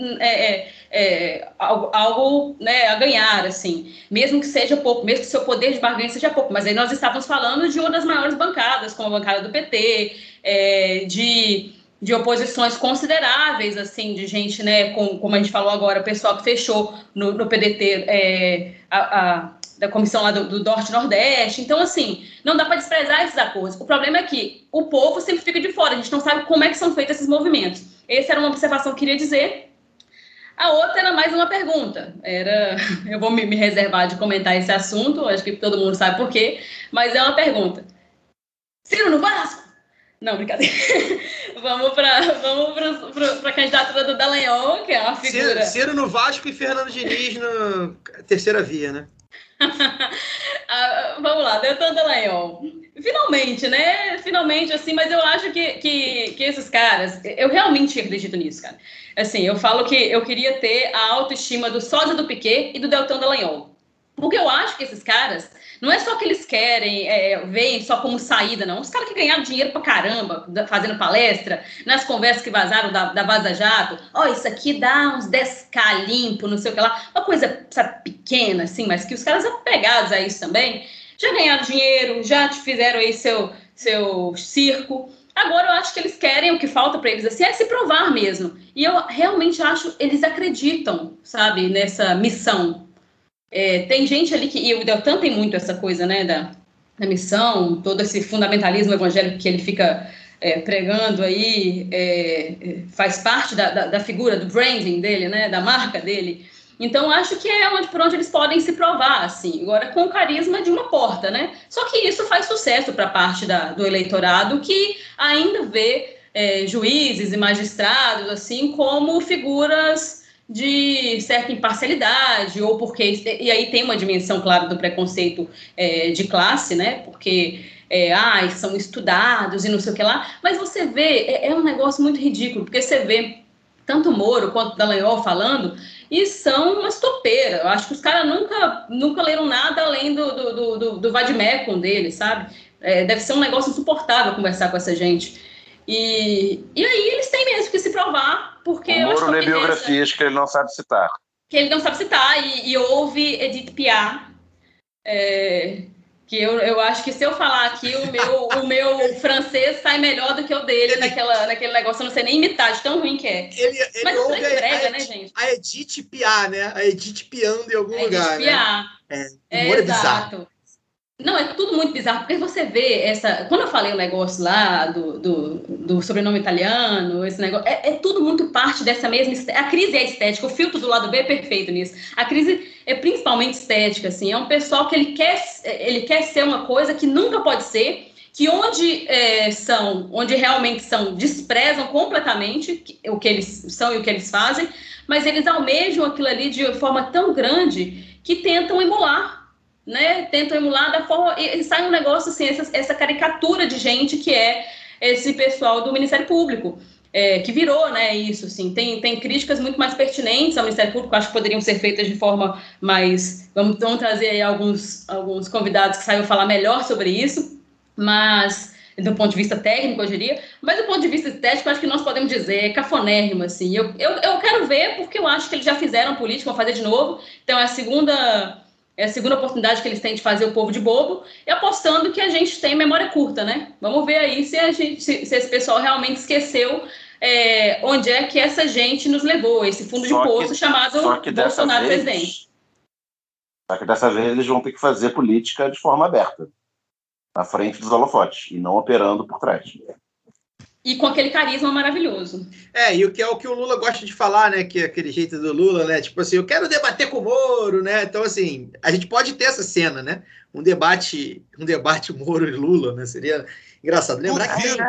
algo, né, a ganhar, assim. Mesmo que seja pouco, mesmo que o seu poder de barganha seja pouco. Mas aí nós estávamos falando de uma das maiores bancadas, como a bancada do PT, de oposições consideráveis, assim, de gente, né, como a gente falou agora, o pessoal que fechou no PDT da comissão lá do Norte-Nordeste. Então, assim, não dá para desprezar esses acordos. O problema é que o povo sempre fica de fora, a gente não sabe como é que são feitos esses movimentos. Essa era uma observação que eu queria dizer. A outra era mais uma pergunta. Eu vou me reservar de comentar esse assunto, acho que todo mundo sabe por quê, mas é uma pergunta. Ciro no Vasco? Não, brincadeira. Vamos para a candidatura do Dallagnol, que é uma figura... Ciro no Vasco e Fernando Diniz na terceira via, né? Vamos lá, Deltan Dallagnol. Finalmente, né? Finalmente, assim, mas eu acho que esses caras... Eu realmente acredito nisso, cara. Assim, eu falo que eu queria ter a autoestima do sósia do Piquet e do Deltan Dallagnol. Porque eu acho que esses caras... Não é só que eles querem, veem só como saída, não. Os caras que ganharam dinheiro pra caramba, fazendo palestra, nas conversas que vazaram da Vaza Jato. Isso aqui dá uns 10k limpo, não sei o que lá. Uma coisa, sabe, pequena, assim, mas que os caras são pegados a isso também. já ganharam dinheiro, já fizeram aí seu circo. Agora eu acho que eles querem, o que falta para eles assim, é se provar mesmo. E eu realmente acho, eles acreditam, sabe, nessa missão. Tem gente ali e o Deltan tem muito essa coisa, né, da missão, todo esse fundamentalismo evangélico que ele fica pregando aí, faz parte da figura, do branding dele, né, da marca dele. Então, acho que é por onde eles podem se provar, assim, agora com o carisma de uma porta, né? Só que isso faz sucesso para parte do eleitorado que ainda vê juízes e magistrados, assim, como figuras de certa imparcialidade, ou porque... E aí tem uma dimensão, claro, do preconceito de classe, né? Porque... são estudados e não sei o que lá, mas você vê, é um negócio muito ridículo, porque você vê tanto Moro quanto Dallagnol falando, e são umas topeiras. Eu acho que os caras nunca leram nada além do vademecum dele, sabe? Deve ser um negócio insuportável conversar com essa gente. E aí eles têm mesmo que se provar, porque... O Moro lê biografias que ele não sabe citar. Que ele não sabe citar, e ouve Edith Piaf, que eu acho que se eu falar aqui, o meu francês sai melhor do que o dele naquele negócio, eu não sei nem imitar, de tão ruim que é. Mas ouve brega, né, gente? A Edith Piaf, né? A Edith piando em algum lugar, Edith Piaf. Né? Humor é bizarro. Não, é tudo muito bizarro, porque você vê quando eu falei o negócio lá do sobrenome italiano, esse negócio, é tudo muito parte dessa mesma... A crise é estética, o filtro do lado B é perfeito nisso. A crise é principalmente estética, assim, é um pessoal que ele quer ser uma coisa que nunca pode ser, que onde realmente são, desprezam completamente o que eles são e o que eles fazem, mas eles almejam aquilo ali de forma tão grande que tentam emular, né? Tentam emular da forma... E sai um negócio assim, essa caricatura de gente que é esse pessoal do Ministério Público, que virou, né, isso, assim. Tem críticas muito mais pertinentes ao Ministério Público, acho que poderiam ser feitas de forma mais... Vamos trazer aí alguns convidados que saiam falar melhor sobre isso, mas... do ponto de vista técnico, eu diria, mas do ponto de vista estético, acho que nós podemos dizer cafonérrimo, assim. Eu quero ver, porque eu acho que eles já fizeram política, vão fazer de novo, então é a segunda oportunidade que eles têm de fazer o povo de bobo, e apostando que a gente tem memória curta, né? Vamos ver aí se esse pessoal realmente esqueceu onde é que essa gente nos levou, esse fundo de poço chamado Bolsonaro presidente. Só que dessa vez eles vão ter que fazer política de forma aberta, na frente dos holofotes, e não operando por trás. E com aquele carisma maravilhoso. E o que é o que o Lula gosta de falar, né? Que é aquele jeito do Lula, né? Tipo assim, eu quero debater com o Moro, né? Então, assim, a gente pode ter essa cena, né? Um debate Moro e Lula, né? Seria engraçado. Lembrar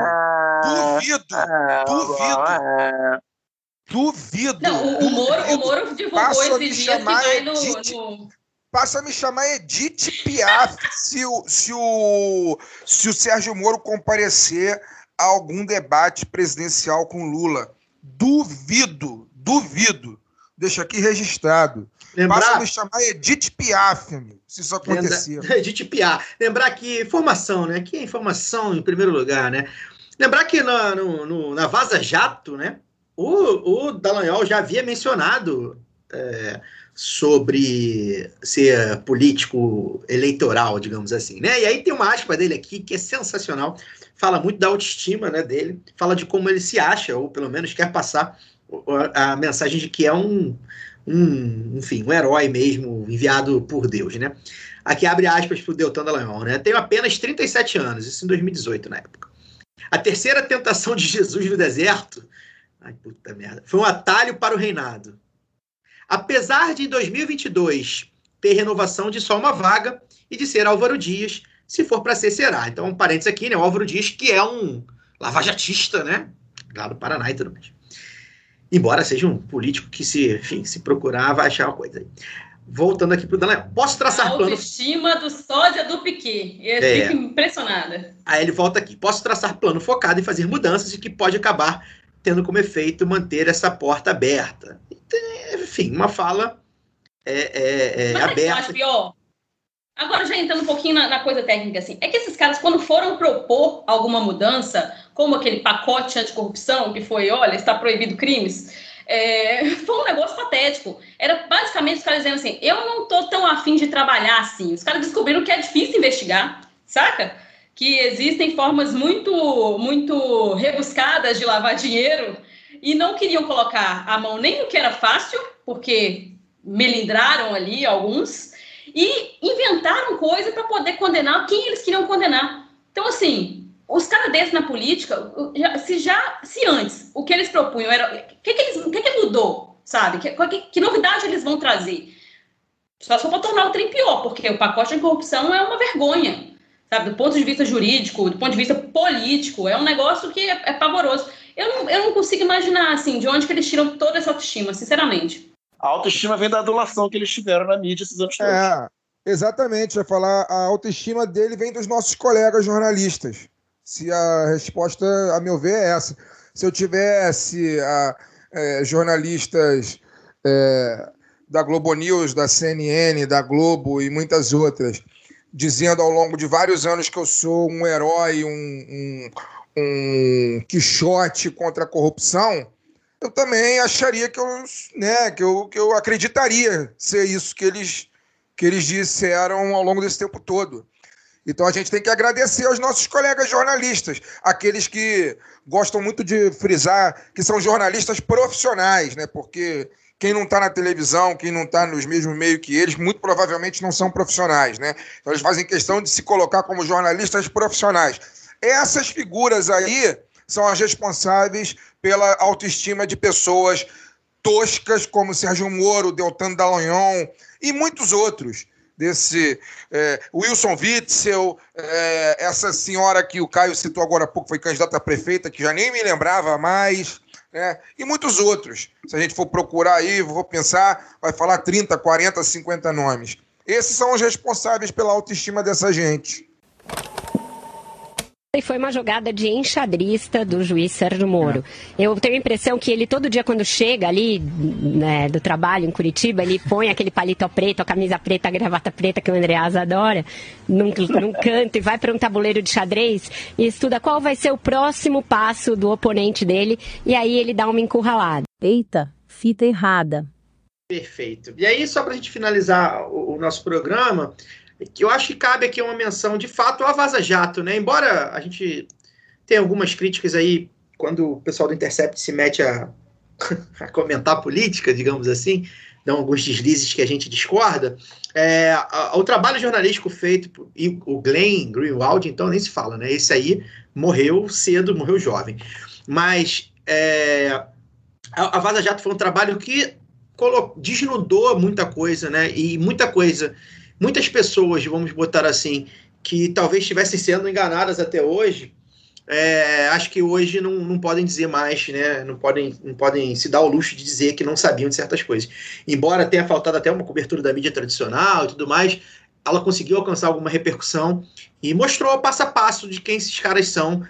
Duvido. Não, o Moro divulgou esses dias que vai Passa a me chamar Edith Piaf se o Sérgio Moro comparecer a algum debate presidencial com Lula. Duvido. Deixa aqui registrado. Passa a me chamar Edith Piaf, amigo, se isso acontecer. Edith Piaf. Lembrar que informação, né? Que é informação em primeiro lugar, né? Lembrar que na Vaza Jato, né? O Dallagnol já havia mencionado... sobre ser político eleitoral, digamos assim, né? E aí tem uma aspa dele aqui que é sensacional, fala muito da autoestima, né, dele, fala de como ele se acha, ou pelo menos quer passar a mensagem de que é um herói mesmo, enviado por Deus, né? Aqui abre aspas para o Deltan Dallagnol, né? Tenho apenas 37 anos, isso em 2018, na época. A terceira tentação de Jesus no deserto, ai, puta merda, foi um atalho para o reinado. Apesar de, em 2022, ter renovação de só uma vaga e de ser Álvaro Dias, se for para ser, será. Então, um parênteses aqui, né? O Álvaro Dias, que é um lavajatista, né? Lá do Paraná e tudo mais. Embora seja um político que, se procurar, vai achar uma coisa aí. Voltando aqui para o Dallagnol. Posso traçar plano... A autoestima do sósia do Piquet. Eu fico impressionada. Aí ele volta aqui. Posso traçar plano focado em fazer mudanças e que pode acabar tendo como efeito manter essa porta aberta. Enfim, uma fala Mas aberta. Eu acho pior. Agora, já entrando um pouquinho na coisa técnica, assim, é que esses caras, quando foram propor alguma mudança, como aquele pacote anticorrupção, que foi, olha, está proibido crimes, Foi um negócio patético. Era basicamente os caras dizendo assim, eu não tô tão afim de trabalhar assim. Os caras descobriram que é difícil investigar, saca? Que existem formas muito, muito rebuscadas de lavar dinheiro e não queriam colocar a mão nem no que era fácil, porque melindraram ali alguns, e inventaram coisa para poder condenar quem eles queriam condenar. Então, assim, os caras desses na política, se antes o que eles propunham era... O que mudou, sabe? Que novidade eles vão trazer? Só para tornar o trem pior, porque o pacote de corrupção é uma vergonha, sabe? Do ponto de vista jurídico, do ponto de vista político, é um negócio que é pavoroso. Eu não consigo imaginar, assim, de onde que eles tiram toda essa autoestima, sinceramente. A autoestima vem da adulação que eles tiveram na mídia esses anos todos. Exatamente. Eu ia falar, a autoestima dele vem dos nossos colegas jornalistas. Se a resposta, a meu ver, é essa. Se eu tivesse jornalistas da Globo News, da CNN, da Globo e muitas outras, dizendo ao longo de vários anos que eu sou um herói, um Quixote contra a corrupção, eu também acharia que eu acreditaria ser isso que eles disseram ao longo desse tempo todo. Então a gente tem que agradecer aos nossos colegas jornalistas, aqueles que gostam muito de frisar que são jornalistas profissionais, né? Porque quem não está na televisão, quem não está nos mesmos meios que eles, muito provavelmente não são profissionais, né? Então eles fazem questão de se colocar como jornalistas profissionais. Essas figuras aí são as responsáveis pela autoestima de pessoas toscas como Sérgio Moro, Deltan Dallagnol e muitos outros. Desse Wilson Witzel, essa senhora que o Caio citou agora há pouco, foi candidata a prefeita, que já nem me lembrava mais, né? E muitos outros. Se a gente for procurar aí, vou pensar, vai falar 30, 40, 50 nomes. Esses são os responsáveis pela autoestima dessa gente. E foi uma jogada de enxadrista do juiz Sérgio Moro. Eu tenho a impressão que ele, todo dia, quando chega ali, né, do trabalho em Curitiba, ele põe aquele palito preto, a camisa preta, a gravata preta, que o Andreas adora, num canto, e vai para um tabuleiro de xadrez e estuda qual vai ser o próximo passo do oponente dele, e aí ele dá uma encurralada. Eita, fita errada. Perfeito. E aí, só para a gente finalizar o nosso programa, que eu acho que cabe aqui uma menção, de fato, à Vaza Jato, né? Embora a gente tenha algumas críticas aí, quando o pessoal do Intercept se mete a comentar política, digamos assim, dão alguns deslizes que a gente discorda, o trabalho jornalístico feito, e o Glenn Greenwald, então nem se fala, né? Esse aí morreu cedo, morreu jovem. Mas a Vaza Jato foi um trabalho que desnudou muita coisa, né? E muitas pessoas, vamos botar assim, que talvez estivessem sendo enganadas até hoje, acho que hoje não podem dizer mais, né? Não podem se dar o luxo de dizer que não sabiam de certas coisas.Embora tenha faltado até uma cobertura da mídia tradicional e tudo mais, ela conseguiu alcançar alguma repercussão e mostrou passo a passo de quem esses caras são,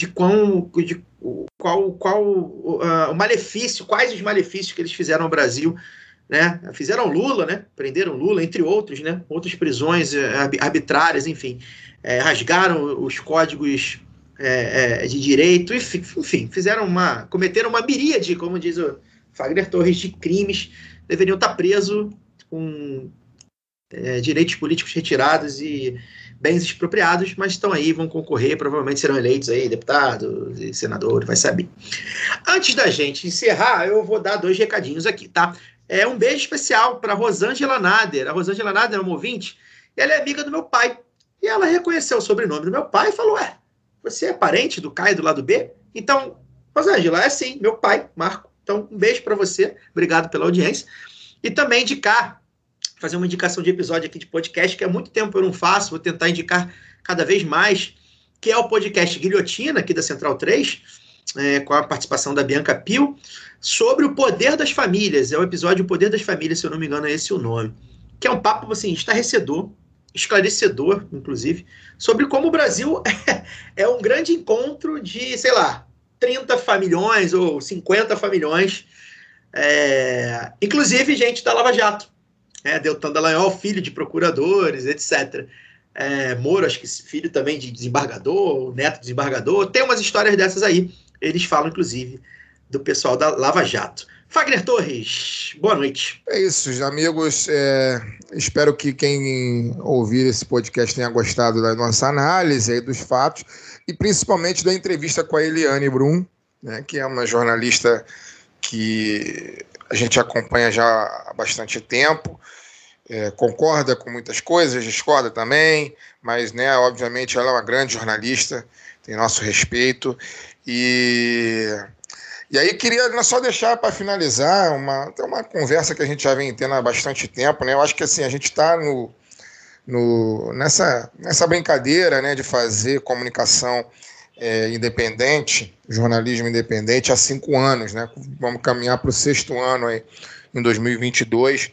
o malefício, quais os malefícios que eles fizeram ao Brasil, né? Fizeram Lula, né? Prenderam Lula, entre outros, né? Outras prisões arbitrárias, enfim, rasgaram os códigos de direito, enfim, cometeram uma miríade, como diz o Fagner Torres, de crimes. Deveriam estar presos com direitos políticos retirados e bens expropriados, mas estão aí, vão concorrer, provavelmente serão eleitos aí deputados e senadores, vai saber. Antes da gente encerrar, eu vou dar 2 recadinhos aqui, tá? Um beijo especial para Rosângela Nader. A Rosângela Nader é uma ouvinte, e ela é amiga do meu pai. E ela reconheceu o sobrenome do meu pai e falou: você é parente do Caio do lado B? Então, Rosângela, sim, meu pai, Marco. Então, um beijo para você, obrigado pela audiência. E também fazer uma indicação de episódio aqui de podcast, que há muito tempo eu não faço, vou tentar indicar cada vez mais, que é o podcast Guilhotina, aqui da Central 3, com a participação da Bianca Pio, sobre o poder das famílias. É o episódio O Poder das Famílias, se eu não me engano, é esse o nome. Que é um papo, assim, estarrecedor, esclarecedor, inclusive, sobre como o Brasil é um grande encontro de, 30 familhões ou 50 familhões, inclusive gente da Lava Jato. Deltan Dallagnol, filho de procuradores, etc. Moro, acho que filho também de desembargador, neto de desembargador. Tem umas histórias dessas aí. Eles falam, inclusive, do pessoal da Lava Jato. Fagner Torres, boa noite. É isso, amigos. Espero que quem ouvir esse podcast tenha gostado da nossa análise aí dos fatos e principalmente da entrevista com a Eliane Brum, né, que é uma jornalista que a gente acompanha já há bastante tempo. Concorda com muitas coisas, discorda também, mas, né, obviamente, ela é uma grande jornalista, tem nosso respeito. E aí queria só deixar para finalizar uma conversa que a gente já vem tendo há bastante tempo, né? Eu acho que assim, a gente está nessa brincadeira, né, de fazer comunicação independente, jornalismo independente há 5 anos, né? Vamos caminhar para o 6º ano aí, em 2022.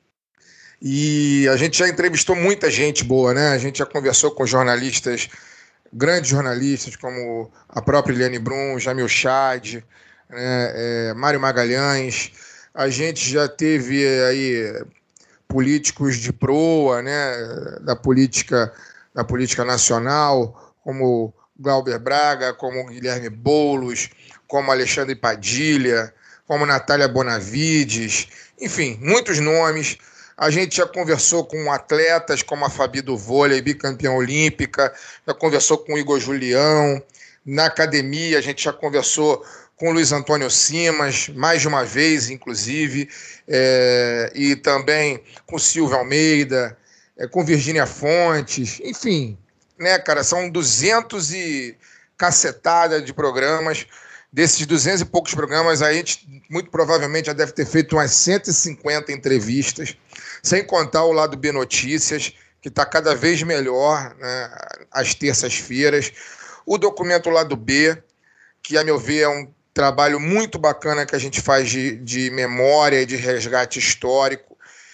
E a gente já entrevistou muita gente boa, né? A gente já conversou com jornalistas, grandes jornalistas, como a própria Eliane Brum, Jamil Chad, né? Mário Magalhães. A gente já teve aí políticos de proa, né? Da política nacional, como Glauber Braga, como Guilherme Boulos, como Alexandre Padilha, como Natália Bonavides, enfim, muitos nomes. A gente já conversou com atletas como a Fabi do vôlei, bicampeã olímpica, já conversou com o Igor Julião. Na academia, a gente já conversou com o Luiz Antônio Simas, mais de uma vez, inclusive, e também com o Silvio Almeida, com Virgínia Fontes, enfim, né, cara, são 200 e cacetada de programas. Desses 200 e poucos programas, a gente muito provavelmente já deve ter feito umas 150 entrevistas, sem contar o Lado B Notícias, que está cada vez melhor, né, às terças-feiras. O documento Lado B, que, a meu ver, é um trabalho muito bacana que a gente faz de memória e de resgate histórico.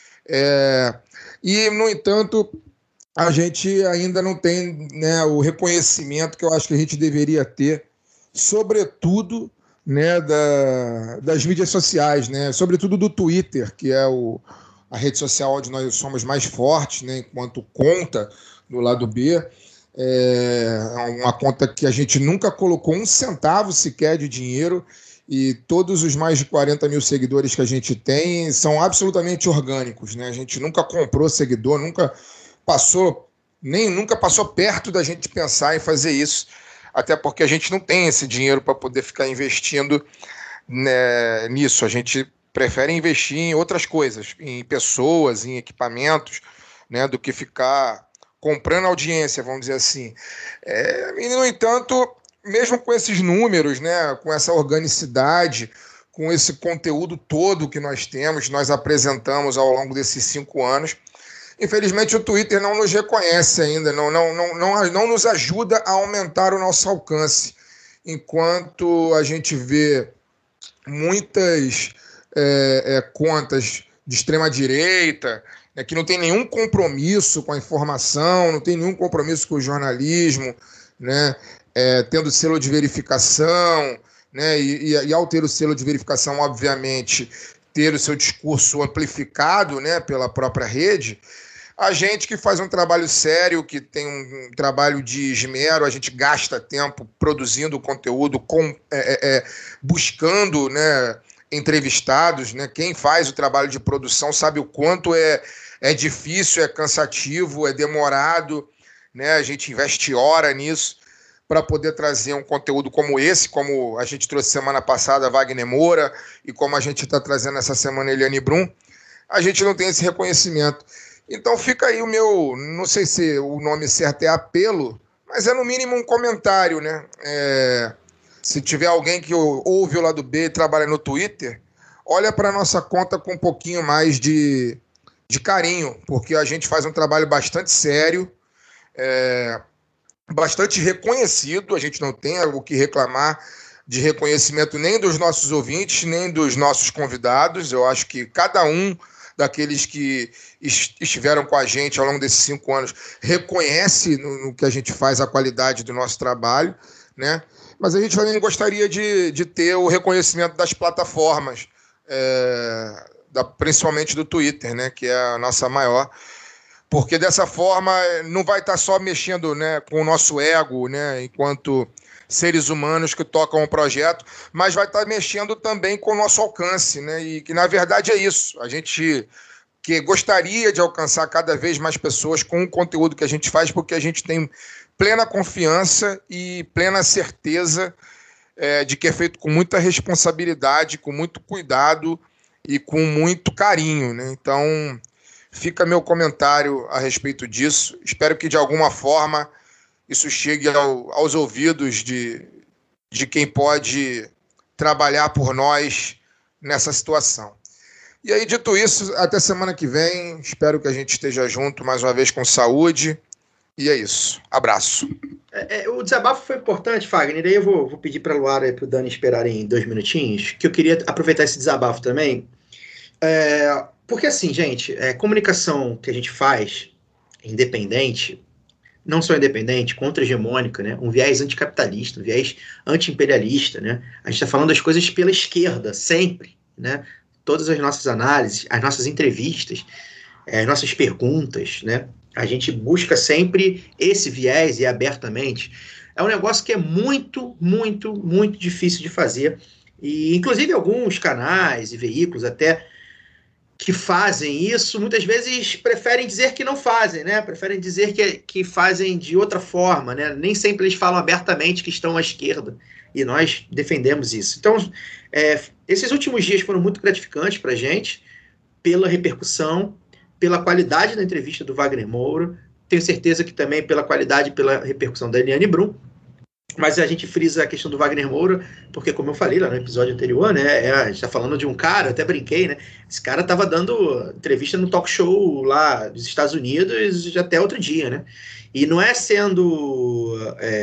E, no entanto, a gente ainda não tem, né, o reconhecimento que eu acho que a gente deveria ter, sobretudo, né, das mídias sociais, né, sobretudo do Twitter, que é a rede social onde nós somos mais fortes, né, enquanto conta do Lado B. É uma conta que a gente nunca colocou um centavo sequer de dinheiro, e todos os mais de 40 mil seguidores que a gente tem são absolutamente orgânicos, né? A gente nunca comprou seguidor, nunca passou perto da gente pensar em fazer isso, até porque a gente não tem esse dinheiro para poder ficar investindo, né, nisso. A gente prefere investir em outras coisas, em pessoas, em equipamentos, né, do que ficar comprando audiência, vamos dizer assim. E, no entanto, mesmo com esses números, né, com essa organicidade, com esse conteúdo todo que nós temos, nós apresentamos ao longo desses 5 anos, infelizmente o Twitter não nos reconhece ainda, não nos ajuda a aumentar o nosso alcance, enquanto a gente vê muitas contas de extrema-direita, que não tem nenhum compromisso com a informação, não tem nenhum compromisso com o jornalismo, né, tendo selo de verificação, né, e ao ter o selo de verificação, obviamente, ter o seu discurso amplificado, né, pela própria rede. A gente que faz um trabalho sério, que tem um trabalho de esmero, a gente gasta tempo produzindo conteúdo, buscando, né, entrevistados, né? Quem faz o trabalho de produção sabe o quanto é difícil, é cansativo, é demorado, né? A gente investe hora nisso para poder trazer um conteúdo como esse, como a gente trouxe semana passada Wagner Moura e como a gente está trazendo essa semana Eliane Brum. A gente não tem esse reconhecimento. Então fica aí o meu, não sei se o nome certo é apelo, mas é no mínimo um comentário, né? Se tiver alguém que ouve o Lado B e trabalha no Twitter, olha para a nossa conta com um pouquinho mais de carinho, porque a gente faz um trabalho bastante sério, bastante reconhecido. A gente não tem o que reclamar de reconhecimento nem dos nossos ouvintes, nem dos nossos convidados. Eu acho que cada um daqueles que estiveram com a gente ao longo desses 5 anos reconhece no que a gente faz a qualidade do nosso trabalho, né? Mas a gente também gostaria de ter o reconhecimento das plataformas, principalmente do Twitter, né, que é a nossa maior, porque dessa forma não vai estar só mexendo, né, com o nosso ego, né, enquanto seres humanos que tocam o projeto, mas vai estar mexendo também com o nosso alcance, né? E que, na verdade, é isso. A gente que gostaria de alcançar cada vez mais pessoas com o conteúdo que a gente faz, porque a gente tem plena confiança e plena certeza de que é feito com muita responsabilidade, com muito cuidado e com muito carinho, né? Então, fica meu comentário a respeito disso. Espero que, de alguma forma, isso chegue aos ouvidos de quem pode trabalhar por nós nessa situação. E aí, dito isso, até semana que vem. Espero que a gente esteja junto mais uma vez com saúde. E é isso. Abraço. O desabafo foi importante, Fagner. Aí eu vou pedir para a Luara e para o Dani esperarem 2 minutinhos, que eu queria aproveitar esse desabafo também. Porque assim, gente, comunicação que a gente faz independente, não só independente, contra-hegemônica, né? Um viés anticapitalista, um viés anti-imperialista, né? A gente está falando das coisas pela esquerda, sempre, né? Todas as nossas análises, as nossas entrevistas, as nossas perguntas, né? A gente busca sempre esse viés e abertamente. É um negócio que é muito, muito, muito difícil de fazer. E, inclusive, alguns canais e veículos até que fazem isso, muitas vezes preferem dizer que não fazem, né? Preferem dizer que fazem de outra forma, né? Nem sempre eles falam abertamente que estão à esquerda. E nós defendemos isso. Então, esses últimos dias foram muito gratificantes para a gente, pela repercussão, pela qualidade da entrevista do Wagner Moura, tenho certeza que também pela qualidade e pela repercussão da Eliane Brum, mas a gente frisa a questão do Wagner Moura, porque como eu falei lá no episódio anterior, né, a gente está falando de um cara, eu até brinquei, né, esse cara estava dando entrevista no talk show lá dos Estados Unidos até outro dia, né, e não é sendo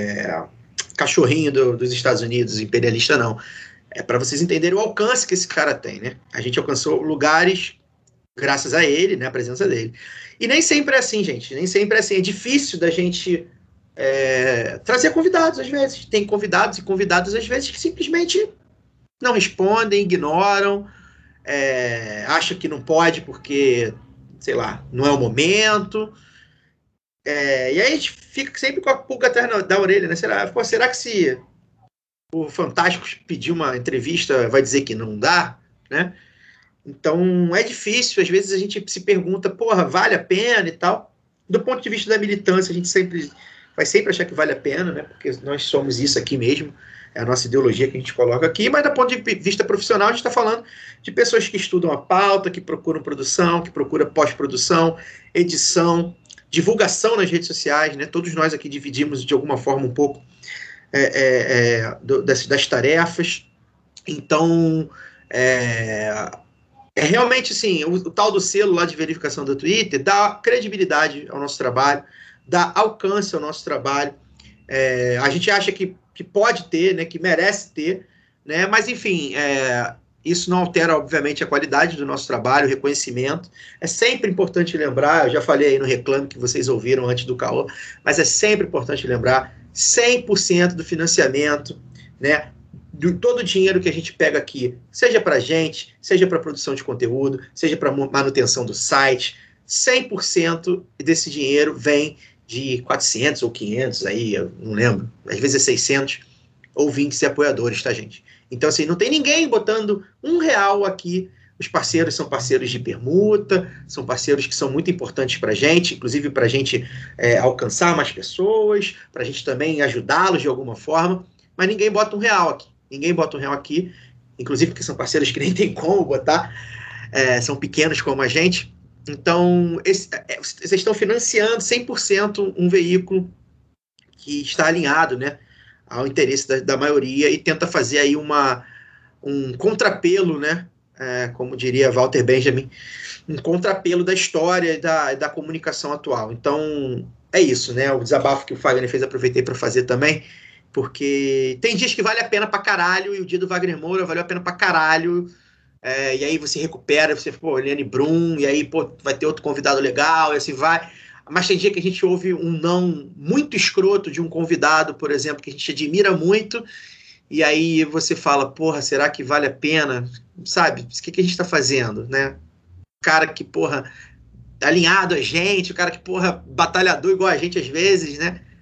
cachorrinho dos Estados Unidos, imperialista não, é para vocês entenderem o alcance que esse cara tem, né, a gente alcançou lugares graças a ele, né, a presença dele. E nem sempre é assim, gente, nem sempre é assim. É difícil da gente trazer convidados, às vezes. Tem convidados e convidadas, às vezes, que simplesmente não respondem, ignoram, acham que não pode porque, sei lá, não é o momento. E aí a gente fica sempre com a pulga atrás da orelha, né? Será que se o Fantástico pedir uma entrevista vai dizer que não dá, né? Então, é difícil, às vezes a gente se pergunta, porra, vale a pena e tal. Do ponto de vista da militância, a gente vai sempre achar que vale a pena, né? Porque nós somos isso aqui mesmo, é a nossa ideologia que a gente coloca aqui, mas do ponto de vista profissional, a gente está falando de pessoas que estudam a pauta, que procuram produção, que procuram pós-produção, edição, divulgação nas redes sociais, né? Todos nós aqui dividimos de alguma forma um pouco das tarefas. Então, realmente, assim, o tal do selo lá de verificação do Twitter dá credibilidade ao nosso trabalho, dá alcance ao nosso trabalho. A gente acha que pode ter, né, que merece ter, né, mas, enfim, isso não altera, obviamente, a qualidade do nosso trabalho, o reconhecimento. É sempre importante lembrar, eu já falei aí no Reclame que vocês ouviram antes do caô, mas é sempre importante lembrar, 100% do financiamento, né, de todo o dinheiro que a gente pega aqui, seja para a gente, seja para produção de conteúdo, seja para manutenção do site, 100% desse dinheiro vem de 400 ou 500, aí eu não lembro, às vezes é 600 ouvintes e apoiadores, tá, gente? Então, assim, não tem ninguém botando R$1 aqui. Os parceiros são parceiros de permuta, são parceiros que são muito importantes para a gente, inclusive para a gente alcançar mais pessoas, para a gente também ajudá-los de alguma forma, mas ninguém bota R$1 aqui. Ninguém bota R$1 aqui, inclusive porque são parceiros que nem tem como botar, são pequenos como a gente. Então, vocês estão financiando 100% um veículo que está alinhado, né, ao interesse da maioria e tenta fazer aí um contrapelo, né, como diria Walter Benjamin, um contrapelo da história e da comunicação atual. Então, é isso, né, o desabafo que o Fagner fez, aproveitei para fazer também, porque tem dias que vale a pena pra caralho, e o dia do Wagner Moura valeu a pena pra caralho, e aí você recupera, você, Eliane Brum, e aí, vai ter outro convidado legal, e assim vai. Mas tem dia que a gente ouve um não muito escroto de um convidado, por exemplo, que a gente admira muito, e aí você fala, porra, será que vale a pena? Sabe? O que a gente tá fazendo, né? O cara que, porra, alinhado a gente, o cara que, porra, batalhador igual a gente às vezes, né?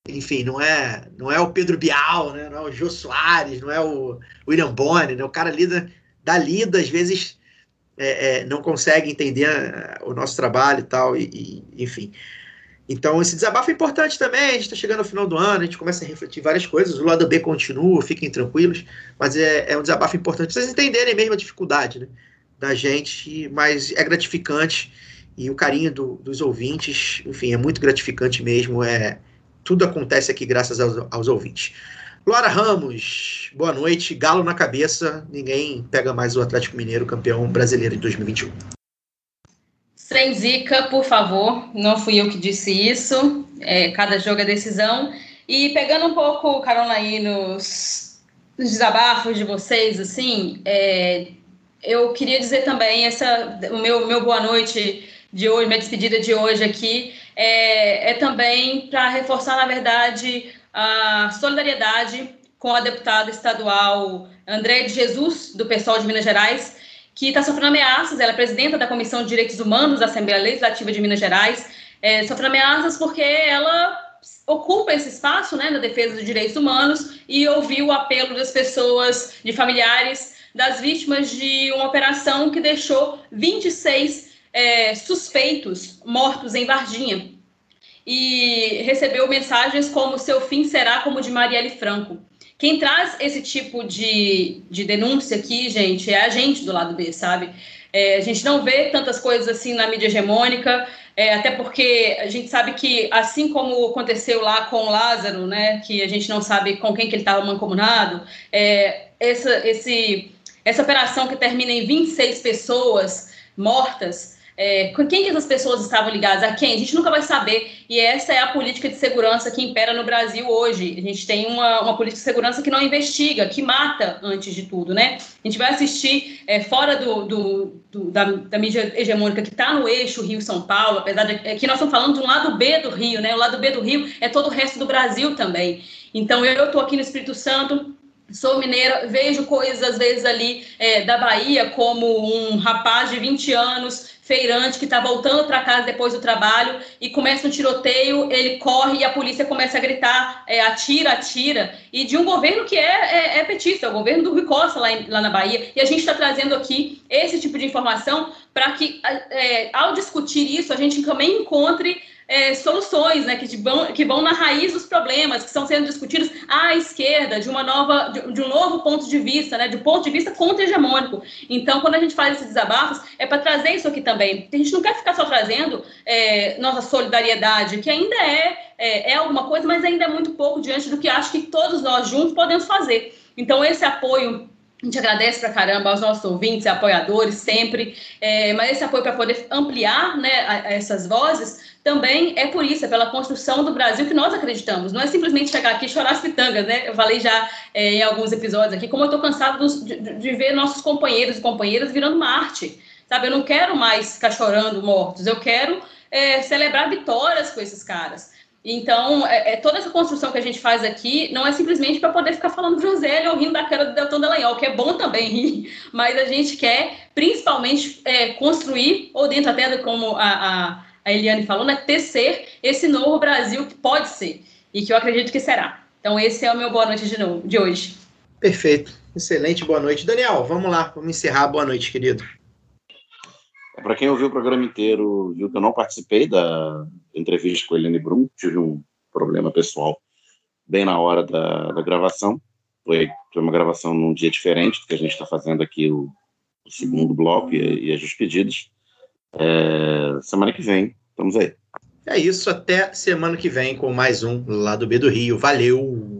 enfim, não é o Pedro Bial, né? Não é o Jô Soares, não é o William Bonner, né? O cara da lida, às vezes não consegue entender o nosso trabalho e tal, enfim. Então, esse desabafo é importante também. A gente está chegando ao final do ano, a gente começa a refletir várias coisas. O lado B continua, fiquem tranquilos, mas é um desabafo importante para vocês entenderem mesmo a dificuldade, né, da gente, mas é gratificante. E o carinho dos ouvintes, enfim, é muito gratificante mesmo. Tudo acontece aqui graças aos ouvintes. Luara Ramos, boa noite. Galo na cabeça, ninguém pega mais o Atlético Mineiro, campeão brasileiro de 2021. Sem zica, por favor, não fui eu que disse isso, cada jogo é decisão. E pegando um pouco, carona, aí nos desabafos de vocês, assim, eu queria dizer também, o meu boa noite de hoje, minha despedida de hoje aqui, é também para reforçar, na verdade, a solidariedade com a deputada estadual Andréia de Jesus, do PSOL de Minas Gerais, que está sofrendo ameaças. Ela é presidenta da Comissão de Direitos Humanos da Assembleia Legislativa de Minas Gerais, sofrendo ameaças porque ela ocupa esse espaço, né, na defesa dos direitos humanos, e ouviu o apelo das pessoas, de familiares das vítimas de uma operação que deixou 26 suspeitos mortos em Varginha, e recebeu mensagens como "seu fim será como o de Marielle Franco". Quem traz esse tipo de denúncia aqui, gente, é a gente do lado B, sabe? A gente não vê tantas coisas assim na mídia hegemônica, até porque a gente sabe que, assim como aconteceu lá com o Lázaro, né, que a gente não sabe com quem que ele estava mancomunado, essa operação que termina em 26 pessoas mortas, com quem que essas pessoas estavam ligadas, a quem? A gente nunca vai saber, e essa é a política de segurança que impera no Brasil hoje. A gente tem uma política de segurança que não investiga, que mata antes de tudo, né? A gente vai assistir fora da mídia hegemônica que está no eixo Rio-São Paulo, apesar de que nós estamos falando de um lado B do Rio, né? O lado B do Rio é todo o resto do Brasil também. Então, eu estou aqui no Espírito Santo, sou mineira, vejo coisas às vezes ali da Bahia, como um rapaz de 20 anos, feirante, que está voltando para casa depois do trabalho e começa um tiroteio, ele corre e a polícia começa a gritar, atira, e de um governo que é petista, é o governo do Rui Costa lá na Bahia, e a gente está trazendo aqui esse tipo de informação para que, ao discutir isso, a gente também encontre soluções, né, que vão na raiz dos problemas que estão sendo discutidos à esquerda, de um novo ponto de vista, né, de um ponto de vista contra-hegemônico. Então, quando a gente faz esses desabafos, é para trazer isso aqui também. A gente não quer ficar só trazendo nossa solidariedade, que ainda é alguma coisa, mas ainda é muito pouco diante do que acho que todos nós juntos podemos fazer. Então, esse apoio, a gente agradece pra caramba aos nossos ouvintes e apoiadores sempre, mas esse apoio para poder ampliar, né, essas vozes, também é por isso, é pela construção do Brasil que nós acreditamos. Não é simplesmente chegar aqui e chorar as pitangas, né? Eu falei já em alguns episódios aqui, como eu estou cansado de ver nossos companheiros e companheiras virando Marte, sabe? Eu não quero mais ficar chorando mortos, eu quero celebrar vitórias com esses caras. Então, toda essa construção que a gente faz aqui não é simplesmente para poder ficar falando groselha ou rindo da cara do Deltan Dallagnol, que é bom também rir, mas a gente quer, principalmente, construir, ou dentro até como a Eliane falou, né, tecer esse novo Brasil que pode ser, e que eu acredito que será. Então, esse é o meu boa noite de hoje. Perfeito. Excelente boa noite. Daniel, vamos lá, vamos encerrar. Boa noite, querido. Para quem ouviu o programa inteiro, viu que eu não participei da entrevista com a Eliane Brum, tive um problema pessoal bem na hora da gravação. Foi uma gravação num dia diferente, porque a gente está fazendo aqui o segundo bloco e as despedidas. Semana que vem, vamos aí. É isso, até semana que vem com mais um Lado B do Rio. Valeu!